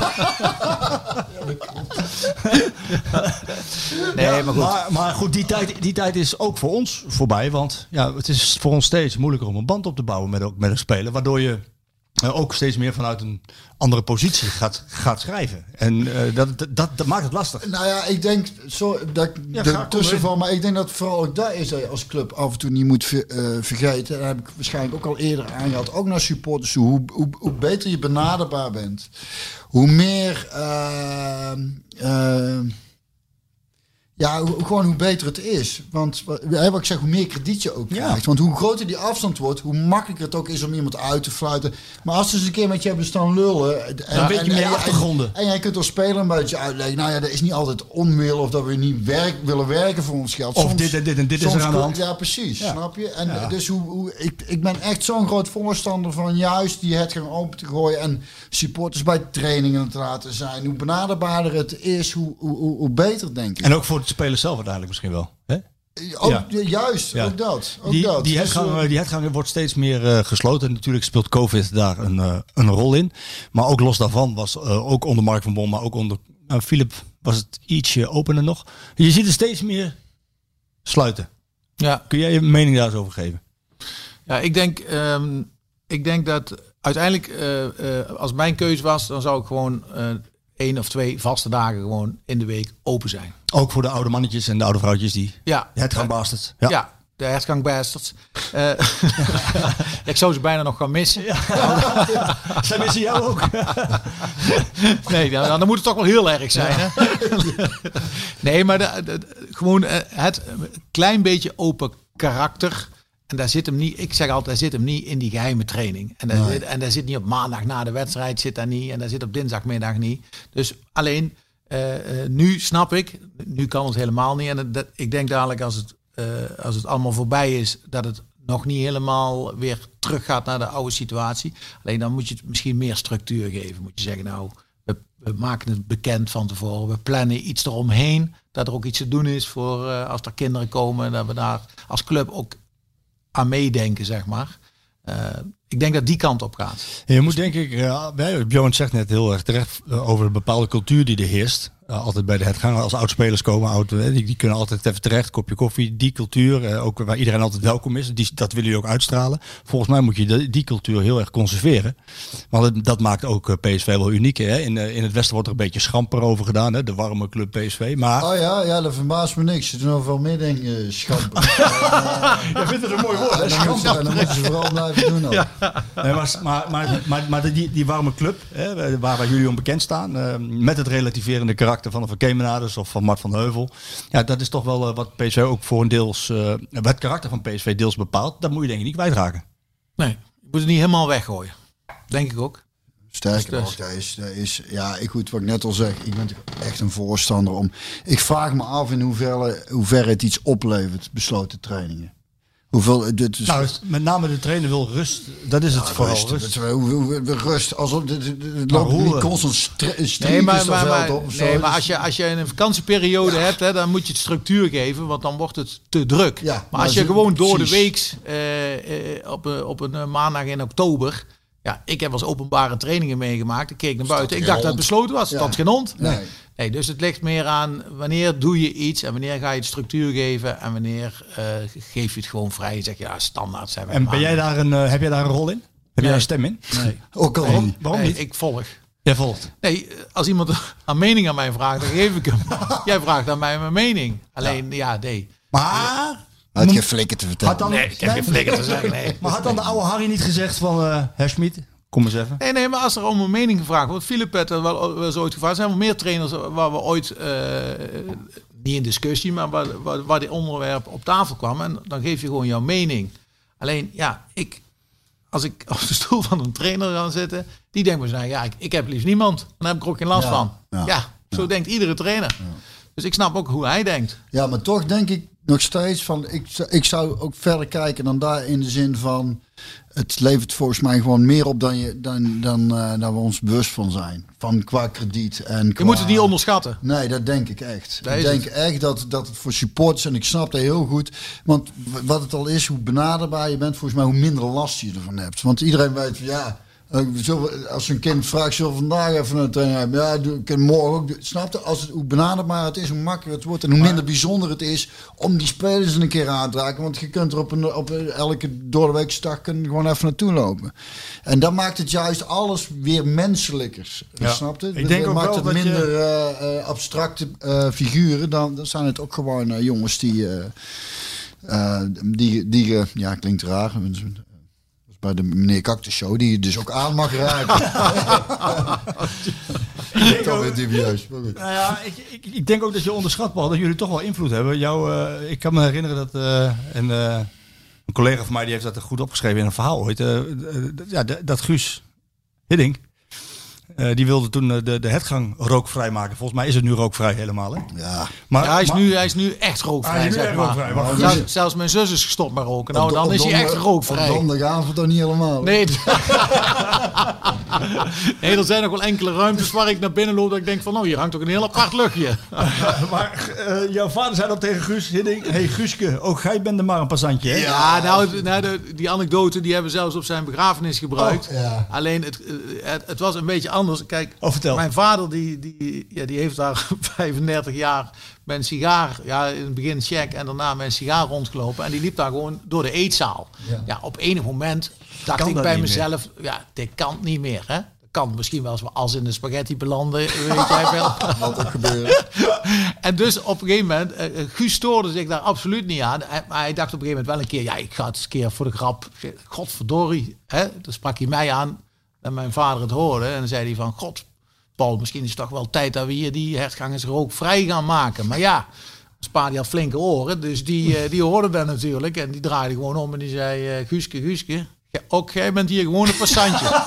Speaker 6: nee, maar goed. Maar, maar goed, die tijd, die tijd is ook voor ons voorbij. Want ja, het is voor ons steeds moeilijker om een band op te bouwen met, met een speler. Waardoor je uh, ook steeds meer vanuit een andere positie gaat, gaat schrijven. En uh, dat, dat, dat, dat maakt het lastig.
Speaker 5: Nou ja, ik denk, zo, dat ik
Speaker 6: ja,
Speaker 5: er tussenval, maar ik denk dat vooral ook daar is dat je als club af en toe niet moet ver, uh, vergeten. Daar heb ik waarschijnlijk ook al eerder aangehad. Ook naar supporters toe. Hoe, hoe, hoe beter je benaderbaar bent. Hoe meer... Uh, uh, Ja, hoe, gewoon hoe beter het is. Want wat ik zeg, hoe meer krediet je ook krijgt. Ja. Want hoe groter die afstand wordt, hoe makkelijker het ook is om iemand uit te fluiten. Maar als ze eens een keer met je hebben staan lullen... En,
Speaker 6: dan weet je meer
Speaker 5: en,
Speaker 6: achtergronden.
Speaker 5: En, en jij kunt als speler een beetje uitleggen... Nou ja, dat is niet altijd onwil of dat we niet werk, willen werken voor ons geld.
Speaker 6: Of
Speaker 5: soms,
Speaker 6: dit en dit en dit is er aan de hand.
Speaker 5: Ja, precies. Ja. Snap je? En
Speaker 6: ja.
Speaker 5: dus hoe, hoe, ik, ik ben echt zo'n groot voorstander van juist die het gaan open te gooien. En supporters bij trainingen te laten zijn. Hoe benaderbaarder het is, hoe, hoe, hoe, hoe beter, denk ik.
Speaker 6: En ook voor het spelers zelf uiteindelijk misschien wel. Hè?
Speaker 5: Ook,
Speaker 6: ja.
Speaker 5: Juist, ja. ook dat. Ook
Speaker 6: die,
Speaker 5: dat.
Speaker 6: Die headgang, dus, uh, die headgang wordt steeds meer uh, gesloten. Natuurlijk speelt COVID daar een, uh, een rol in. Maar ook los daarvan was uh, ook onder Mark van Bommel, maar ook onder uh, Philip was het ietsje opener nog. Je ziet er steeds meer sluiten.
Speaker 7: Ja.
Speaker 6: Kun jij je mening daar eens over geven?
Speaker 7: Ja, ik denk, um, ik denk dat uiteindelijk, uh, uh, als mijn keuze was, dan zou ik gewoon uh, één of twee vaste dagen gewoon in de week open zijn.
Speaker 6: Ook voor de oude mannetjes en de oude vrouwtjes die
Speaker 7: ja.
Speaker 6: het gaan bastards.
Speaker 7: Ja. ja, de hertgang bastards. Uh, ja, ik zou ze bijna nog gaan missen. Ja.
Speaker 6: Ja. Zij missen jou ook.
Speaker 7: Nee, dan, dan moet het toch wel heel erg zijn. Ja. Hè? Nee, maar de, de, de, gewoon het klein beetje open karakter. En daar zit hem niet, ik zeg altijd, daar zit hem niet in die geheime training. En daar, nee. zit, en daar zit niet op maandag na de wedstrijd, zit daar niet. En daar zit op dinsdagmiddag niet. Dus alleen, uh, uh, nu snap ik, nu kan het helemaal niet. En dat, ik denk dadelijk als het, uh, als het allemaal voorbij is, dat het nog niet helemaal weer terug gaat naar de oude situatie. Alleen dan moet je het misschien meer structuur geven. Moet je zeggen, nou, we, we maken het bekend van tevoren. We plannen iets eromheen. Dat er ook iets te doen is voor uh, als er kinderen komen. Dat we daar als club ook aan meedenken, zeg maar. Uh, ik denk dat die kant op gaat.
Speaker 6: En je moet denk ik, uh, Bjorn zegt net heel erg terecht uh, over een bepaalde cultuur die er heerst. Uh, altijd bij de headgang, als oudspelers komen, oud, uh, die, die kunnen altijd even terecht, kopje koffie, die cultuur, uh, ook waar iedereen altijd welkom is, die, dat willen jullie ook uitstralen. Volgens mij moet je de, die cultuur heel erg conserveren. Want het, dat maakt ook uh, P S V wel uniek. Hè? In, uh, in het Westen wordt er een beetje schamper over gedaan, hè? De warme club P S V. Maar...
Speaker 5: Oh ja, ja, dat verbaast me niks. Er doen nog veel meer dingen uh, schamper.
Speaker 6: Jij vindt het een mooi woord.
Speaker 5: Ja, dan, moet ze, dan moeten ze vooral blijven doen. Al. Ja.
Speaker 6: Nee, maar maar, maar, maar, maar die, die warme club, hè, waar, waar jullie om bekend staan, uh, met het relativerende karakter van de Van Kemenades of van Mart van Heuvel. Ja, dat is toch wel uh, wat P S V ook voor een deels, uh, het karakter van P S V deels bepaalt. Dat moet je denk ik niet kwijtraken.
Speaker 7: Nee, je moet het niet helemaal weggooien. Denk ik ook.
Speaker 5: Sterker nog, dat is, dat is, ja, ik, goed, wat ik net al zeg, ik ben echt een voorstander om. Ik vraag me af in hoeverre, hoeverre het iets oplevert, besloten trainingen. Hoeveel, dit is,
Speaker 6: nou, met name de trainer wil rust. Dat is het
Speaker 5: ja,
Speaker 6: vooral.
Speaker 5: Rust.
Speaker 6: Rust.
Speaker 5: Rust. rust alsof het loopt niet constant streepjes
Speaker 7: nee, maar, maar, maar,
Speaker 5: op.
Speaker 7: Nee, maar als je, als je een vakantieperiode ja. hebt, hè, dan moet je het structuur geven, want dan wordt het te druk. Ja, maar, maar als je gewoon door precies. de week uh, uh, op, uh, op een uh, maandag in oktober. Ja, ik heb als openbare trainingen meegemaakt. Ik keek naar buiten. Ik dacht hond. dat het besloten was. Ja. Dat is geen hond.
Speaker 5: Nee.
Speaker 7: nee, dus het ligt meer aan wanneer doe je iets en wanneer ga je het structuur geven en wanneer uh, geef je het gewoon vrij. Je zegt ja, standaard zijn we.
Speaker 6: En ben jij daar een, uh, heb jij daar een rol in? Heb nee. jij een stem in?
Speaker 7: Nee.
Speaker 5: Ook al
Speaker 7: nee.
Speaker 5: niet.
Speaker 7: Waarom nee, niet? Ik volg.
Speaker 6: Jij volgt?
Speaker 7: Nee, als iemand een mening aan mij vraagt, dan geef ik hem. Jij vraagt aan mij mijn mening. Alleen, ja, ja nee.
Speaker 6: Maar...
Speaker 5: Hij had geen flikker te vertellen.
Speaker 7: Dan, nee, ik heb geen flikker te zeggen, nee.
Speaker 6: Maar had dan de oude Harry niet gezegd van... Uh, Herr Schmid, kom eens even.
Speaker 7: Nee, nee, maar als er om een mening gevraagd wordt... Philip had er wel, wel zo ooit gevraagd. Er zijn wel meer trainers waar we ooit... Uh, niet in discussie, maar waar, waar, waar dit onderwerp op tafel kwam. En dan geef je gewoon jouw mening. Alleen, ja, ik... Als ik op de stoel van een trainer ga zitten... Die denkt me zo, ja, ik, ik heb liefst niemand. Dan heb ik er ook geen last
Speaker 5: ja,
Speaker 7: van.
Speaker 5: Ja,
Speaker 7: ja zo ja. denkt iedere trainer. Ja. Dus ik snap ook hoe hij denkt.
Speaker 5: Ja, maar toch denk ik... Nog steeds van, ik, ik zou ook verder kijken dan daar in de zin van, het levert volgens mij gewoon meer op dan, je, dan, dan, uh, dan we ons bewust van zijn. Van qua krediet en qua...
Speaker 7: Je moet het niet onderschatten.
Speaker 5: Nee, dat denk ik echt.
Speaker 7: Dat
Speaker 5: ik denk het. echt dat, dat het voor supporters, en ik snap dat heel goed, want wat het al is, hoe benaderbaar je bent, volgens mij hoe minder last je ervan hebt. Want iedereen weet van, ja... Als een kind vraagt, zullen we vandaag even een training hebben? Ja, ik kan morgen ook. Snap je? Als het, hoe benaderbaar het is, hoe makkelijker het wordt en hoe minder bijzonder het is om die spelers een keer aan te raken. Want je kunt er op, een, op een, elke doordeweekse dag gewoon even naartoe lopen. En dat maakt het juist alles weer menselijker.
Speaker 6: Ja.
Speaker 5: Snap je?
Speaker 6: Ik denk
Speaker 5: dat
Speaker 6: ook
Speaker 5: maakt
Speaker 6: wel
Speaker 5: het
Speaker 6: dat
Speaker 5: minder
Speaker 6: je...
Speaker 5: uh, uh, abstracte uh, figuren. Dan, dan zijn het ook gewoon uh, jongens die, uh, uh, die, die uh, ja, klinkt raar. Bij de meneer Cactus Show, die je dus ook aan mag raken. Ik denk weer dubieus. Maar goed.
Speaker 6: Nou ja, ik, ik, ik denk ook dat je onderschat, Paul, dat jullie toch wel invloed hebben. Jou, uh, ik kan me herinneren dat uh, een, uh, een collega van mij, die heeft dat goed opgeschreven in een verhaal ooit. Uh, uh, ja, de, dat Guus Hiddink, uh, die wilde toen de, de Hetgang rookvrij maken. Volgens mij is het nu rookvrij helemaal, hè?
Speaker 5: Ja.
Speaker 7: Maar, ja, hij, is maar, nu, hij is nu echt rookvrij,
Speaker 6: hij is nu
Speaker 7: zeg
Speaker 6: echt
Speaker 7: maar.
Speaker 6: rookvrij. Maar
Speaker 7: Zelfs, zelfs mijn zus is gestopt met roken. Nou, dan is hij echt rookvrij.
Speaker 5: Op donderdagavond dan niet helemaal.
Speaker 7: Nee. Nee, er zijn nog wel enkele ruimtes waar ik naar binnen loop dat ik denk van, nou, hier hangt toch een heel apart luchtje.
Speaker 6: Maar uh, jouw vader zei dan tegen Guus Hiddink, hey Guuske, ook jij bent er maar een passantje, hè?
Speaker 7: Ja, nou, nou de, die anekdote die hebben we zelfs op zijn begrafenis gebruikt.
Speaker 5: Oh, ja.
Speaker 7: Alleen, het, het, het was een beetje anders. Kijk,
Speaker 6: oh, vertel.
Speaker 7: Mijn vader die, die, ja, die heeft daar vijfendertig jaar met een sigaar, ja, in het begin check en daarna met een sigaar rondgelopen. En die liep daar gewoon door de eetzaal. Ja, ja op enig moment dacht kan ik bij mezelf, meer. ja, dit kan niet meer, hè? Kan misschien wel eens als in de spaghetti belanden, weet jij wel.
Speaker 5: Wat er gebeurt.
Speaker 7: En dus op een gegeven moment, uh, Guus stoorde zich daar absoluut niet aan. Hij, maar hij dacht op een gegeven moment wel een keer, ja, ik ga het eens een keer voor de grap. Godverdorie, hè? Dan sprak hij mij aan en mijn vader het hoorde. En dan zei hij van, god, Paul, misschien is het toch wel tijd dat we hier die hertgangers rookvrij gaan maken. Maar ja, Spa die had flinke oren, dus die, uh, die hoorde dat natuurlijk. En die draaide gewoon om en die zei, uh, Guuske, Guuske, ja, ook jij bent hier gewoon een passantje.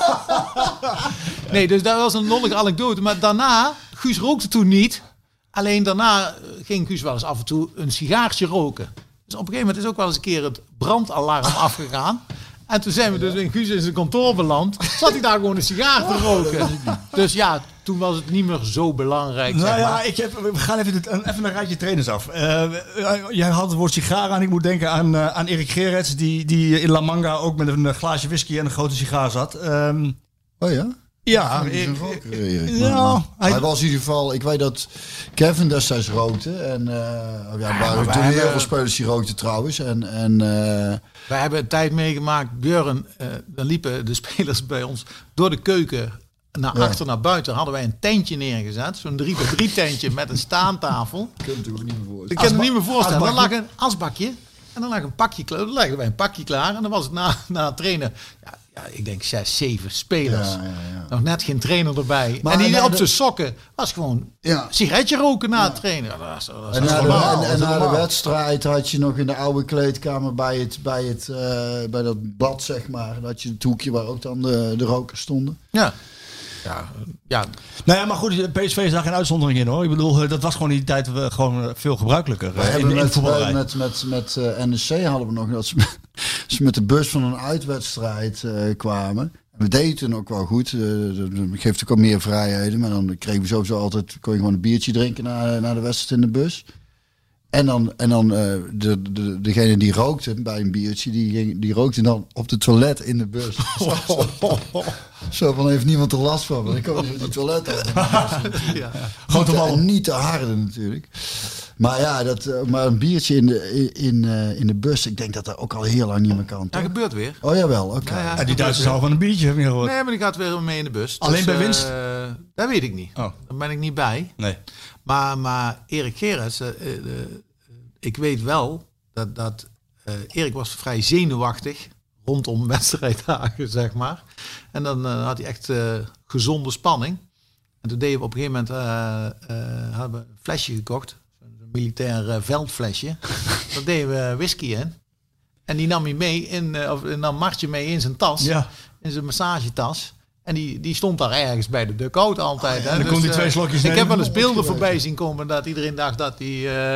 Speaker 7: Nee, dus dat was een lollige anekdote. Maar daarna, Guus rookte toen niet. Alleen daarna ging Guus wel eens af en toe een sigaartje roken. Dus op een gegeven moment is ook wel eens een keer het brandalarm afgegaan. En toen zijn we dus in Guus in zijn kantoor beland. Zat hij daar gewoon een sigaar te roken. Dus ja, toen was het niet meer zo belangrijk.
Speaker 6: Nou
Speaker 7: zeg
Speaker 6: ja,
Speaker 7: maar.
Speaker 6: ik heb, we gaan even, even een rijtje trainers af. Uh, jij had het woord sigaar aan. Ik moet denken aan, uh, aan Erik Gerrits, die, die in La Manga ook met een glaasje whisky en een grote sigaar zat. Um,
Speaker 5: oh ja?
Speaker 6: Ja,
Speaker 5: ik,
Speaker 6: ik,
Speaker 5: ik,
Speaker 6: ja
Speaker 5: hij, hij was in ieder geval, ik weet dat Kevin destijds rookte. En uh, ja, ja, waren toen heel veel spelers die rookten trouwens. En, en, uh,
Speaker 7: wij hebben een tijd meegemaakt, Björn, uh, dan liepen de spelers bij ons door de keuken naar ja. achter naar buiten. Hadden wij een tentje neergezet, zo'n drie bij drie tentje met een staantafel.
Speaker 5: Ik kan het ook niet meer voorstellen.
Speaker 7: Ik kan het niet meer voorstellen. Dan lag een asbakje en dan lag een pakje klaar. Dan legden wij een pakje klaar en dan was het na, na het trainen. Ja, Ja, ik denk zes, zeven spelers. Ja, ja, ja. Nog net geen trainer erbij. Maar en die op de... zijn sokken was gewoon ja. sigaretje roken na ja. het trainen. Ja, dat is, dat is
Speaker 5: en na, de, en, en na de wedstrijd had je nog in de oude kleedkamer bij het, bij het uh, bij dat bad, zeg maar. Dat je het hoekje waar ook dan de, de rokers stonden.
Speaker 7: Ja. Ja, ja.
Speaker 6: Nou ja, maar goed, P S V is daar geen uitzondering in, hoor. Ik bedoel, dat was gewoon in die tijd gewoon veel gebruikelijker.
Speaker 5: We uh, in, in met, met, met, met uh, N E C hadden we nog dat ze, ze met de bus van een uitwedstrijd uh, kwamen. We deden toen ook wel goed. Uh, dat geeft ook al meer vrijheden. Maar dan kregen we sowieso altijd, kon je gewoon een biertje drinken na, na de wedstrijd in de bus. En dan, en dan uh, de, de, degene die rookte bij een biertje, die, ging, die rookte dan op de toilet in de bus. Zo, zo, zo van, heeft niemand er last van. Want ik kom dus op die toilet aan. Ja. Niet, te, niet te harde natuurlijk. Maar ja, dat, uh, maar een biertje in de, in, uh, in de bus, ik denk dat dat ook al heel lang niet meer kan.
Speaker 7: Dat ja, gebeurt weer.
Speaker 5: Oh jawel, oké. Okay.
Speaker 7: Ja, ja,
Speaker 6: ja, die Duitsers houden van een biertje, heb je gehoord.
Speaker 7: Nee, maar die gaat weer mee in de bus.
Speaker 6: Alleen
Speaker 7: dus,
Speaker 6: bij winst?
Speaker 7: Uh, dat weet ik niet. Oh. Daar ben ik niet bij.
Speaker 6: Nee.
Speaker 7: Maar, maar Erik Gerrits, uh, uh, uh, ik weet wel dat, dat uh, Erik was vrij zenuwachtig rondom wedstrijddagen, zeg maar. En dan uh, had hij echt uh, gezonde spanning. En toen deden we op een gegeven moment uh, uh, hadden we een flesje gekocht. Een militair uh, veldflesje. Daar deden we whisky in. En die nam hij mee in, uh, of nam Martje mee in zijn tas. Ja. In zijn massagetas. En die, die stond daar ergens bij de dugout altijd.
Speaker 6: Oh, ja, en dan dus, kon die twee slokjes
Speaker 7: uh, ik heb wel eens beelden voorbij zien komen dat iedereen dacht dat hij uh,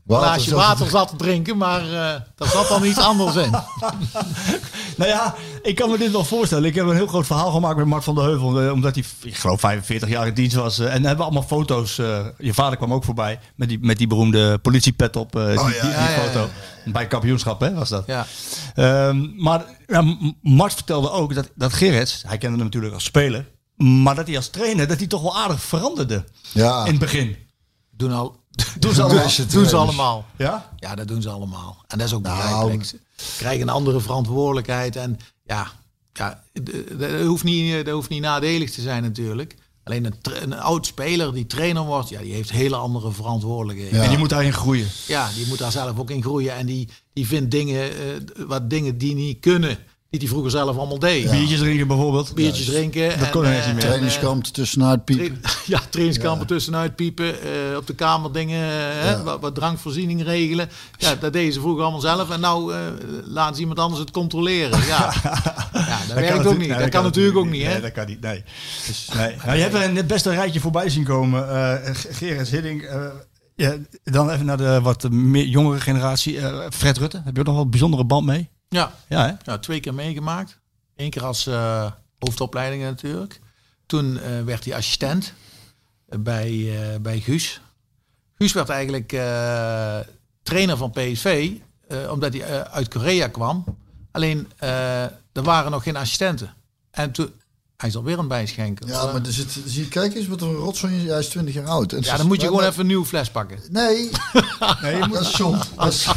Speaker 7: glaasje water zat te drinken, maar uh, daar zat dan iets anders in.
Speaker 6: Nou ja, ik kan me dit wel voorstellen. Ik heb een heel groot verhaal gemaakt met Mart van der Heuvel. Omdat hij, ik geloof, vijfenveertig jaar in dienst was. En hebben we allemaal foto's. Uh, je vader kwam ook voorbij met die, met die beroemde politiepet op. Uh, die, oh, ja, die, die ja, foto. Ja, ja. Bij het kampioenschap, hè, was dat. Ja. Um, maar ja, Mart vertelde ook dat, dat Gerrits, hij kende hem natuurlijk als speler. Maar dat hij als trainer, dat hij toch wel aardig veranderde. Ja. In het begin.
Speaker 7: Doen al...
Speaker 6: Doen ze allemaal.
Speaker 7: Doen ze allemaal.
Speaker 6: Ja?
Speaker 7: Ja, dat doen ze allemaal. En dat is ook belangrijk. Ze krijgen een andere verantwoordelijkheid. En ja, ja dat, hoeft niet, dat hoeft niet nadelig te zijn natuurlijk. Alleen een, een oud speler die trainer wordt, ja, die heeft hele andere verantwoordelijkheden.
Speaker 6: Ja. En die moet daarin groeien.
Speaker 7: Ja, die moet daar zelf ook in groeien. En die, die vindt dingen, uh, wat dingen die niet kunnen, die hij vroeger zelf allemaal deed.
Speaker 6: Ja. Biertjes drinken bijvoorbeeld.
Speaker 7: Biertjes ja, drinken.
Speaker 5: Dat kon hij niet meer. Trainingskamp tussenuit piepen.
Speaker 7: Tra- ja, trainingskampen ja. tussenuit piepen. Uh, op de kamer dingen, uh, ja. wat, wat drankvoorziening regelen. Ja, dat deden ze vroeger allemaal zelf. En nou uh, laten ze iemand anders het controleren. Ja, ja dat, dat werkt ook niet. Nee, dat, dat kan natuurlijk ook niet. Hè?
Speaker 6: Nee, dat kan niet. Nee. Dus, nee. Nou, je hebt er net best een rijtje voorbij zien komen. Uh, Gerrits Hiddink. Uh, ja, dan even naar de wat meer jongere generatie. Uh, Fred Rutte. Heb je ook nog wel een bijzondere band mee?
Speaker 7: Ja,
Speaker 6: ja, hè?
Speaker 7: ja, twee keer meegemaakt. Eén keer als uh, hoofdopleiding natuurlijk. Toen uh, werd hij assistent bij, uh, bij Guus. Guus werd eigenlijk uh, trainer van P S V, uh, omdat hij uh, uit Korea kwam. Alleen, uh, er waren nog geen assistenten. En toen, hij is alweer aan het bijschenken.
Speaker 5: Ja, maar er zit, zie, kijk eens wat een rotzooi, hij is twintig jaar oud. En
Speaker 7: ja, dan moet je gewoon maar... even een nieuwe fles pakken.
Speaker 5: Nee, nee je moet... dat is zond. Dat is...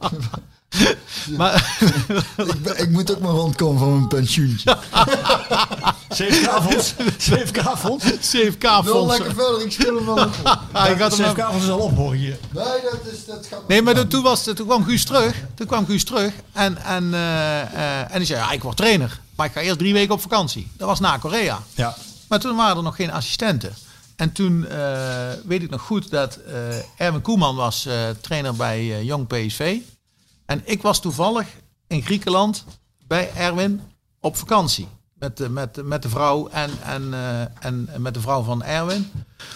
Speaker 7: Maar
Speaker 5: ik, ben, ik moet ook maar rondkomen van mijn pensioentje.
Speaker 6: zeven K-fonds. zeven K-fonds.
Speaker 7: zeven K-fonds.
Speaker 5: Wil lekker verder, ik speel hem wel nog op.
Speaker 6: zeven K-fonds is al op, hoor je.
Speaker 5: Nee, dat, is, dat gaat
Speaker 7: Nee, maar de, toen, was, toen kwam Guus terug. Toen kwam Guus terug. En, en, uh, uh, en die zei, ja, ik word trainer. Maar ik ga eerst drie weken op vakantie. Dat was na Korea.
Speaker 6: Ja.
Speaker 7: Maar toen waren er nog geen assistenten. En toen uh, weet ik nog goed dat uh, Erwin Koeman was uh, trainer bij uh, Jong P S V. En ik was toevallig in Griekenland bij Erwin op vakantie. Met de, met, met de vrouw en, en, uh, en met de vrouw van Erwin.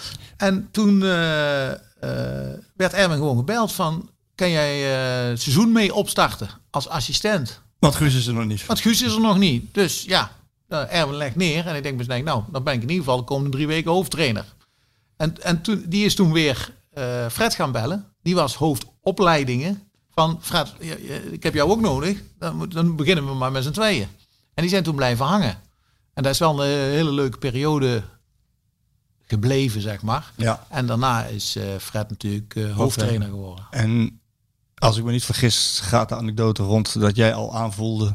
Speaker 7: En toen uh, uh, werd Erwin gewoon gebeld van... kan jij uh, het seizoen mee opstarten als assistent?
Speaker 6: Want Guus is er nog niet.
Speaker 7: Want Guus is er nog niet. Dus ja, uh, Erwin legt neer. En ik denk dus, nou, dan ben ik in ieder geval de komende drie weken hoofdtrainer. En, en toen, die is toen weer uh, Fred gaan bellen. Die was hoofdopleidingen. Van Fred, ik heb jou ook nodig. Dan, dan beginnen we maar met z'n tweeën. En die zijn toen blijven hangen. En dat is wel een hele leuke periode gebleven, zeg maar.
Speaker 6: Ja.
Speaker 7: En daarna is uh, Fred natuurlijk uh, hoofdtrainer geworden.
Speaker 6: En als ik me niet vergis, gaat de anekdote rond dat jij al aanvoelde...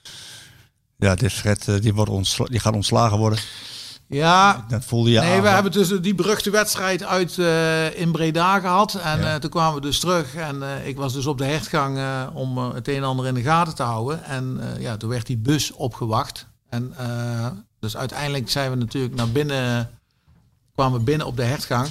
Speaker 6: Ja, dit Fred, die, wordt ontsla- die gaat ontslagen worden.
Speaker 7: Ja,
Speaker 6: dat voelde je
Speaker 7: nee,
Speaker 6: aan.
Speaker 7: we hebben dus die beruchte wedstrijd uit uh, in Breda gehad. En ja. uh, toen kwamen we dus terug. En uh, ik was dus op de hertgang uh, om uh, het een en ander in de gaten te houden. En uh, ja, toen werd die bus opgewacht. En uh, dus uiteindelijk zijn we natuurlijk naar binnen, kwamen we binnen op de hertgang.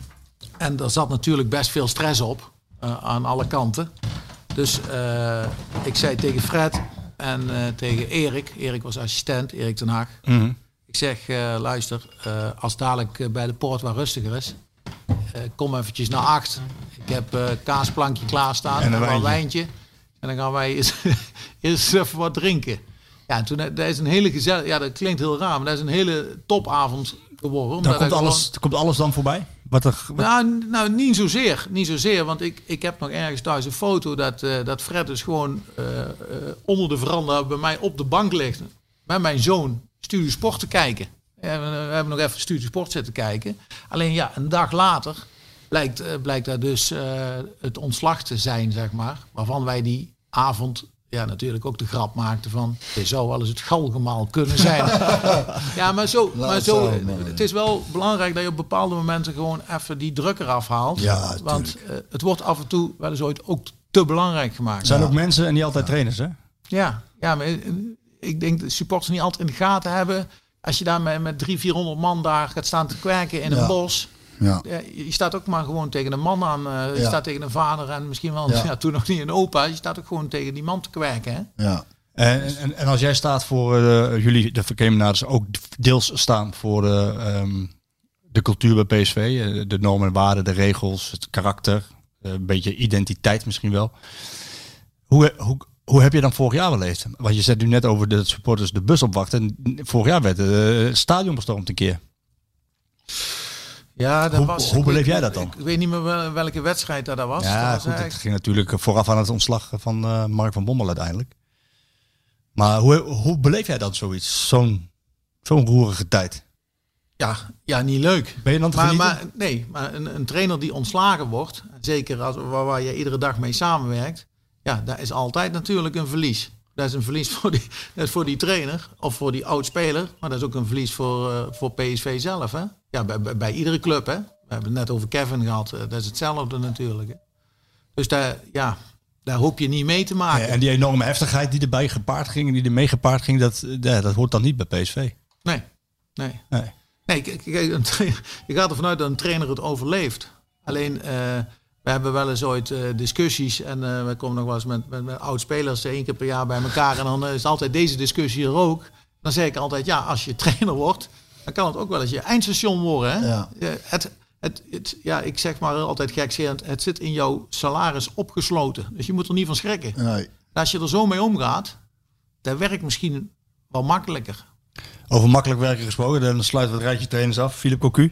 Speaker 7: En er zat natuurlijk best veel stress op, uh, aan alle kanten. Dus uh, ik zei tegen Fred en uh, tegen Erik, Erik was assistent, Erik ten Haag.
Speaker 6: Mm-hmm.
Speaker 7: Ik zeg, uh, luister, uh, als dadelijk uh, bij de poort wat rustiger is, uh, kom eventjes naar acht. Ik heb uh, kaasplankje klaarstaan en een, en een wijntje. En dan gaan wij eens, eens even wat drinken. Ja, en toen, dat is een hele gezellige, ja, dat klinkt heel raar, maar dat is een hele topavond geworden.
Speaker 6: Dan komt alles, gewoon... komt alles dan voorbij? Wat er, wat...
Speaker 7: Nou, nou, niet zozeer. Niet zozeer, want ik, ik heb nog ergens thuis een foto dat, uh, dat Fred dus gewoon uh, uh, onder de veranda bij mij op de bank ligt. Met mijn zoon Studio Sport te kijken. Ja, we, we hebben nog even Studio Sport zitten kijken. Alleen ja, een dag later blijkt, uh, blijkt daar dus uh, het ontslag te zijn, zeg maar. Waarvan wij die avond ja, natuurlijk ook de grap maakten van... dit zou wel eens het galgemaal kunnen zijn. Ja, maar zo, maar zo het is wel belangrijk dat je op bepaalde momenten gewoon even die druk eraf haalt.
Speaker 5: Ja,
Speaker 7: want uh, het wordt af en toe wel eens ooit ook te belangrijk gemaakt.
Speaker 6: Er zijn
Speaker 7: ja.
Speaker 6: ook mensen en niet altijd ja. trainers, hè?
Speaker 7: Ja, ja, maar ik denk dat supporters niet altijd in de gaten hebben. Als je daar met, met drie, vierhonderd man daar gaat staan te kwerken in een ja. bos... Ja. Ja, je staat ook maar gewoon tegen een man aan. Uh, je ja. staat tegen een vader en misschien wel ja. Ja, toen nog niet een opa. Je staat ook gewoon tegen die man te kwerken. Hè?
Speaker 5: Ja.
Speaker 6: En, en, en als jij staat voor uh, jullie, de Verkemenaders, ook deels staan voor uh, um, de cultuur bij P S V. Uh, de normen en waarden, de regels, het karakter. een beetje identiteit misschien wel. Hoe, hoe, hoe heb je dan vorig jaar beleefd? Want je zet nu net over de supporters de bus opwachten. Vorig jaar werd het stadion bestormd een keer.
Speaker 7: Ja, dat
Speaker 6: hoe,
Speaker 7: was,
Speaker 6: hoe beleef
Speaker 7: ik,
Speaker 6: jij dat dan?
Speaker 7: Ik, ik weet niet meer wel, welke wedstrijd dat, dat was.
Speaker 6: Ja,
Speaker 7: dat
Speaker 6: goed,
Speaker 7: was
Speaker 6: het ging natuurlijk vooraf aan het ontslag van uh, Mark van Bommel uiteindelijk. Maar hoe, hoe beleef jij dat zoiets? Zo'n, zo'n roerige tijd?
Speaker 7: Ja, ja, niet leuk.
Speaker 6: Ben je dan te
Speaker 7: maar,
Speaker 6: genieten?
Speaker 7: maar Nee, maar een, een trainer die ontslagen wordt, zeker als, waar, waar je iedere dag mee samenwerkt, ja, dat is altijd natuurlijk een verlies. Dat is een verlies voor die, dat is voor die trainer of voor die oud-speler, maar dat is ook een verlies voor, uh, voor P S V zelf. Hè? Ja, bij, bij, bij iedere club. Hè? We hebben het net over Kevin gehad, uh, dat is hetzelfde natuurlijk. Hè? Dus daar, ja, daar hoop je niet mee te maken.
Speaker 6: Ja, en die enorme heftigheid die erbij gepaard ging en die er mee gepaard ging, dat, ja, dat hoort dan niet bij P S V.
Speaker 7: Nee, nee.
Speaker 6: Nee.
Speaker 7: Nee, kijk, een tra- je gaat ervan uit dat een trainer het overleeft. Alleen, uh, we hebben wel eens ooit uh, discussies en uh, we komen nog wel eens met, met, met oud-spelers één keer per jaar bij elkaar. En dan uh, is altijd deze discussie er ook. Dan zeg ik altijd, ja, als je trainer wordt, dan kan het ook wel eens je eindstation worden. Hè?
Speaker 5: Ja.
Speaker 7: Het, het, het, ja, ik zeg maar altijd gekscherend, het zit in jouw salaris opgesloten. Dus je moet er niet van schrikken.
Speaker 5: Nee.
Speaker 7: Als je er zo mee omgaat, dat werkt misschien wel makkelijker.
Speaker 6: Over makkelijk werken gesproken, dan sluiten we het rijtje trainers af. Philippe Cocu.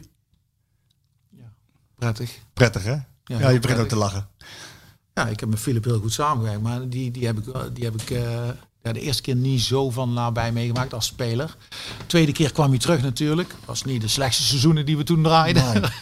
Speaker 7: Ja, prettig.
Speaker 6: Prettig, hè? Ja, ja je begint ook te lachen.
Speaker 7: Ja, ik heb met Philip heel goed samengewerkt, maar die, die heb ik, die heb ik uh, ja, de eerste keer niet zo van nabij meegemaakt als speler. De tweede keer kwam hij terug natuurlijk. Dat was niet de slechtste seizoenen die we toen draaiden. Nee.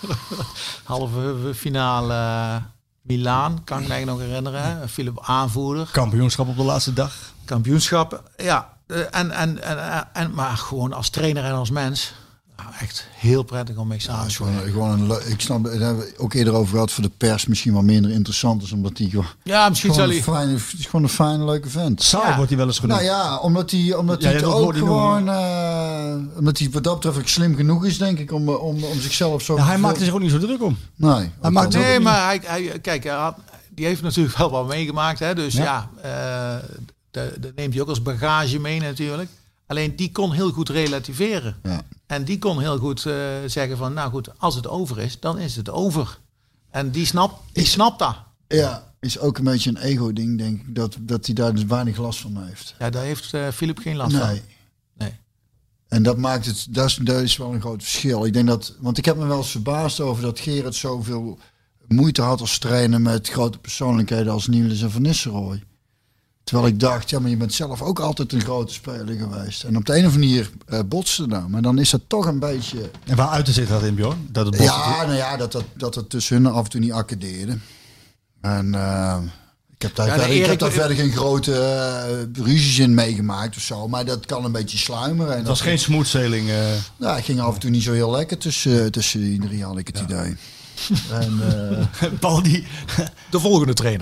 Speaker 7: Halve finale uh, Milaan, kan ik me nog herinneren. Philip aanvoerder.
Speaker 6: Kampioenschap op de laatste dag.
Speaker 7: Kampioenschap, ja. En, en, en, en, maar gewoon als trainer en als mens, nou, echt heel prettig om mee samen te werken.
Speaker 5: Ja, gewoon een le- ik snap, daar hebben we ook eerder over gehad, voor de pers misschien wel minder interessant is, omdat hij gewoon,
Speaker 7: ja, misschien
Speaker 5: gewoon,
Speaker 7: zal
Speaker 5: een
Speaker 7: hij...
Speaker 5: fijne, het is gewoon een fijne, leuke vent.
Speaker 6: Saai
Speaker 7: Ja.
Speaker 6: wordt hij wel eens genoemd.
Speaker 5: Nou ja, omdat hij, omdat
Speaker 6: Ja,
Speaker 5: hij
Speaker 6: jij
Speaker 5: het
Speaker 6: wilt
Speaker 5: ook
Speaker 6: woorden
Speaker 5: gewoon, uh, omdat hij wat dat betreft ook slim genoeg is, denk ik, om, om, om zichzelf zo...
Speaker 6: Ja, hij maakt er zich ook niet zo druk om.
Speaker 5: Nee.
Speaker 6: Hij maakt
Speaker 7: Nee,
Speaker 6: ook
Speaker 7: maar hij, hij, kijk, hij had, die heeft natuurlijk wel wat meegemaakt. Hè? Dus ja, ja uh, dat neemt hij ook als bagage mee natuurlijk. Alleen die kon heel goed relativeren.
Speaker 5: Ja.
Speaker 7: En die kon heel goed uh, zeggen van, nou goed, als het over is, dan is het over. En die snapt, die snapt dat.
Speaker 5: Ja, is ook een beetje een ego-ding, denk ik, dat, dat hij daar dus weinig last van heeft.
Speaker 7: Ja, daar heeft uh, Philip geen last van.
Speaker 5: Nee.
Speaker 7: Nee.
Speaker 5: En dat maakt het, dat is, dat is wel een groot verschil. Ik denk dat, want ik heb me wel eens verbaasd over dat Gerrit zoveel moeite had als trainer met grote persoonlijkheden als Niels en Van Nistelrooy. Terwijl ik dacht, ja, maar je bent zelf ook altijd een grote speler geweest. En op de een of andere manier uh, botste dat. Maar dan is dat toch een beetje...
Speaker 6: En waar uit te zitten dat in, Bjorn? Dat het
Speaker 5: ja, nou ja, dat, dat, dat het tussen hun af en toe niet accordeerde. En uh, ik heb daar,
Speaker 7: ja,
Speaker 5: verder,
Speaker 7: Erik,
Speaker 5: ik heb daar
Speaker 7: ik,
Speaker 5: verder geen grote uh, ruzies in meegemaakt of zo. Maar dat kan een beetje sluimeren. En
Speaker 6: het
Speaker 5: dat
Speaker 6: was geen smooth sailing. Uh...
Speaker 5: Nou, het ging af en toe niet zo heel lekker tussen, tussen die drie, had ik het ja. idee. En, uh...
Speaker 6: Paul, die...
Speaker 7: De volgende trainer.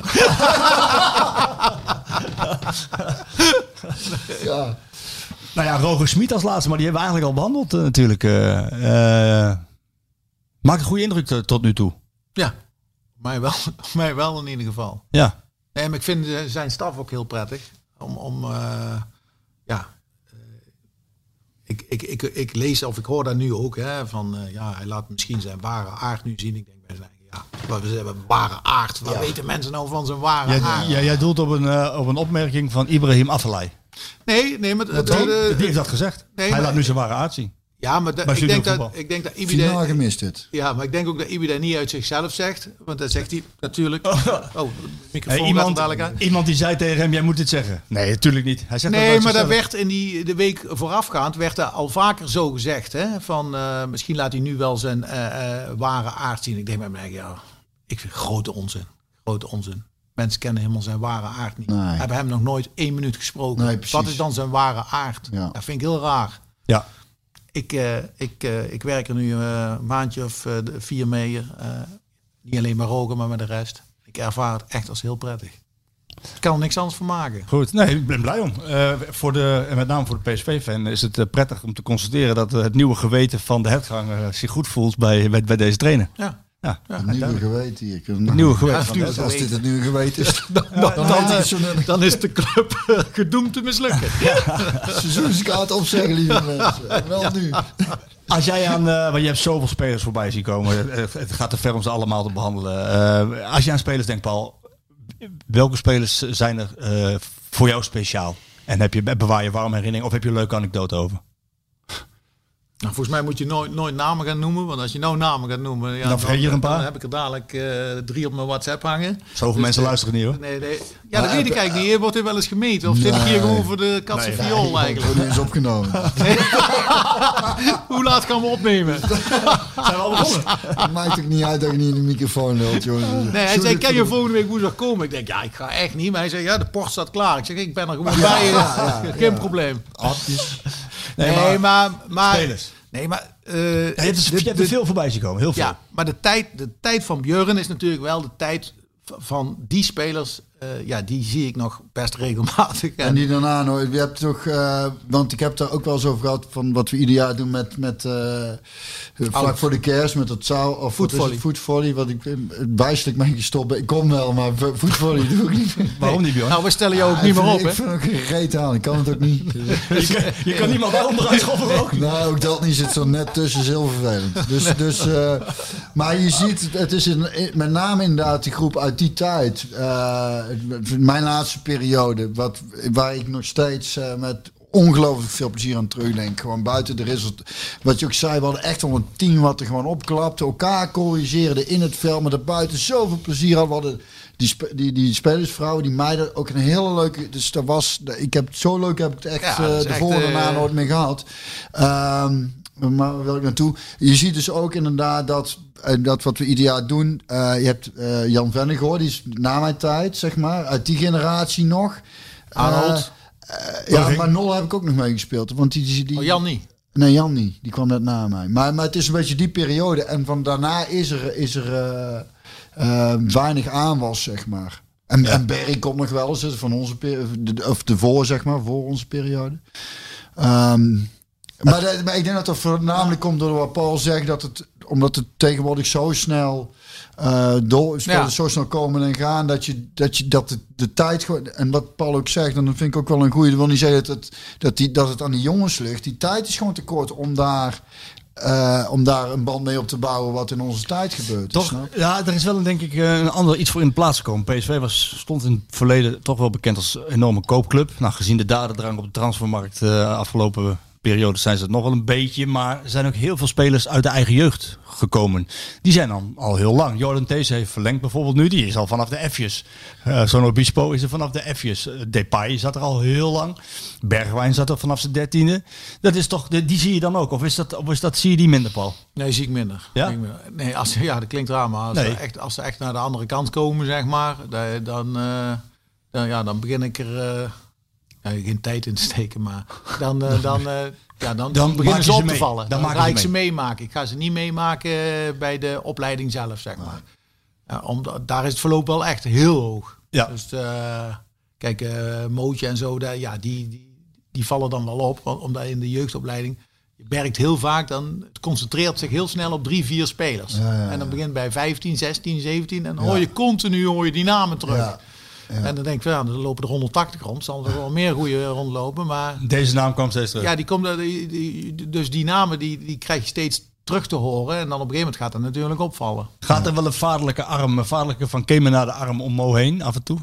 Speaker 5: ja.
Speaker 6: Nou ja, Roger Smit als laatste, maar die hebben we eigenlijk al behandeld uh, natuurlijk. Uh, uh, maakt een goede indruk t- tot nu toe.
Speaker 7: Ja, mij wel, mij wel in ieder geval.
Speaker 6: Ja.
Speaker 7: Nee, maar ik vind zijn staf ook heel prettig. Om, om uh, ja... Ik, ik, ik, ik lees, of ik hoor dat nu ook, hè, van uh, ja, hij laat misschien zijn ware aard nu zien. Ik denk bij zijn, ja, we hebben ware aard. Wat ja. weten mensen nou van zijn ware
Speaker 6: jij,
Speaker 7: aard?
Speaker 6: Ja, jij doelt op een, uh, op een opmerking van Ibrahim Afellay.
Speaker 7: Nee, nee, maar...
Speaker 6: De, de, de, die heeft dat gezegd. Nee, hij laat nu zijn ware aard zien.
Speaker 7: Ja, maar de, ik, denk dat, ik denk dat Ibi
Speaker 5: Finaal gemist het.
Speaker 7: Ja, maar ik denk ook dat Ibi dat niet uit zichzelf zegt. Want dat zegt hij natuurlijk... Oh, oh microfoon
Speaker 6: hey, iemand,
Speaker 7: dadelijk aan.
Speaker 6: Iemand die zei tegen hem, jij moet dit zeggen. Nee, natuurlijk niet. Hij zegt
Speaker 7: nee,
Speaker 6: dat
Speaker 7: maar
Speaker 6: dat
Speaker 7: werd in die de week voorafgaand werd dat al vaker zo gezegd. Hè? Van uh, misschien laat hij nu wel zijn uh, uh, ware aard zien. Ik denk bij mij, ja, ik vind grote onzin. Grote onzin. Mensen kennen helemaal zijn ware aard niet.
Speaker 5: Nee.
Speaker 7: Hebben hem nog nooit één minuut gesproken.
Speaker 5: Nee,
Speaker 7: wat is dan zijn ware aard?
Speaker 5: Ja.
Speaker 7: Dat vind ik heel raar.
Speaker 6: Ja.
Speaker 7: Ik, uh, ik, uh, ik werk er nu uh, een maandje of uh, vier mee. Uh, niet alleen maar roken, maar met de rest. Ik ervaar het echt als heel prettig. Ik kan er niks anders van maken.
Speaker 6: Goed, nee, ik ben blij om. Uh, voor de, en met name voor de P S V-fan is het uh, prettig om te constateren dat uh, het nieuwe geweten van de hertgang uh, zich goed voelt bij, bij, bij deze trainer.
Speaker 7: Ja.
Speaker 6: Ja,
Speaker 5: het nieuwe geweten hier. Het
Speaker 6: nieuwe geweten.
Speaker 5: Ja, van, als dit het nieuwe geweten is,
Speaker 7: dan, dan, dan, dan, is, dan is de club uh, gedoemd te mislukken.
Speaker 5: Ja. Seizoenskaart opzeggen, lieve mensen. En wel
Speaker 7: ja.
Speaker 5: nu.
Speaker 6: Als jij aan, uh, want je hebt zoveel spelers voorbij zien komen. Het, het gaat te ver om ze allemaal te behandelen. Uh, als je aan spelers denkt, Paul, welke spelers zijn er uh, voor jou speciaal? En heb je, bewaar je warme herinnering of heb je een leuke anekdote over?
Speaker 7: Nou, volgens mij moet je nooit, nooit namen gaan noemen. Want als je nou namen gaat noemen... Ja,
Speaker 6: dan vergeet je er een paar.
Speaker 7: Dan heb ik er dadelijk uh, drie op mijn WhatsApp hangen.
Speaker 6: Zoveel dus, mensen uh, luisteren niet hoor.
Speaker 7: Nee, nee. Ja, dat weet ik eigenlijk niet. Wordt er wel eens gemeten? Of nee. Zit ik hier gewoon voor de katse nee, viool nee, eigenlijk?
Speaker 5: Dat is opgenomen.
Speaker 7: Nee. Hoe laat gaan we opnemen?
Speaker 6: Zijn we al begonnen?
Speaker 5: Het maakt ook niet uit dat je niet in de microfoon wilt, jongen.
Speaker 7: Nee, hij zei, kan je volgende week woensdag komen? Ik denk, ja, ik ga echt niet. Maar hij zei, ja, de port staat klaar. Ik zeg, ik ben er gewoon bij. Ja, ja, ja, Geen ja. probleem.
Speaker 5: Atjes.
Speaker 7: Nee, nee, maar... maar
Speaker 6: spelers.
Speaker 7: Nee, maar... Uh,
Speaker 6: ja, je hebt, dus, de, je hebt er veel voorbij zien komen, heel veel.
Speaker 7: Ja, maar de tijd, de tijd van Björn is natuurlijk wel de tijd van die spelers. Uh, ja, die zie ik nog best regelmatig.
Speaker 5: En, en die daarna nooit. Je hebt toch, uh, want ik heb daar ook wel eens over gehad van wat we ieder jaar doen met met uh, vlak voor de kerst met het zaal of
Speaker 7: voetvolley.
Speaker 5: Voetvolley, wat ik wijselijk mee gestopt ben. Ik kom wel, maar voetvolley doe ik niet.
Speaker 6: Nee. Waarom niet, Björn?
Speaker 7: Nou, we stellen jou ook ja, niet meer op.
Speaker 5: Ik vind ook geen reet aan. Ik kan het ook niet.
Speaker 6: je, kan, je kan niemand wel onderuit schoppen ook.
Speaker 5: Nou, ook dat niet zit zo net tussen. Is heel vervelend. Dus, dus, uh, maar je ziet, het is in, met name inderdaad die groep uit die tijd. Uh, mijn laatste periode, wat, waar ik nog steeds uh, met ongelooflijk veel plezier aan terugdenk. Gewoon buiten de resultaten. Wat je ook zei, we hadden echt al een team wat er gewoon opklapte. Elkaar corrigeerden in het veld, maar daarbuiten zoveel plezier hadden. We hadden die, spe, die, die spelersvrouwen, die meiden, ook een hele leuke... Dus dat was, ik heb het zo leuk, heb ik het echt ja, uh, de volgende uh... na nooit meer gehad. Um, maar waar wil ik naartoe? Je ziet dus ook inderdaad dat... dat wat we ieder jaar doen. Uh, je hebt uh, Jan Vennegoor, die is na mijn tijd, zeg maar. Uit die generatie nog.
Speaker 7: Arnold.
Speaker 5: Uh, uh, ja, maar Nol heb ik ook nog meegespeeld. Want die, die, die,
Speaker 7: oh, Jan niet?
Speaker 5: Nee, Jan niet. Die kwam net na mij. Maar, maar het is een beetje die periode. En van daarna is er, is er uh, uh, weinig aanwas, zeg maar. En, ja. en Berry komt nog wel eens van onze periode. Of de voor, zeg maar, voor onze periode. Um, maar, de, maar ik denk dat dat voornamelijk komt door wat Paul zegt, dat het omdat het tegenwoordig zo snel uh, door, ja. zo snel komen en gaan, dat je dat je dat de, de tijd gewoon, en wat Paul ook zegt, en dat vind ik ook wel een goede. Dat wil niet zeggen dat het dat die dat het aan die jongens ligt. Die tijd is gewoon te kort om daar uh, om daar een band mee op te bouwen wat in onze tijd gebeurt.
Speaker 6: Toch? Snap? Ja, er is wel denk ik een ander iets voor in de plaats gekomen. P S V was stond in het verleden toch wel bekend als enorme koopclub. Nou, gezien de dadendrang op de transfermarkt uh, afgelopen periode zijn ze het nog wel een beetje, maar er zijn ook heel veel spelers uit de eigen jeugd gekomen. Die zijn dan al heel lang. Jordan Thees heeft verlengd bijvoorbeeld nu, die is al vanaf de F'jes. Uh, Sono Bispo is er vanaf de F'jes. Uh, Depay zat er al heel lang. Bergwijn zat er vanaf zijn dertiende. Dat is toch, die, die zie je dan ook? Of is dat, of is dat zie je die minder, Paul?
Speaker 7: Nee, zie ik minder.
Speaker 6: Ja?
Speaker 7: Zie ik minder. Nee, als, ja, dat klinkt raar, maar als, nee. ze echt, als ze echt naar de andere kant komen, zeg maar, dan, uh, dan, ja, dan begin ik er... Uh, Ja, geen tijd in te steken, maar dan, uh, dan, uh, ja, dan, dan beginnen ze op te vallen. Dan, dan ga ik ze meemaken. Ik ga ze niet meemaken bij de opleiding zelf, zeg maar. Ja, om, daar is het verloop wel echt heel hoog.
Speaker 6: Ja.
Speaker 7: Dus uh, kijk, uh, Mootje en zo, daar, ja, die, die, die vallen dan wel op. Omdat in de jeugdopleiding, je werkt heel vaak, dan het concentreert zich heel snel op drie, vier spelers. Ja, ja, ja. En dan begint bij vijftien, zestien, zeventien en dan ja. hoor je continu hoor je die namen terug. Ja. Ja. En dan denk ik, ja, dan lopen er honderdtachtig rond. Zal er wel meer goede rondlopen. Maar
Speaker 6: deze naam kwam steeds terug.
Speaker 7: Ja, die komt, die, die, dus die namen die, die krijg je steeds terug te horen. En dan op een gegeven moment gaat het natuurlijk opvallen.
Speaker 6: Gaat er wel een vaderlijke arm, een vaderlijke van Kemen naar de arm om Mo heen af en toe?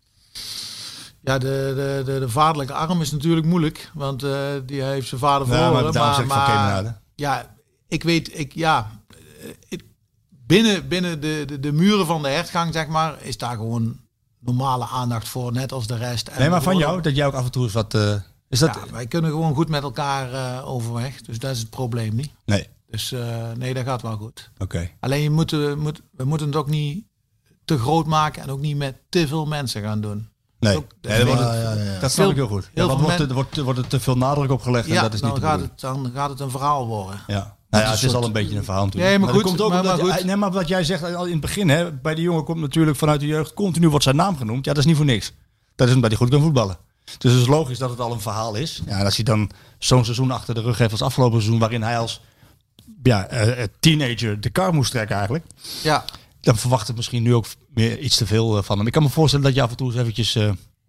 Speaker 7: Ja, de, de, de, de vaderlijke arm is natuurlijk moeilijk. Want uh, die heeft zijn vader verloren.
Speaker 6: Ja, maar, maar, maar
Speaker 7: ja, ik weet, ik, ja, ik, binnen, binnen de, de, de muren van de hertgang, zeg maar, is daar gewoon normale aandacht voor, net als de rest. En
Speaker 6: nee, maar van jou, dat jij ook af en toe eens wat... Uh, is dat...
Speaker 7: Ja, wij kunnen gewoon goed met elkaar uh, overweg. Dus dat is het probleem niet.
Speaker 6: Nee.
Speaker 7: Dus uh, nee, dat gaat wel goed.
Speaker 6: Oké. Okay.
Speaker 7: Alleen je moet, uh, moet, we moeten het ook niet te groot maken en ook niet met te veel mensen gaan doen.
Speaker 6: Nee,
Speaker 7: ook,
Speaker 6: nee dat, wordt het, ja, ja, ja. dat snap ik heel goed. Heel ja, wordt, er wordt, wordt er te veel nadruk op gelegd
Speaker 7: ja,
Speaker 6: en dat is
Speaker 7: dan
Speaker 6: niet
Speaker 7: gaat het, dan gaat het een verhaal worden.
Speaker 6: Ja. Nou ja, het is soort... al een beetje een verhaal natuurlijk.
Speaker 7: Nee, maar, maar goed.
Speaker 6: Komt ook
Speaker 7: maar,
Speaker 6: omdat,
Speaker 7: maar goed.
Speaker 6: Nee, maar wat jij zegt al in het begin, hè, bij die jongen komt natuurlijk vanuit de jeugd continu wordt zijn naam genoemd. Ja, dat is niet voor niks. Dat is omdat hij goed kan voetballen. Dus het is logisch dat het al een verhaal is. Ja, en als hij dan zo'n seizoen achter de rug heeft als afgelopen seizoen, waarin hij als ja, uh, teenager de kar moest trekken eigenlijk.
Speaker 7: Ja.
Speaker 6: Dan verwacht het misschien nu ook meer iets te veel uh, van hem. Ik kan me voorstellen dat je af en toe eens eventjes... Uh,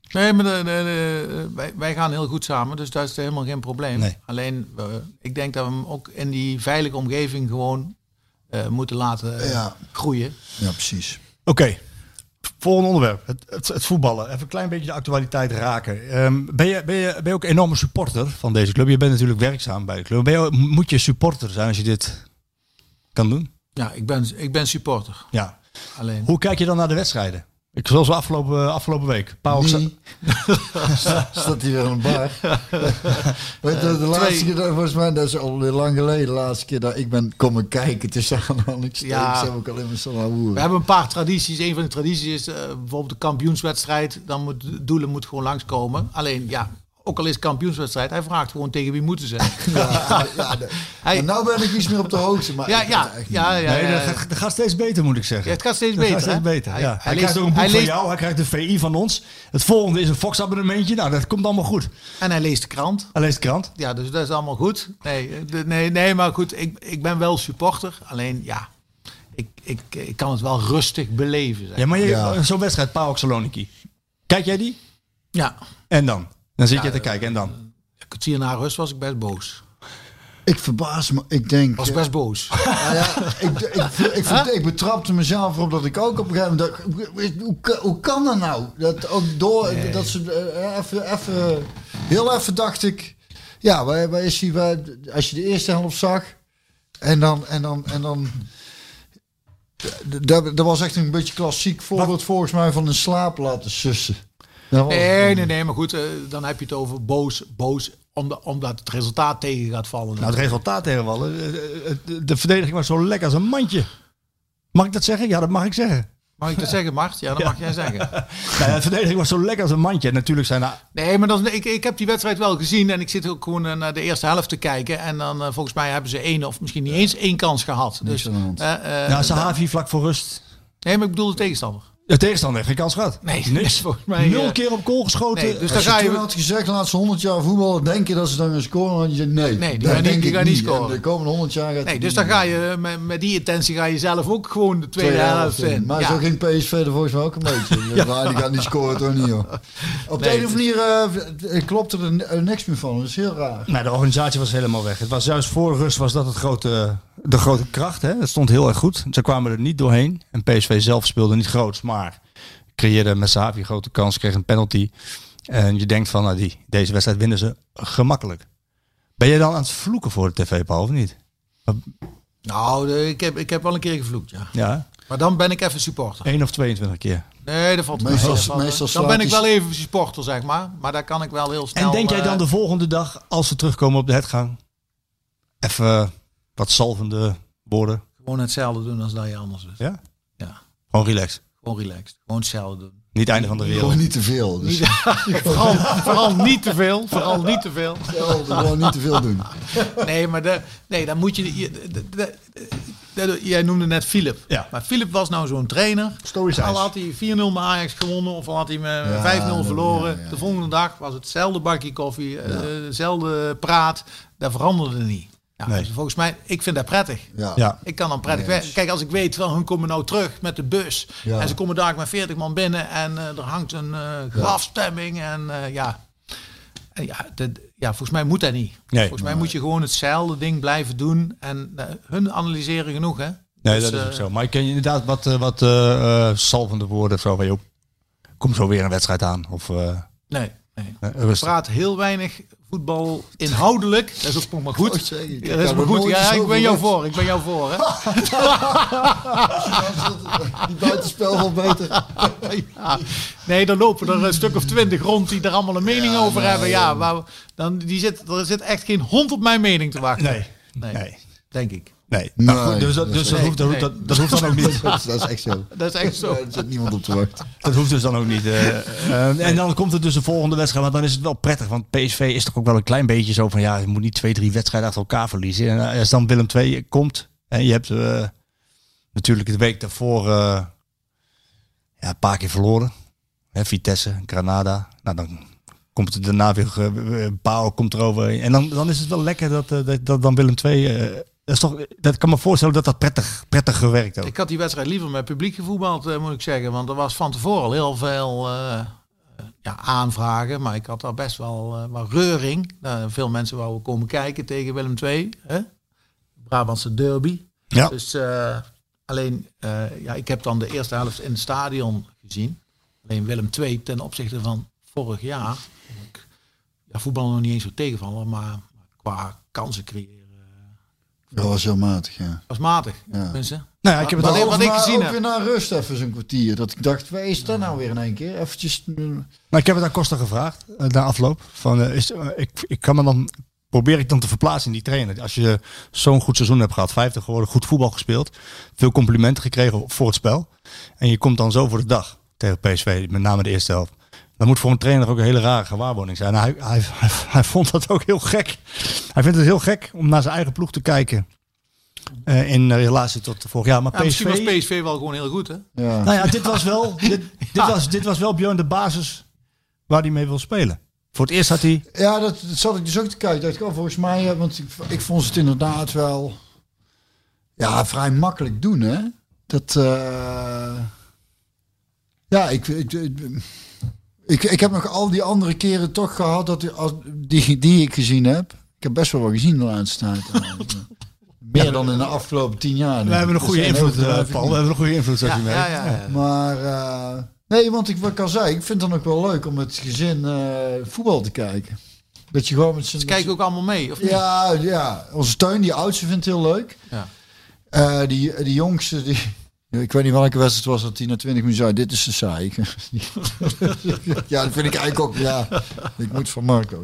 Speaker 7: Nee, maar de, de, de, wij, wij gaan heel goed samen, dus dat is helemaal geen probleem.
Speaker 6: Nee.
Speaker 7: Alleen, uh, ik denk dat we hem ook in die veilige omgeving gewoon uh, moeten laten uh,
Speaker 5: Ja.
Speaker 7: groeien.
Speaker 5: Ja, precies.
Speaker 6: Oké, okay. Volgende onderwerp. Het, het, het voetballen. Even een klein beetje de actualiteit raken. Um, ben, je, ben, je, ben je ook een enorme supporter van deze club? Je bent natuurlijk werkzaam bij de club. Ben je, moet je supporter zijn als je dit kan doen?
Speaker 7: Ja, ik ben, ik ben supporter.
Speaker 6: Ja.
Speaker 7: Alleen.
Speaker 6: Hoe kijk je dan naar de wedstrijden? Ik zoals we afgelopen, afgelopen week. Paul
Speaker 5: Nee. Staat hij weer aan een bar. Weet je, de laatste
Speaker 7: Twee.
Speaker 5: keer, dat, volgens mij, dat is al lang geleden, de laatste keer dat ik ben komen kijken tussen aanhalingstekens.
Speaker 7: Ja.
Speaker 5: Heb ik alleen maar zo aan hoeren.
Speaker 7: We hebben een paar tradities. Een van de tradities is uh, bijvoorbeeld de kampioenswedstrijd. Dan moet de Doelen moet gewoon langskomen. Alleen, ja, ook al is het kampioenswedstrijd, hij vraagt gewoon tegen wie moeten ze.
Speaker 5: Ja, ja, de,
Speaker 7: Hij-
Speaker 5: maar nou ben ik iets meer op de hoogte. Maar
Speaker 7: Ja,
Speaker 5: ik weet
Speaker 7: ja,
Speaker 5: het echt
Speaker 7: ja,
Speaker 5: niet.
Speaker 7: ja.
Speaker 6: Nee,
Speaker 7: ja,
Speaker 6: dat gaat, dat gaat steeds beter, moet ik zeggen.
Speaker 7: Ja, het gaat steeds
Speaker 6: Dat
Speaker 7: beter.
Speaker 6: gaat steeds
Speaker 7: hè?
Speaker 6: beter,
Speaker 7: Hij,
Speaker 6: ja.
Speaker 7: hij,
Speaker 6: Hij,
Speaker 7: leest,
Speaker 6: krijgt ook een boek
Speaker 7: hij
Speaker 6: van
Speaker 7: leest,
Speaker 6: jou, hij krijgt de V I van ons. Het volgende is een Fox-abonnementje. Nou, dat komt allemaal goed.
Speaker 7: en hij leest de krant.
Speaker 6: Hij leest de krant.
Speaker 7: Ja, dus dat is allemaal goed. Nee, de, nee, nee maar goed, ik, ik ben wel supporter. Alleen, ja, ik, ik, ik kan het wel rustig beleven. Zeg.
Speaker 6: Ja, maar je,
Speaker 5: Ja.
Speaker 6: zo'n wedstrijd, PAOK Saloniki. Kijk jij die?
Speaker 7: Ja,
Speaker 6: En dan? Dan zit
Speaker 7: Ja,
Speaker 6: je te kijken en dan?
Speaker 7: een kwartier na rust was ik best boos.
Speaker 5: Ik verbaas me. Ik denk...
Speaker 7: Was best boos.
Speaker 5: Nou ja, ik, ik, ik, ik, ik betrapte mezelf erop dat ik ook op een gegeven moment dacht, hoe, kan- hoe kan dat nou? Dat ook door,
Speaker 7: Nee.
Speaker 5: dat ze eh, even, even, heel even dacht ik, ja, waar, waar is hij, waar, als je de eerste helft zag en dan, en dan, en dan, dat, dat was echt een beetje klassiek voorbeeld volgens mij van een slaap laten sussen. Dat was-
Speaker 7: Nee, nee, nee, maar goed, uh, dan heb je het over boos, boos omdat, omdat het resultaat tegen gaat vallen.
Speaker 6: Nou, het resultaat tegenvallen. De, de verdediging was zo lekker als een mandje. Mag ik dat zeggen? Ja, dat mag ik zeggen.
Speaker 7: Mag ik dat zeggen, Mart? Ja, dat mag jij zeggen.
Speaker 6: Nou ja, de verdediging was zo lekker als een mandje. En natuurlijk zijn er...
Speaker 7: Nee, maar dan, ik, ik heb die wedstrijd wel gezien en ik zit ook gewoon uh, naar de eerste helft te kijken. En dan uh, volgens mij hebben ze één of misschien niet eens één kans gehad.
Speaker 5: Niks
Speaker 7: Dus,
Speaker 5: aan de hand.
Speaker 7: uh, uh,
Speaker 6: Ja, Sahavi vlak voor rust.
Speaker 7: nee, maar ik bedoel de tegenstander.
Speaker 6: De tegenstander heeft geen kans gehad.
Speaker 7: Nee,
Speaker 6: Niks.
Speaker 7: volgens mij.
Speaker 6: Nul
Speaker 7: uh,
Speaker 6: keer op goal geschoten.
Speaker 7: nee, dus dan
Speaker 5: Als je
Speaker 7: ga
Speaker 5: toen
Speaker 7: je.
Speaker 5: had gezegd, de laatste honderd jaar voetballen, denk je dat ze dan gaan scoren? Dan had je gezegd, nee,
Speaker 7: Nee, die
Speaker 5: dat
Speaker 7: gaan niet-
Speaker 5: denk
Speaker 7: die
Speaker 5: ik
Speaker 7: gaan niet scoren.
Speaker 5: En de komende honderd jaar gaat
Speaker 7: Nee,
Speaker 5: het
Speaker 7: dus
Speaker 5: niet
Speaker 7: dan ga
Speaker 5: gebeuren.
Speaker 7: je met, met die intentie ga je zelf ook gewoon de tweede,
Speaker 5: Tweede
Speaker 7: helft
Speaker 5: helft in.
Speaker 7: in.
Speaker 5: Maar
Speaker 7: Ja.
Speaker 5: zo ging P S V er volgens mij ook een beetje. ja. Maar die gaat niet scoren, toch niet, joh. Op de
Speaker 7: Nee,
Speaker 5: een of andere manier uh, klopte er n- uh, niks meer van. Dat is heel raar.
Speaker 6: Nou, de organisatie was helemaal weg. Het was juist voor rust was dat het grote, de grote kracht. Hè? Het stond heel erg goed. Ze kwamen er niet doorheen. En P S V zelf speelde niet groots, maar creëerde met Sahavi een grote kans, kreeg een penalty. En je denkt van, nou, die, deze wedstrijd winnen ze gemakkelijk. Ben je dan aan het vloeken voor de tv, Paul, of niet?
Speaker 7: Nou, de- ik heb, ik heb wel een keer gevloekt, ja.
Speaker 6: Ja,
Speaker 7: Maar dan ben ik even supporter.
Speaker 6: één of tweeëntwintig keer.
Speaker 7: Nee, dat valt mee.
Speaker 5: Meestal-
Speaker 7: Dat valt-
Speaker 5: meestal
Speaker 7: Dan
Speaker 5: slaat
Speaker 7: ben ik
Speaker 5: hij-
Speaker 7: wel even supporter, zeg maar. Maar daar kan ik wel heel snel...
Speaker 6: En denk jij dan
Speaker 7: eh,
Speaker 6: de volgende dag, als ze terugkomen op de headgang, even wat salvende woorden?
Speaker 7: gewoon hetzelfde doen als dat je anders doet.
Speaker 6: Ja?
Speaker 7: Ja,
Speaker 6: Gewoon relaxed.
Speaker 7: gewoon relaxed. Gewoon hetzelfde doen.
Speaker 6: Niet einde van de wereld.
Speaker 5: Gewoon niet te veel. Dus
Speaker 7: Niet, vooral, vooral niet te veel. Vooral niet te veel.
Speaker 5: gewoon niet te veel doen.
Speaker 7: Nee, maar de, nee, dan moet je... je de, de, de, de- jij noemde net Philip.
Speaker 6: Ja.
Speaker 7: Maar Philip was nou zo'n trainer.
Speaker 6: Stoïcijns.
Speaker 7: Al had hij vier nul met Ajax gewonnen of al had hij met
Speaker 5: Ja,
Speaker 7: vijf nul
Speaker 5: dat-
Speaker 7: verloren.
Speaker 5: ja, ja.
Speaker 7: De volgende dag was hetzelfde bakje koffie, eh, hetzelfde praat. Dat veranderde niet. Ja,
Speaker 6: Nee.
Speaker 7: dus volgens mij, ik vind dat prettig.
Speaker 5: Ja.
Speaker 6: Ja.
Speaker 7: Ik kan dan prettig
Speaker 5: Nee,
Speaker 7: weg. Kijk, als ik weet van hun komen nou terug met de bus.
Speaker 5: Ja.
Speaker 7: En ze komen daar met veertig man binnen. En uh, er hangt een uh, grafstemming. En uh, ja. En ja, de, ja, volgens mij moet dat niet.
Speaker 6: Nee.
Speaker 7: volgens mij moet je gewoon hetzelfde ding blijven doen. En uh, hun analyseren genoeg, hè?
Speaker 6: Nee,
Speaker 7: Dus,
Speaker 6: dat is
Speaker 7: uh,
Speaker 6: ook zo. Maar ik ken je inderdaad wat, uh, wat uh, uh, salvende woorden. Zo van, joh, kom zo weer een wedstrijd aan. Of uh,
Speaker 7: Nee, nee.
Speaker 6: uh,
Speaker 7: Ik
Speaker 6: rustig.
Speaker 7: praat heel weinig voetbal inhoudelijk. Dat is ook nog maar goed.
Speaker 5: Oh, zeg, ik
Speaker 7: Ja, dat is
Speaker 5: heb
Speaker 7: maar
Speaker 5: er
Speaker 7: goed.
Speaker 5: nooit
Speaker 7: Ja,
Speaker 5: zo
Speaker 7: ik ben jou
Speaker 5: verwacht.
Speaker 7: voor. Ik ben jou voor, hè?
Speaker 5: Die buitenspel wel beter.
Speaker 7: Ja. Nee, dan lopen er een stuk of twintig rond die er allemaal een mening over
Speaker 5: nee,
Speaker 7: hebben. Ja,
Speaker 5: ja.
Speaker 7: maar dan, die zit, er zit echt geen hond op mijn mening te wachten.
Speaker 6: Nee,
Speaker 7: Nee,
Speaker 6: nee,
Speaker 7: denk ik.
Speaker 6: nee.
Speaker 5: Nee,
Speaker 6: Nou, goed, dus dat,
Speaker 5: dat
Speaker 6: dus
Speaker 5: is
Speaker 6: dat,
Speaker 7: nee,
Speaker 6: hoeft, dat,
Speaker 7: nee.
Speaker 6: dat, dat hoeft dan ook niet.
Speaker 5: Dat is, dat is echt zo.
Speaker 7: Dat is echt zo.
Speaker 5: Er zit niemand op te wachten.
Speaker 6: Dat hoeft dus dan ook niet. uh, uh, en dan komt het dus de volgende wedstrijd. Maar dan is het wel prettig. Want P S V is toch ook wel een klein beetje zo van... Ja, je moet niet twee, drie wedstrijden achter elkaar verliezen. En uh, als dan Willem twee komt... En je hebt uh, natuurlijk de week daarvoor... Uh, ja, een paar keer verloren. Hè, Vitesse, Granada. Nou, dan komt het daarna weer... Uh, Pauw komt erover. En dan, dan is het wel lekker dat, uh, dat, dat dan Willem twee... Uh, dat, is toch, dat kan me voorstellen dat dat prettig, prettig gewerkt heeft.
Speaker 7: Ik had die wedstrijd liever met publiek gevoetbald, uh, moet ik zeggen. Want er was van tevoren al heel veel... Uh, ja, aanvragen. Maar ik had daar best wel uh, wat reuring. Uh, veel mensen wouden komen kijken tegen Willem twee. Hè? Brabantse derby.
Speaker 6: Ja.
Speaker 7: Dus uh, alleen, uh, ja, ik heb dan de eerste helft in het stadion gezien. Alleen Willem twee ten opzichte van vorig jaar. Ik, ja, voetbal nog niet eens zo tegenvallen, maar qua kansen creëren.
Speaker 5: Dat was heel matig, ja.
Speaker 7: Was matig,
Speaker 5: Ja.
Speaker 7: mensen.
Speaker 6: Nou, ja, ik heb het
Speaker 7: Wat,
Speaker 6: al
Speaker 7: wat ik
Speaker 5: maar
Speaker 7: gezien
Speaker 5: ook
Speaker 7: heb.
Speaker 5: weer naar rust even zo'n kwartier. Dat ik dacht, waar is dat nou weer in één keer? Eventjes...
Speaker 6: Nou, ik heb het aan Costa gevraagd uh, na afloop. Van, uh, is, uh, ik, ik kan me dan probeer ik dan te verplaatsen in die trainer. Als je zo'n goed seizoen hebt gehad, vijftig geworden, goed voetbal gespeeld, veel complimenten gekregen voor het spel, en je komt dan zo voor de dag tegen P S V, met name de eerste helft. Dat moet voor een trainer ook een hele rare gewaarwording zijn. Hij, hij, hij, hij vond dat ook heel gek. Hij vindt het heel gek om naar zijn eigen ploeg te kijken. Uh, in relatie tot vorig jaar. Maar
Speaker 7: Ja,
Speaker 6: P S V,
Speaker 7: misschien was P S V wel gewoon heel goed, hè?
Speaker 5: Ja.
Speaker 6: nou ja, dit was wel, dit, dit
Speaker 7: Ja.
Speaker 6: was, dit was wel Björn de basis waar hij mee wil spelen. Voor het eerst had hij...
Speaker 5: Ja, dat, dat zat ik dus ook te kijken. Dacht ik, oh, volgens mij, eh, want ik, ik vond het inderdaad wel ja, vrij makkelijk doen, hè? Dat, uh, ja, ik, ik, ik, ik, ik heb nog al die andere keren toch gehad dat als, die, die ik gezien heb. Ik heb best wel wat gezien de laatste tijd. Meer dan in de afgelopen tien jaar.
Speaker 6: We hebben een
Speaker 5: Dus
Speaker 6: goede
Speaker 5: en
Speaker 6: invloed,
Speaker 5: overdrijf
Speaker 6: uh,
Speaker 5: ik
Speaker 6: Paul.
Speaker 5: niet.
Speaker 6: We hebben een goede invloed, zeg
Speaker 7: Ja,
Speaker 6: je mee.
Speaker 7: ja, ja, ja.
Speaker 5: Maar uh, nee, want ik, wat ik al zei, ik vind het dan ook wel leuk om met het gezin uh, voetbal te kijken. Dat je gewoon met z'n...
Speaker 7: Ze kijken ook allemaal mee, of niet?
Speaker 5: Ja, ja, onze Teun, die oudste, vindt het heel leuk.
Speaker 7: Ja.
Speaker 5: Uh, die, die jongste, die, ik weet niet welke wedstrijd was dat hij na twintig minuten zei, dit is te saai. Ja, dat vind ik eigenlijk ook, ja, ik moet van Marco.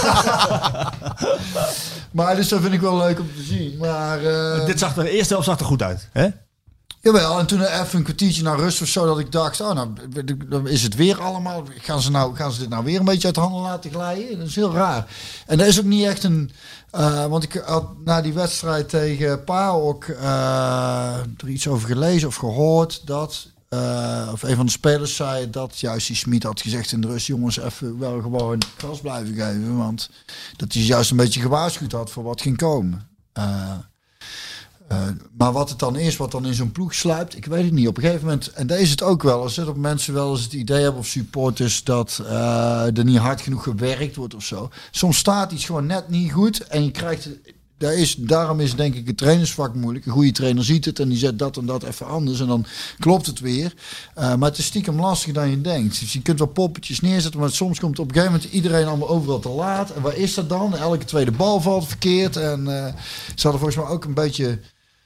Speaker 5: Maar dus dat vind ik wel leuk om te zien. Maar, uh,
Speaker 6: Dit zag er, de eerste helft zag er goed uit, hè?
Speaker 5: Jawel, en toen even een kwartiertje naar rust of zo, dat ik dacht, oh, nou, dan is het weer allemaal, gaan ze, nou, gaan ze dit nou weer een beetje uit de handen laten glijden? Dat is heel raar. En dat is ook niet echt een, uh, want ik had na die wedstrijd tegen PAOK uh, er iets over gelezen of gehoord, dat, uh, of een van de spelers zei dat juist die Smit had gezegd in de rust, jongens, even wel gewoon gas blijven geven, want dat hij juist een beetje gewaarschuwd had voor wat ging komen. Uh, Uh, maar wat het dan is, wat dan in zo'n ploeg sluipt, ik weet het niet. Op een gegeven moment, en daar is het ook wel, als dat mensen wel eens het idee hebben of supporters dat uh, er niet hard genoeg gewerkt wordt of zo. Soms staat iets gewoon net niet goed en je krijgt, daar is, daarom is denk ik het trainersvak moeilijk. Een goede trainer ziet het en die zet dat en dat even anders en dan klopt het weer. Uh, maar het is stiekem lastiger dan je denkt. Dus je kunt wel poppetjes neerzetten, maar soms komt op een gegeven moment iedereen allemaal overal te laat. En waar is dat dan? Elke tweede bal valt verkeerd en uh, ze hadden volgens mij ook een beetje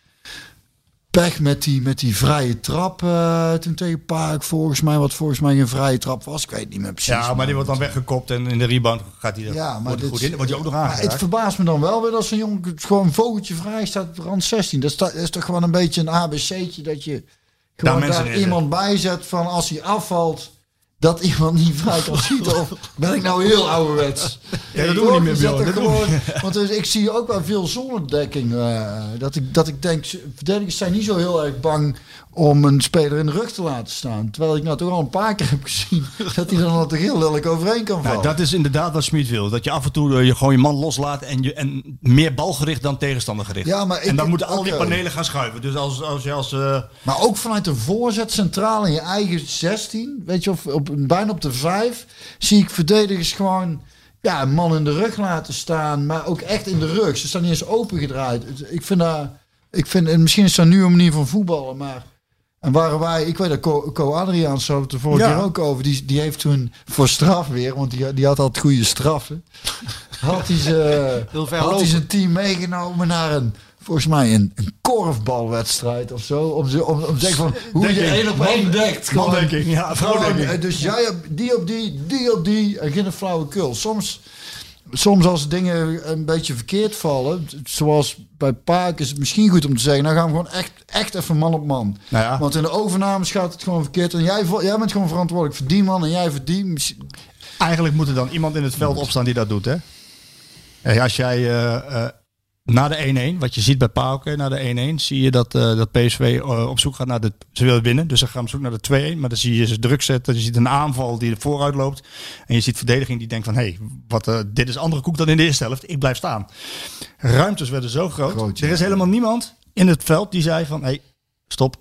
Speaker 5: pech met die, met die vrije trap uh, toen tegen Park, volgens mij, wat volgens mij een vrije trap was. Ik weet niet meer precies.
Speaker 6: Ja, maar die wordt dan weggekopt en in de rebound gaat hij er
Speaker 5: Ja, maar
Speaker 6: wordt
Speaker 5: dit,
Speaker 6: goed in. Wordt hij ook nog
Speaker 5: maar
Speaker 6: aangeraakt.
Speaker 5: het verbaast me dan wel weer dat zo'n jongen gewoon een vogeltje vrij staat op rand zestien. Dat, sta, dat is toch gewoon een beetje een A B C'tje dat je gewoon
Speaker 6: mensen
Speaker 5: daar
Speaker 6: neerzet.
Speaker 5: iemand bij zet van als hij afvalt, dat iemand niet vrij kan schieten. Of ben ik nou heel ouderwets?
Speaker 6: Ja, dat doen we niet meer,
Speaker 5: Je zet
Speaker 6: Bjorn,
Speaker 5: er
Speaker 6: dat doen we
Speaker 5: gewoon, want dus, ik zie ook wel veel zonnedekking. Uh, dat, ik, dat ik denk, verdedigers zijn niet zo heel erg bang om een speler in de rug te laten staan. Terwijl ik nou toch al een paar keer heb gezien dat hij er dan toch heel lelijk overheen kan vallen.
Speaker 6: Ja, dat is inderdaad wat Smit wil. Dat je af en toe uh, je gewoon je man loslaat en, je, en meer balgericht dan tegenstandergericht.
Speaker 5: Ja, maar ik-
Speaker 6: en dan moeten al die
Speaker 5: oké.
Speaker 6: panelen gaan schuiven. Dus als, als je als... Uh,
Speaker 5: Maar ook vanuit de voorzet centraal in je eigen zestien, weet je, of op, bijna op de vijf, zie ik verdedigers gewoon ja, een man in de rug laten staan, maar ook echt in de rug. Ze staan niet eens opengedraaid. Ik vind dat, ik vind, en misschien is dat nu een manier van voetballen, maar en waren wij, ik weet dat Co, Co Adriaans had het de vorige
Speaker 6: Ja.
Speaker 5: keer ook over, die, die heeft toen voor straf weer, want die, die had altijd goede straffen, had hij ze,
Speaker 7: Heel ver
Speaker 5: had hij
Speaker 7: lopen.
Speaker 5: zijn team meegenomen naar een, volgens mij een, een korfbalwedstrijd of zo, om, ze, om, om te zeggen van hoe je
Speaker 6: Dekking.
Speaker 5: één op één dekt. Gewoon,
Speaker 6: Mandekking, ja, vrouwdekking.
Speaker 5: gewoon, dus jij op die op die, die op die, en geen flauwekul. Soms, soms als dingen een beetje verkeerd vallen, zoals bij Paak, is het misschien goed om te zeggen, nou gaan we gewoon echt, echt even man op man.
Speaker 6: Nou ja.
Speaker 5: Want in de overnames gaat het gewoon verkeerd. En jij, jij bent gewoon verantwoordelijk voor die man en jij voor die. Misschien-
Speaker 6: Eigenlijk moet er dan iemand in het veld opstaan die dat doet, hè? Hey, als jij uh, uh, na de één-één, wat je ziet bij Pauke, na de één-één, zie je dat, uh, dat P S V uh, op zoek gaat naar de... Ze willen winnen, dus ze gaan op zoek naar de twee-één. Maar dan zie je ze druk zetten. Je ziet een aanval die er vooruit loopt. En je ziet verdediging die denkt van... Hé, hey, wat, uh, dit is andere koek dan in de eerste helft. Ik blijf staan. Ruimtes werden zo groot.
Speaker 5: Groot,
Speaker 6: er is
Speaker 5: ja.
Speaker 6: helemaal niemand in het veld die zei van... Hé, hey, stop.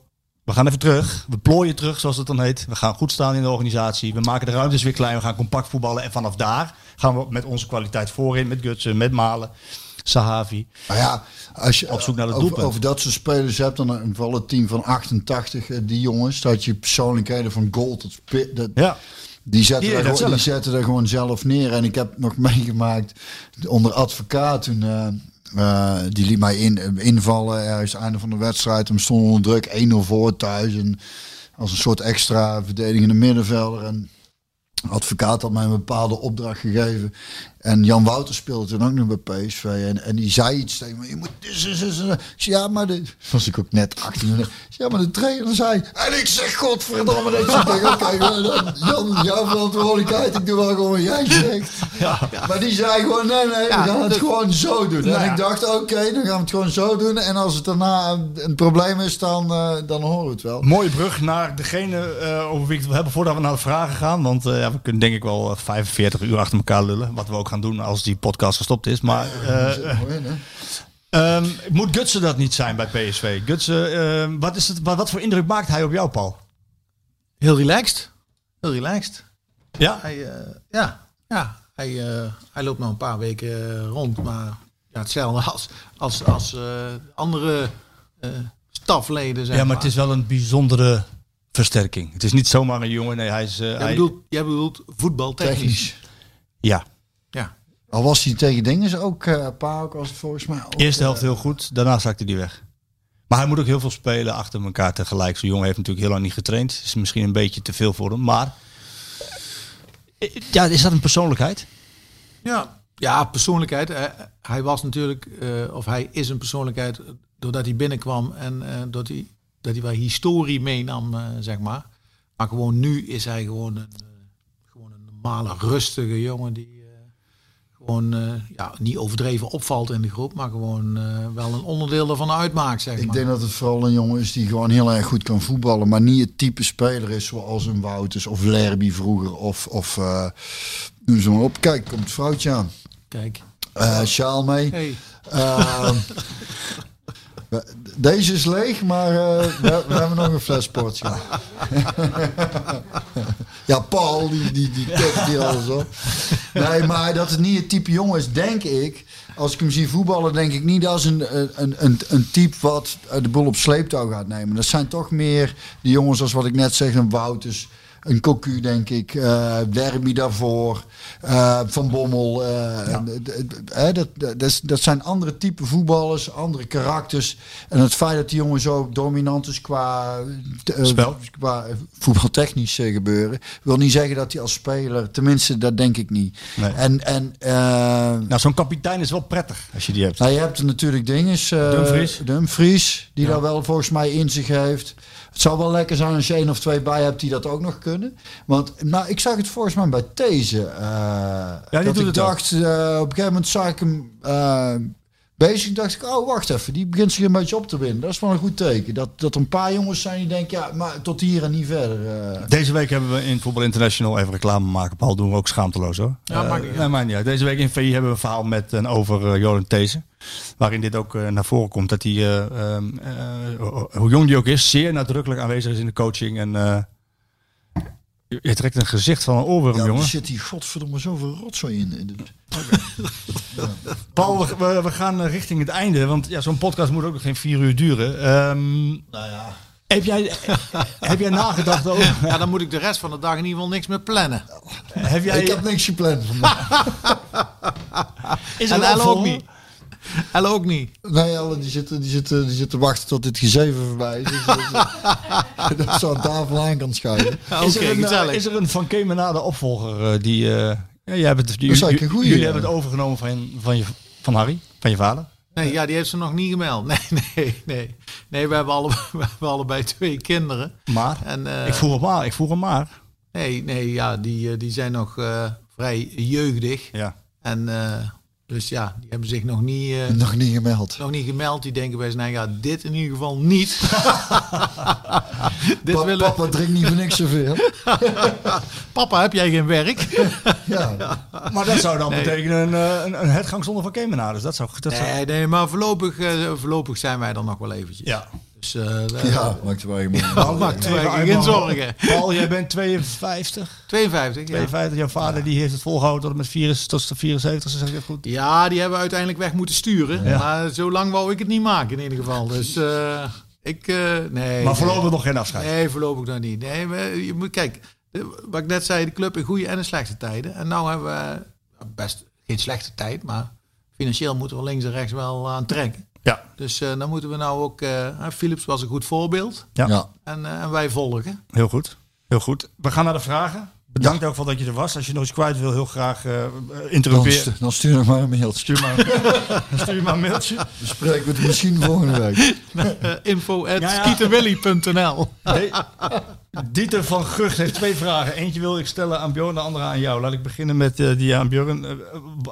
Speaker 6: We gaan even terug. We plooien terug, zoals het dan heet. We gaan goed staan in de organisatie. We maken de ruimtes weer klein. We gaan compact voetballen. En vanaf daar gaan we met onze kwaliteit voorin. Met Gutsen, met Malen, Sahavi.
Speaker 5: Maar ja, als je
Speaker 6: op zoek naar de
Speaker 5: over,
Speaker 6: doelpunt.
Speaker 5: over dat soort spelers hebt, dan een vallen team van achtentachtig. Die jongens, dat je persoonlijkheden van goal tot spit. Dat,
Speaker 6: Ja.
Speaker 5: Die zetten,
Speaker 6: Die
Speaker 5: er
Speaker 6: dat
Speaker 5: gewoon, die
Speaker 6: zelf.
Speaker 5: zetten er gewoon zelf neer. En ik heb nog meegemaakt onder advocaat toen. Uh, uh, die liet mij in, invallen ergens einde van de wedstrijd. En we stonden onder druk één nul voor thuis. En als een soort extra verdedigende middenvelder. En advocaat had mij een bepaalde opdracht gegeven. En Jan Wouters speelde toen ook nog bij P S V. En, en die zei iets tegen me. Je moet dus, dus, dus, dus. Ja, maar de... Was ik ook net achttien. Ja, maar de trainer zei... En ik zeg, godverdomme. Dat je denkt, oké, Jan, jouw verantwoordelijkheid. Ik doe wel gewoon wat jij zegt. Ja, ja. Maar die zei gewoon, nee, nee,
Speaker 7: Ja,
Speaker 5: we gaan het
Speaker 7: dus,
Speaker 5: gewoon zo doen.
Speaker 6: Nou
Speaker 5: en
Speaker 6: ja.
Speaker 5: ik dacht, oké, okay, dan gaan we het gewoon zo doen. En als het daarna een probleem is, dan, uh, dan horen we het wel.
Speaker 6: Mooie brug naar degene uh, over wie ik het wil hebben voordat we naar de vragen gaan. Want uh, ja, we kunnen denk ik wel vijfenveertig uur achter elkaar lullen. Wat we ook gaan doen als die podcast gestopt is. Maar uh, um, moet Gutsen dat niet zijn bij P S V? Gutsen, uh, wat, is het, wat, wat voor indruk maakt hij op jou, Paul?
Speaker 7: Heel relaxed. Heel relaxed.
Speaker 6: Ja?
Speaker 7: Hij, uh, ja, ja. Hij, uh, hij loopt nog een paar weken uh, rond. Maar ja, hetzelfde als, als, als uh, andere uh, stafleden. Zeg
Speaker 6: Ja, maar het is wel een bijzondere versterking. Het is niet zomaar een jongen. Nee, hij is... Uh,
Speaker 7: Jij,
Speaker 6: hij...
Speaker 7: bedoelt, jij bedoelt voetbaltechnisch.
Speaker 5: Technisch.
Speaker 6: Ja.
Speaker 7: Ja.
Speaker 5: Al was hij tegen dingen ook, uh, Pauk was het volgens mij ook,
Speaker 6: Eerste helft
Speaker 5: uh,
Speaker 6: heel goed, daarna zakte hij weg. Maar hij moet ook heel veel spelen achter elkaar tegelijk. Zo'n jongen heeft natuurlijk heel lang niet getraind. Is misschien een beetje te veel voor hem. Maar ja, is dat een persoonlijkheid?
Speaker 7: Ja, ja, persoonlijkheid. Hij, hij was natuurlijk, uh, of hij is een persoonlijkheid doordat hij binnenkwam en uh, dat hij dat hij wel historie meenam, uh, zeg maar. Maar gewoon nu is hij gewoon een, uh, gewoon een normale, rustige jongen die uh, gewoon uh, ja, niet overdreven opvalt in de groep, maar gewoon uh, wel een onderdeel ervan uitmaakt, zeg maar.
Speaker 5: Ik denk dat het vooral een jongen is die gewoon heel erg goed kan voetballen, maar niet het type speler is zoals een Wouters of Lerby vroeger. Of, of uh, doen ze maar op. Kijk, komt het vrouwtje aan.
Speaker 7: Kijk.
Speaker 5: Uh, sjaal mee.
Speaker 7: Hey.
Speaker 5: Uh, deze is leeg, maar uh, we, we hebben nog een fles portje. Ja, Paul, die, die, die tikt die alles op. Nee, maar dat het niet het type jongen is, denk ik. Als ik hem zie voetballen, denk ik niet dat is een, een, een, een type wat de boel op sleeptouw gaat nemen. Dat zijn toch meer de jongens zoals wat ik net zeg, een Wouters, een Cocu, denk ik. Uh, Derby daarvoor. Uh, Van Bommel. Uh,
Speaker 6: Ja.
Speaker 5: d- d- d- uh, dat, dat, is, dat zijn andere type voetballers, andere karakters. En het feit dat die jongens zo dominant is qua, uh,
Speaker 6: Spel.
Speaker 5: qua voetbaltechnisch uh, gebeuren, wil niet zeggen dat hij als speler, tenminste dat denk ik niet.
Speaker 6: Nee.
Speaker 5: En, en uh,
Speaker 6: Nou, zo'n kapitein is wel prettig als je die hebt.
Speaker 5: nou, je hebt er natuurlijk dingen. Uh,
Speaker 6: Dumfries.
Speaker 5: Dumfries, die
Speaker 6: Ja.
Speaker 5: daar wel volgens mij in zich heeft. Het zou wel lekker zijn als je één of twee bij hebt die dat ook nog kunnen. Want nou, ik zag het volgens mij bij These. Uh,
Speaker 6: die
Speaker 5: dat
Speaker 6: doet
Speaker 5: ik
Speaker 6: het
Speaker 5: dacht, uh, op een gegeven moment zag ik hem uh, bezig. Dacht ik, oh wacht even, die begint zich een beetje op te winnen. Dat is wel een goed teken. Dat, dat er een paar jongens zijn die denken, ja, maar tot hier en niet verder. Uh.
Speaker 6: Deze week hebben we in Voetbal International, even reclame maken, Paul, doen we ook schaamteloos hoor.
Speaker 7: Ja,
Speaker 6: Uh,
Speaker 7: maakt niet uit.
Speaker 6: nee, maakt niet uit. Deze week in V I hebben we een verhaal met en over uh, Joran These. Waarin dit ook uh, naar voren komt. Dat hij, uh, um, uh, hoe jong die ook is, zeer nadrukkelijk aanwezig is in de coaching. En uh, je trekt een gezicht van een oorworm,
Speaker 5: Ja,
Speaker 6: jongen.
Speaker 5: er zit hier godverdomme zoveel rotzooi in.
Speaker 6: Paul, we, we, we gaan uh, richting het einde. Want ja, zo'n podcast moet ook nog geen vier uur duren. Um,
Speaker 5: Nou ja.
Speaker 6: heb, jij, heb jij nagedacht over...
Speaker 7: Ja, dan moet ik de rest van de dag in ieder geval niks meer plannen.
Speaker 6: Heb jij,
Speaker 5: Ik heb niks gepland vandaag.
Speaker 6: is
Speaker 7: En
Speaker 6: er
Speaker 7: Elle
Speaker 6: wel
Speaker 7: ook
Speaker 6: voor?
Speaker 7: niet. Elle ook niet.
Speaker 5: Nee, alle die zitten, die, zitten, die zitten wachten tot dit gezeven voorbij is. Dus dat, dat zo aan tafel aan kan schuiven.
Speaker 6: Is, er
Speaker 7: Oké,
Speaker 6: een, uh,
Speaker 7: gezellig.
Speaker 6: is er een Van Kemenade opvolger uh, die... Uh, ja, jij hebt het,
Speaker 5: is eigenlijk een goeie,
Speaker 6: jullie
Speaker 5: ja.
Speaker 6: hebben het overgenomen van, van, je, van Harry, van je vader.
Speaker 7: Nee, ja, die heeft ze nog niet gemeld. Nee, nee, nee. Nee, we hebben, alle, we hebben allebei twee kinderen.
Speaker 6: Maar,
Speaker 7: En, uh,
Speaker 6: ik vroeg hem maar, ik vroeg hem maar.
Speaker 7: Nee, nee, ja, die, uh, die zijn nog uh, vrij jeugdig.
Speaker 6: Ja.
Speaker 7: En uh, dus ja, die hebben zich nog niet, uh,
Speaker 5: Nog niet gemeld.
Speaker 7: nog niet gemeld. Die denken bij zijn, ja, dit in ieder geval niet. dit
Speaker 5: Pa,
Speaker 7: willen...
Speaker 5: Papa drinkt niet voor niks zoveel.
Speaker 7: Papa, heb jij geen werk?
Speaker 5: Ja.
Speaker 6: Maar dat zou dan
Speaker 7: Nee.
Speaker 6: betekenen een, een, een hetgang zonder Van Kemenade. Dus dat zou... Dat zou
Speaker 7: Nee, nee, maar voorlopig, uh, voorlopig zijn wij dan nog wel eventjes.
Speaker 6: ja.
Speaker 7: Dus uh, uh,
Speaker 5: Ja, maakt er wel geen
Speaker 7: ja, maakt er wel geen zorgen.
Speaker 6: Paul, jij bent tweeënvijftig.
Speaker 7: tweeënvijftig, ja.
Speaker 6: tweeënvijftig, jouw vader ja. die heeft het volgehouden tot en met vierenzestig, tot de vierenzeventig, zeg ik dat goed?
Speaker 7: Ja, die hebben we uiteindelijk weg moeten sturen. Ja. Maar zo lang wou ik het niet maken in ieder geval. Dus uh, ik, uh, nee.
Speaker 6: Maar voorlopig
Speaker 7: nee.
Speaker 6: nog geen afscheid?
Speaker 7: Nee, voorlopig nog niet. Nee, we, je moet, kijk, wat ik net zei, de club in goede en in slechte tijden. En nou hebben we best geen slechte tijd, maar financieel moeten we links en rechts wel aan trekken.
Speaker 6: Ja.
Speaker 7: Dus uh, dan moeten we nou ook... Uh, Philips was een goed voorbeeld.
Speaker 6: Ja.
Speaker 5: Ja.
Speaker 7: En, uh, en wij volgen.
Speaker 6: Heel goed. Heel goed. We gaan naar de vragen. Bedankt ja. ook wel dat je er was. Als je nog iets kwijt wil, heel graag uh, interrumperen.
Speaker 5: Dan, stu- dan stuur nog maar een mailtje.
Speaker 6: Stuur maar, dan stuur je maar een mailtje.
Speaker 5: We spreken met de machine volgende week.
Speaker 7: uh, info at skieterwilly punt n l
Speaker 6: Nee. Dieter van Gucht heeft twee vragen. Eentje wil ik stellen aan Björn, de andere aan jou. Laat ik beginnen met uh, die aan Björn. Uh,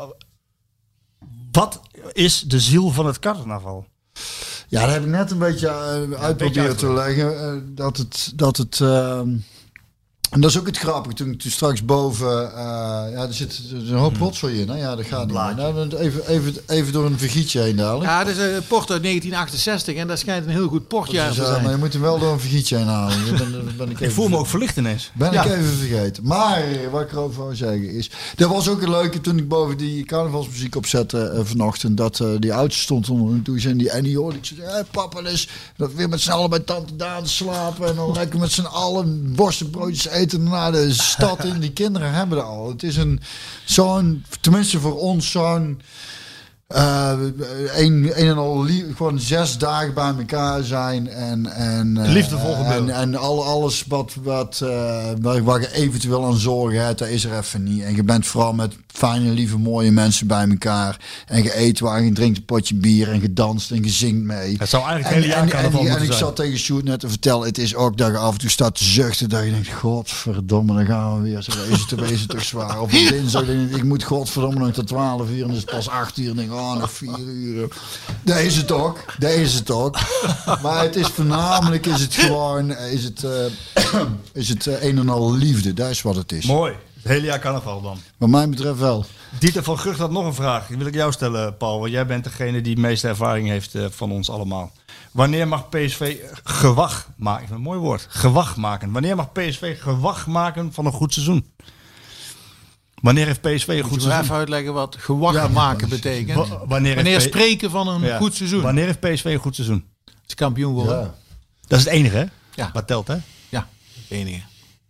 Speaker 6: wat is de ziel van het carnaval?
Speaker 5: Ja, daar heb ik net een beetje uh, uit proberen te leggen. Uh, dat het... Dat het uh, en dat is ook het grappige. Toen, toen straks boven... Uh, ja, er zit een hoop rotzooi in. Hè? Ja, dat gaat niet meer. Nou, even, even, even door een vergietje heen dadelijk.
Speaker 7: Ja, dat is een port uit negentien achtenzestig. En dat schijnt een heel goed portjaar te zijn.
Speaker 5: Maar je moet hem wel door een vergietje heen halen. Ben, ben ik
Speaker 6: ik voel me ook verlicht ineens.
Speaker 5: Ben
Speaker 7: ja.
Speaker 5: ik even vergeten. Maar wat ik erover wou zeggen is... Er was ook een leuke toen ik boven die carnavalsmuziek opzette uh, vanochtend. Dat uh, die oudste stond onder hun toes. En die Annie hoorde ik zei... Hey, papa, dus dat weer met z'n allen bij tante Daan slapen. En dan lekker met z'n allen worstenbroodjes eten naar de stad in. Die kinderen hebben dat al. Het is een zo'n... Tenminste voor ons zo'n... Uh, een, een en al lief, gewoon zes dagen bij elkaar zijn en en uh,
Speaker 6: liefdevol gebeuren.
Speaker 5: en, en al, alles wat wat uh, waar, waar je eventueel aan zorgen hebt, dat is er even niet. En je bent vooral met fijne, lieve, mooie mensen bij elkaar en je eet waar, je drinkt een potje bier en je danst en je zingt mee.
Speaker 6: Het zou eigenlijk het hele jaar carnaval
Speaker 5: En, en,
Speaker 6: moeten
Speaker 5: en ik
Speaker 6: zijn.
Speaker 5: zat tegen Sjoerd net te vertellen, het is ook dat je af en toe staat te zuchten, dat je denkt, godverdomme, dan gaan we weer. Zo, is het, is het toch zwaar? Of op dinsdag denk ik, ik moet godverdomme nog tot twaalf uur en is het pas acht uur en denk oh, nog vier uur. Daar is het ook. Daar is het ook. Maar het is voornamelijk is het gewoon is het, uh, is het uh, een en al liefde. Dat is wat het is.
Speaker 6: Mooi. Het hele jaar carnaval dan.
Speaker 5: Wat mij betreft wel.
Speaker 6: Dieter van Gucht had nog een vraag. Die wil ik jou stellen, Paul. Want jij bent degene die de meeste ervaring heeft uh, van ons allemaal. Wanneer mag P S V gewag maken? Een mooi woord. Gewag maken. Wanneer mag P S V gewag maken van een goed seizoen? Wanneer heeft P S V een goed seizoen?
Speaker 7: Even uitleggen wat gewag ja, maken betekent.
Speaker 6: W- wanneer
Speaker 7: wanneer
Speaker 6: P-
Speaker 7: spreken van een
Speaker 6: ja.
Speaker 7: goed seizoen.
Speaker 6: Wanneer heeft P S V een goed seizoen?
Speaker 7: Als kampioen worden.
Speaker 5: Ja.
Speaker 6: Dat is het enige, hè?
Speaker 7: Ja.
Speaker 6: Wat telt, hè?
Speaker 7: Ja, het enige.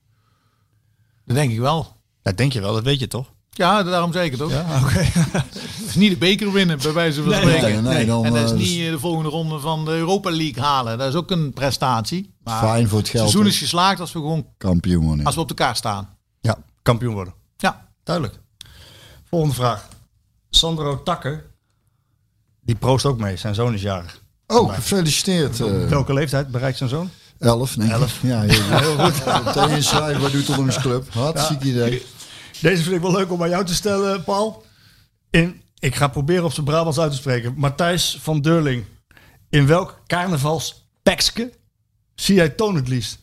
Speaker 7: Dat denk ik wel.
Speaker 6: Dat denk je wel, dat weet je toch?
Speaker 7: Ja, daarom zeker toch?
Speaker 6: Ja, oké. Okay.
Speaker 7: Het is niet de beker winnen, bij wijze van
Speaker 6: nee,
Speaker 7: spreken.
Speaker 5: Nee, nee, dan,
Speaker 7: en dat is
Speaker 5: uh,
Speaker 7: niet de volgende ronde van de Europa League halen. Dat is ook een prestatie. Maar
Speaker 5: fijn voor het geld.
Speaker 7: Het seizoen is geslaagd als we gewoon
Speaker 5: kampioen worden.
Speaker 7: Als we op de kaart staan.
Speaker 6: Ja, kampioen worden.
Speaker 7: Ja.
Speaker 6: Duidelijk. Volgende vraag. Sandro Takker. Die proost ook mee. Zijn zoon is jarig.
Speaker 5: Oh, gefeliciteerd. Uh,
Speaker 6: Welke leeftijd bereikt zijn zoon?
Speaker 5: Elf, denk ik.
Speaker 6: Elf.
Speaker 5: Ja, heel goed. Heel goed. Ja, meteen inschrijven, wat doet ons club? Hartstikke ja. idee.
Speaker 6: Deze vind ik wel leuk om aan jou te stellen, Paul. In, ik ga proberen op zijn Brabants uit te spreken. Matthijs van Deurling. In welk carnavalspekske zie jij Toon het liefst?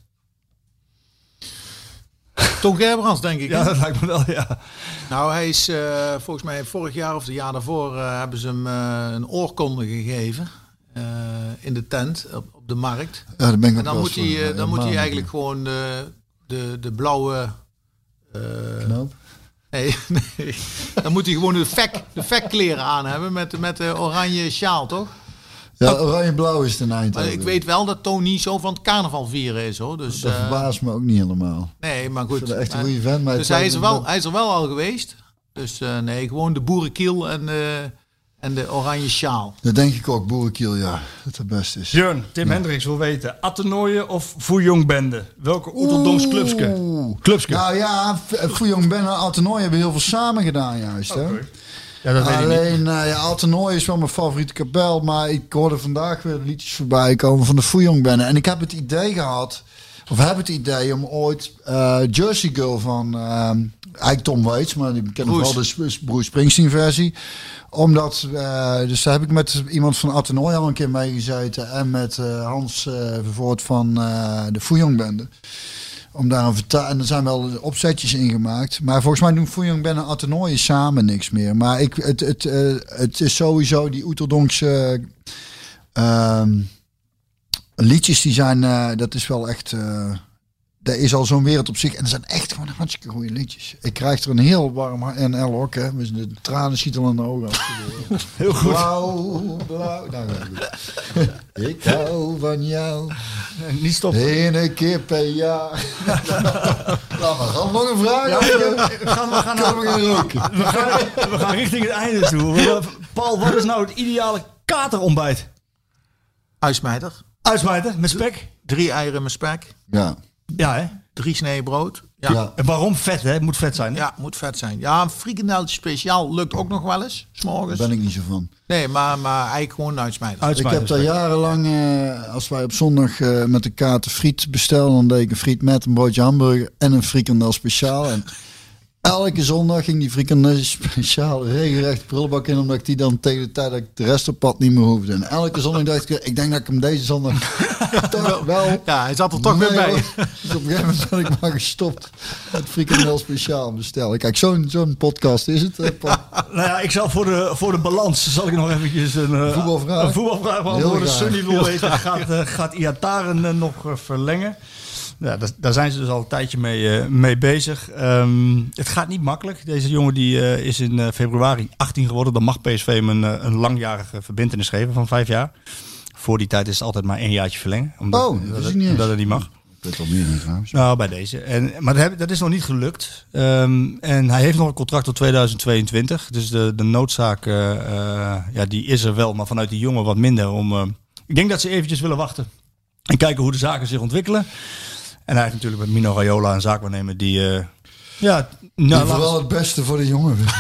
Speaker 7: Toon Gerbrands, denk ik.
Speaker 6: Ja,
Speaker 7: hè?
Speaker 6: dat lijkt me wel, ja.
Speaker 7: Nou, hij is uh, volgens mij vorig jaar of het jaar daarvoor uh, hebben ze hem uh, een oorkonde gegeven. Uh, in de tent, op, op de markt.
Speaker 5: Ja, daar ben ik
Speaker 7: en dan moet hij, uh, dan ja, moet hij eigenlijk gewoon de, de, de blauwe... Uh,
Speaker 5: Knoop?
Speaker 7: Nee, nee. Dan moet hij gewoon de vek, de vekkleren aan hebben met, met de oranje sjaal, toch?
Speaker 5: Ja, oranje-blauw is de eind.
Speaker 7: Maar ik weet wel dat Toon niet zo van het carnaval vieren is, hoor. Dus,
Speaker 5: dat verbaast uh, me ook niet helemaal.
Speaker 7: Nee, maar goed.
Speaker 5: Ik vind echt een goede vent. Maar
Speaker 7: dus hij is, er wel, hij is er wel al geweest. Dus uh, nee, gewoon de boerenkiel en de, en de oranje sjaal.
Speaker 5: Dat denk ik ook, boerenkiel, ja. Dat het beste is.
Speaker 6: Björn, Tim ja. Hendricks wil weten. Attenooien of Fouillongbende? Welke Oeteldoms clubske? clubske?
Speaker 5: Nou ja, Fouillongbende en Attenooien hebben heel veel samen gedaan juist. Hè?
Speaker 6: Okay. Ja, dat weet
Speaker 5: Alleen,
Speaker 6: ik niet.
Speaker 5: Uh, ja, Attenooien is wel mijn favoriete kapel. Maar ik hoorde vandaag weer liedjes voorbij komen van de Fouillongbende. En ik heb het idee gehad... Of heb het idee om ooit uh, Jersey Girl van uh, eigenlijk Tom Waits, maar die kennen vooral de Bruce Springsteen versie. Omdat, uh, dus daar heb ik met iemand van Attenooien al een keer mee gezeten en met uh, Hans uh, Vervoort van uh, de Fouillongbende. Om daar een verta- en er zijn wel opzetjes in gemaakt. Maar volgens mij doen Fouillongbende en Attenooien samen niks meer. Maar ik, het, het, uh, het is sowieso die Oeteldonkse... Uh, liedjes die zijn, uh, dat is wel echt... Uh, dat is al zo'n wereld op zich. En er zijn echt gewoon hartstikke goede liedjes. Ik krijg er een heel warm hart. En El ook, hè. Dus de tranen schieten al in de ogen.
Speaker 6: Heel goed.
Speaker 5: Blauw, blauw. Nou, goed. Ik hou van jou.
Speaker 6: Nee, niet stoppen.
Speaker 5: Eén keer per jaar. Nou, we gaan nog een vraag.
Speaker 6: Ja, we gaan, we gaan,
Speaker 5: kan we gaan roken.
Speaker 6: We gaan, we gaan richting het einde toe. Paul, wat is nou het ideale katerontbijt?
Speaker 7: Uitsmijter.
Speaker 6: Uitsmijter, met spek?
Speaker 7: Drie eieren met spek.
Speaker 5: Ja.
Speaker 6: Ja, hè?
Speaker 7: Drie sneden brood. Ja.
Speaker 5: Ja.
Speaker 6: En waarom vet, hè? Het moet vet zijn, hè?
Speaker 7: Ja, moet vet zijn. Ja, een frikandeltje speciaal lukt ook nog wel eens. 's morgens.
Speaker 5: Daar ben ik niet zo van.
Speaker 7: Nee, maar, maar eigenlijk gewoon uitsmijter.
Speaker 5: Ik heb daar jarenlang, uh, als wij op zondag uh, met de kater friet bestelden, dan deed ik een friet met een broodje hamburger en een frikandel speciaal. En elke zondag ging die frikandel speciaal regelrecht de prullenbak in, omdat ik die dan tegen de tijd dat ik de rest op pad niet meer hoefde. En elke zondag dacht ik, ik denk dat ik hem deze zondag toch wel...
Speaker 7: Ja, hij zat er toch weer bij.
Speaker 5: Hoor. Dus op een gegeven moment ben ik maar gestopt met frikandel speciaal bestellen. Kijk, zo'n zo'n podcast is het. Uh,
Speaker 6: nou ja, ik zal voor de, voor de balans, zal ik nog eventjes een uh,
Speaker 5: voetbalvraag,
Speaker 6: een voetbalvraag beantwoorden. Sunny wil weten, gaat, uh, gaat Iataren uh, nog uh, verlengen? Ja, daar, daar zijn ze dus al een tijdje mee, uh, mee bezig. Um, het gaat niet makkelijk. Deze jongen die, uh, is in uh, februari achttien geworden. Dan mag P S V hem een, uh, een langjarige verbintenis geven van vijf jaar. Voor die tijd is het altijd maar één jaartje verlengen. Omdat,
Speaker 5: oh, dat,
Speaker 6: dat,
Speaker 5: niet
Speaker 6: omdat het niet mag.
Speaker 5: Ik weet het al meer niet trouwens.
Speaker 6: Nou, bij deze. En, maar dat, dat is nog niet gelukt. Um, en hij heeft nog een contract tot tweeduizend tweeëntwintig. Dus de, de noodzaak uh, uh, ja, die is er wel. Maar vanuit die jongen wat minder. Om, uh, ik denk dat ze eventjes willen wachten. En kijken hoe de zaken zich ontwikkelen. En hij heeft natuurlijk met Mino Raiola een zaakwaarnemer die... Uh, ja, nou,
Speaker 5: die vooral het beste voor de jongen wil.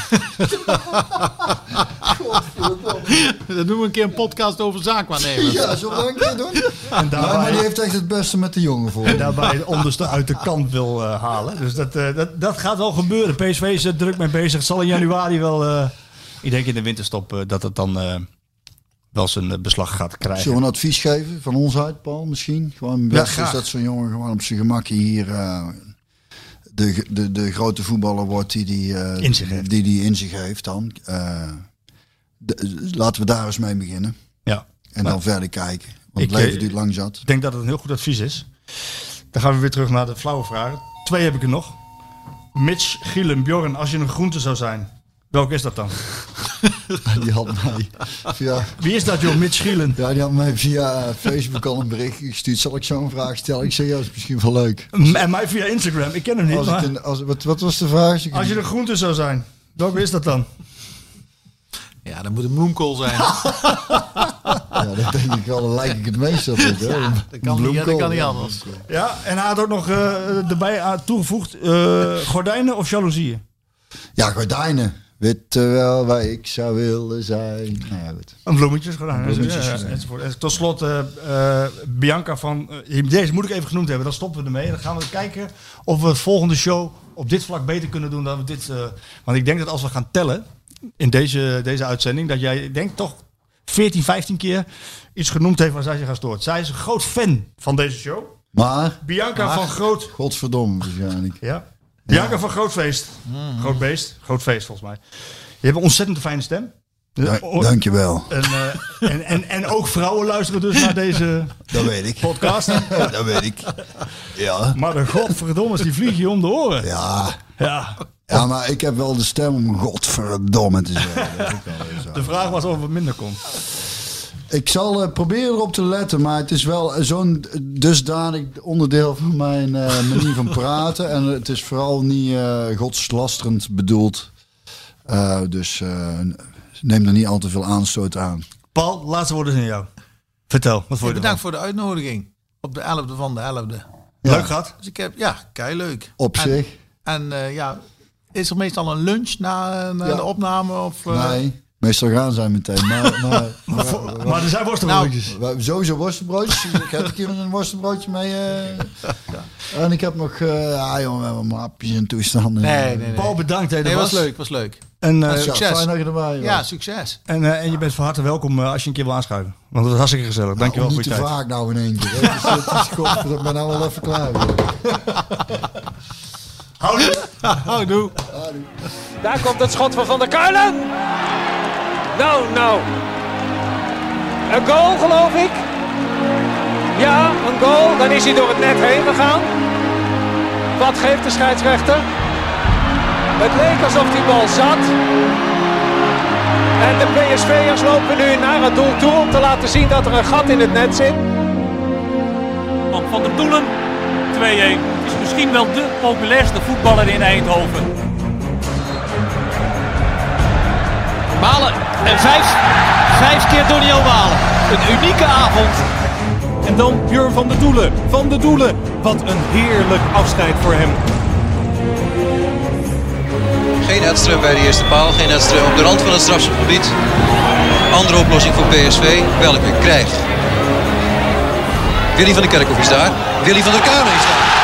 Speaker 7: Dan doen we een keer een podcast over zaakwaarnemers.
Speaker 5: Ja, zo lang keer doen. En daarbij, ja, maar die heeft echt het beste met de jongen voor.
Speaker 6: En daarbij het onderste uit de kant wil uh, halen. Dus dat, uh, dat, dat gaat wel gebeuren. P S V is er druk mee bezig. Het zal in januari wel... Uh, ik denk in de winterstop uh, dat het dan... Uh, wel zijn beslag gaat krijgen.
Speaker 5: Zullen we een advies geven van ons uit, Paul, misschien? Gewoon best ja, is dat zo'n jongen gewoon op zijn gemak hier uh, de, de, de grote voetballer wordt die die, uh,
Speaker 6: in zich heeft.
Speaker 5: die, die in zich heeft dan. Uh, de, laten we daar eens mee beginnen.
Speaker 6: Ja.
Speaker 5: En dan verder kijken. Want het leven duurt lang zat.
Speaker 6: Ik denk dat het een heel goed advies is. Dan gaan we weer terug naar de flauwe vragen. Twee heb ik er nog. Mitch, Gielen, Bjorn, als je een groente zou zijn, welke is dat dan?
Speaker 5: Die had mij via...
Speaker 6: Wie is dat, joh? Mitch Gielen?
Speaker 5: Ja, die had mij via Facebook al een bericht gestuurd. Zal ik zo'n vraag stellen? Ik zeg, ja, dat is misschien wel leuk.
Speaker 6: En mij via Instagram. Ik ken hem niet,
Speaker 5: als
Speaker 6: maar...
Speaker 5: ik een, als, wat, wat was de vraag? Als,
Speaker 6: als je een groente zou zijn, welke is dat dan?
Speaker 7: Ja, dat moet een bloemkool zijn.
Speaker 5: Ja, dat denk ik wel. Dan lijk ik het meest op. Het,
Speaker 7: ja, dat kan niet, dat kan niet anders.
Speaker 6: Ja, en hij had ook nog uh, erbij toegevoegd... Uh, gordijnen of jaloezieën?
Speaker 5: Ja, gordijnen. Weet wel waar ik zou willen zijn. Nou ja, goed.
Speaker 6: Een bloemetjes, gordijnen.
Speaker 5: Bloemetjes,
Speaker 6: ja, ja, enzovoort. En tot slot uh, uh, Bianca van... Uh, deze moet ik even genoemd hebben. Dan stoppen we ermee. Dan gaan we kijken of we het volgende show op dit vlak beter kunnen doen dan we dit... Uh, want ik denk dat als we gaan tellen... in deze, deze uitzending... dat jij, ik denk toch veertien, vijftien keer iets genoemd heeft waar zij zich aan stoort. Zij is een groot fan van deze show.
Speaker 5: Maar?
Speaker 6: Bianca
Speaker 5: maar,
Speaker 6: van Groot...
Speaker 5: Godverdomme, waarschijnlijk.
Speaker 6: Ja. Bianca ja. van Grootfeest. Mm. Groot beest. Groot feest, volgens mij. Je hebt een ontzettend fijne stem.
Speaker 5: Da- dankjewel.
Speaker 6: En, uh, en, en, en ook vrouwen luisteren dus naar deze
Speaker 5: dat weet ik.
Speaker 6: podcast.
Speaker 5: Dat weet ik. Ja.
Speaker 6: Maar de godverdomme, die vliegen je om de oren.
Speaker 5: Ja.
Speaker 6: Ja.
Speaker 5: Ja, maar ik heb wel de stem om godverdomme te zeggen. Dat is
Speaker 6: de vraag was of het minder kon.
Speaker 5: Ik zal uh, proberen erop te letten, maar het is wel zo'n dusdanig onderdeel van mijn uh, manier van praten. En het is vooral niet uh, godslasterend bedoeld. Uh, dus uh, neem er niet al te veel aanstoot aan.
Speaker 6: Paul, laatste woorden zijn jou. Vertel, wat vond je
Speaker 7: Bedankt voor de uitnodiging. Op de elfde van de elfde.
Speaker 6: Ja. Leuk gehad?
Speaker 7: Dus ik heb, ja, kei leuk.
Speaker 5: Op
Speaker 7: en,
Speaker 5: zich.
Speaker 7: En uh, ja, is er meestal een lunch na, na ja. de opname? Of, uh...
Speaker 5: Nee. Meestal gaan zij meteen. Maar, maar, maar,
Speaker 6: maar, maar er zijn worstenbroodjes.
Speaker 5: Nou, sowieso worstenbroodjes. Ik heb een keer een worstenbroodje mee. Uh, ja. En ik heb nog uh, ja, jongen, mapjes en toestanden.
Speaker 7: Nee, nee, nee.
Speaker 6: Paul, bedankt. Hè, dat
Speaker 7: nee,
Speaker 6: was
Speaker 7: leuk, was leuk.
Speaker 6: En, uh,
Speaker 5: ja,
Speaker 7: succes.
Speaker 5: Fijn dat je erbij was.
Speaker 7: Ja, succes.
Speaker 6: En, uh, en je bent van harte welkom uh, als je een keer wil aanschuiven. Want het was hartstikke gezellig.
Speaker 5: Nou,
Speaker 6: Dankjewel voor je
Speaker 5: tijd. Niet te vaak nou in één keer. Het is, het is goed, dat ben nou wel even klaar.
Speaker 6: Houdoe.
Speaker 7: Houdoe.
Speaker 1: Daar komt het schot van Van der Kuilen. Nou, nou. Een goal, geloof ik. Ja, een goal. Dan is hij door het net heen gegaan. Wat geeft de scheidsrechter? Het leek alsof die bal zat. En de P S V'ers lopen nu naar het doel toe om te laten zien dat er een gat in het net zit.
Speaker 8: Van der Doelen, twee-een. Het is misschien wel de populairste voetballer in Eindhoven.
Speaker 3: Malen en vijf. Vijf keer Doniel Malen. Een unieke avond.
Speaker 2: En dan Björn van der Doelen. Van der Doelen. Wat een heerlijk afscheid voor hem.
Speaker 4: Geen Edström bij de eerste paal, geen Edström op de rand van het strafschopgebied. Andere oplossing voor P S V, welke krijgt. Willy van der Kerkhoff is daar. Willy van der Kuilen is daar.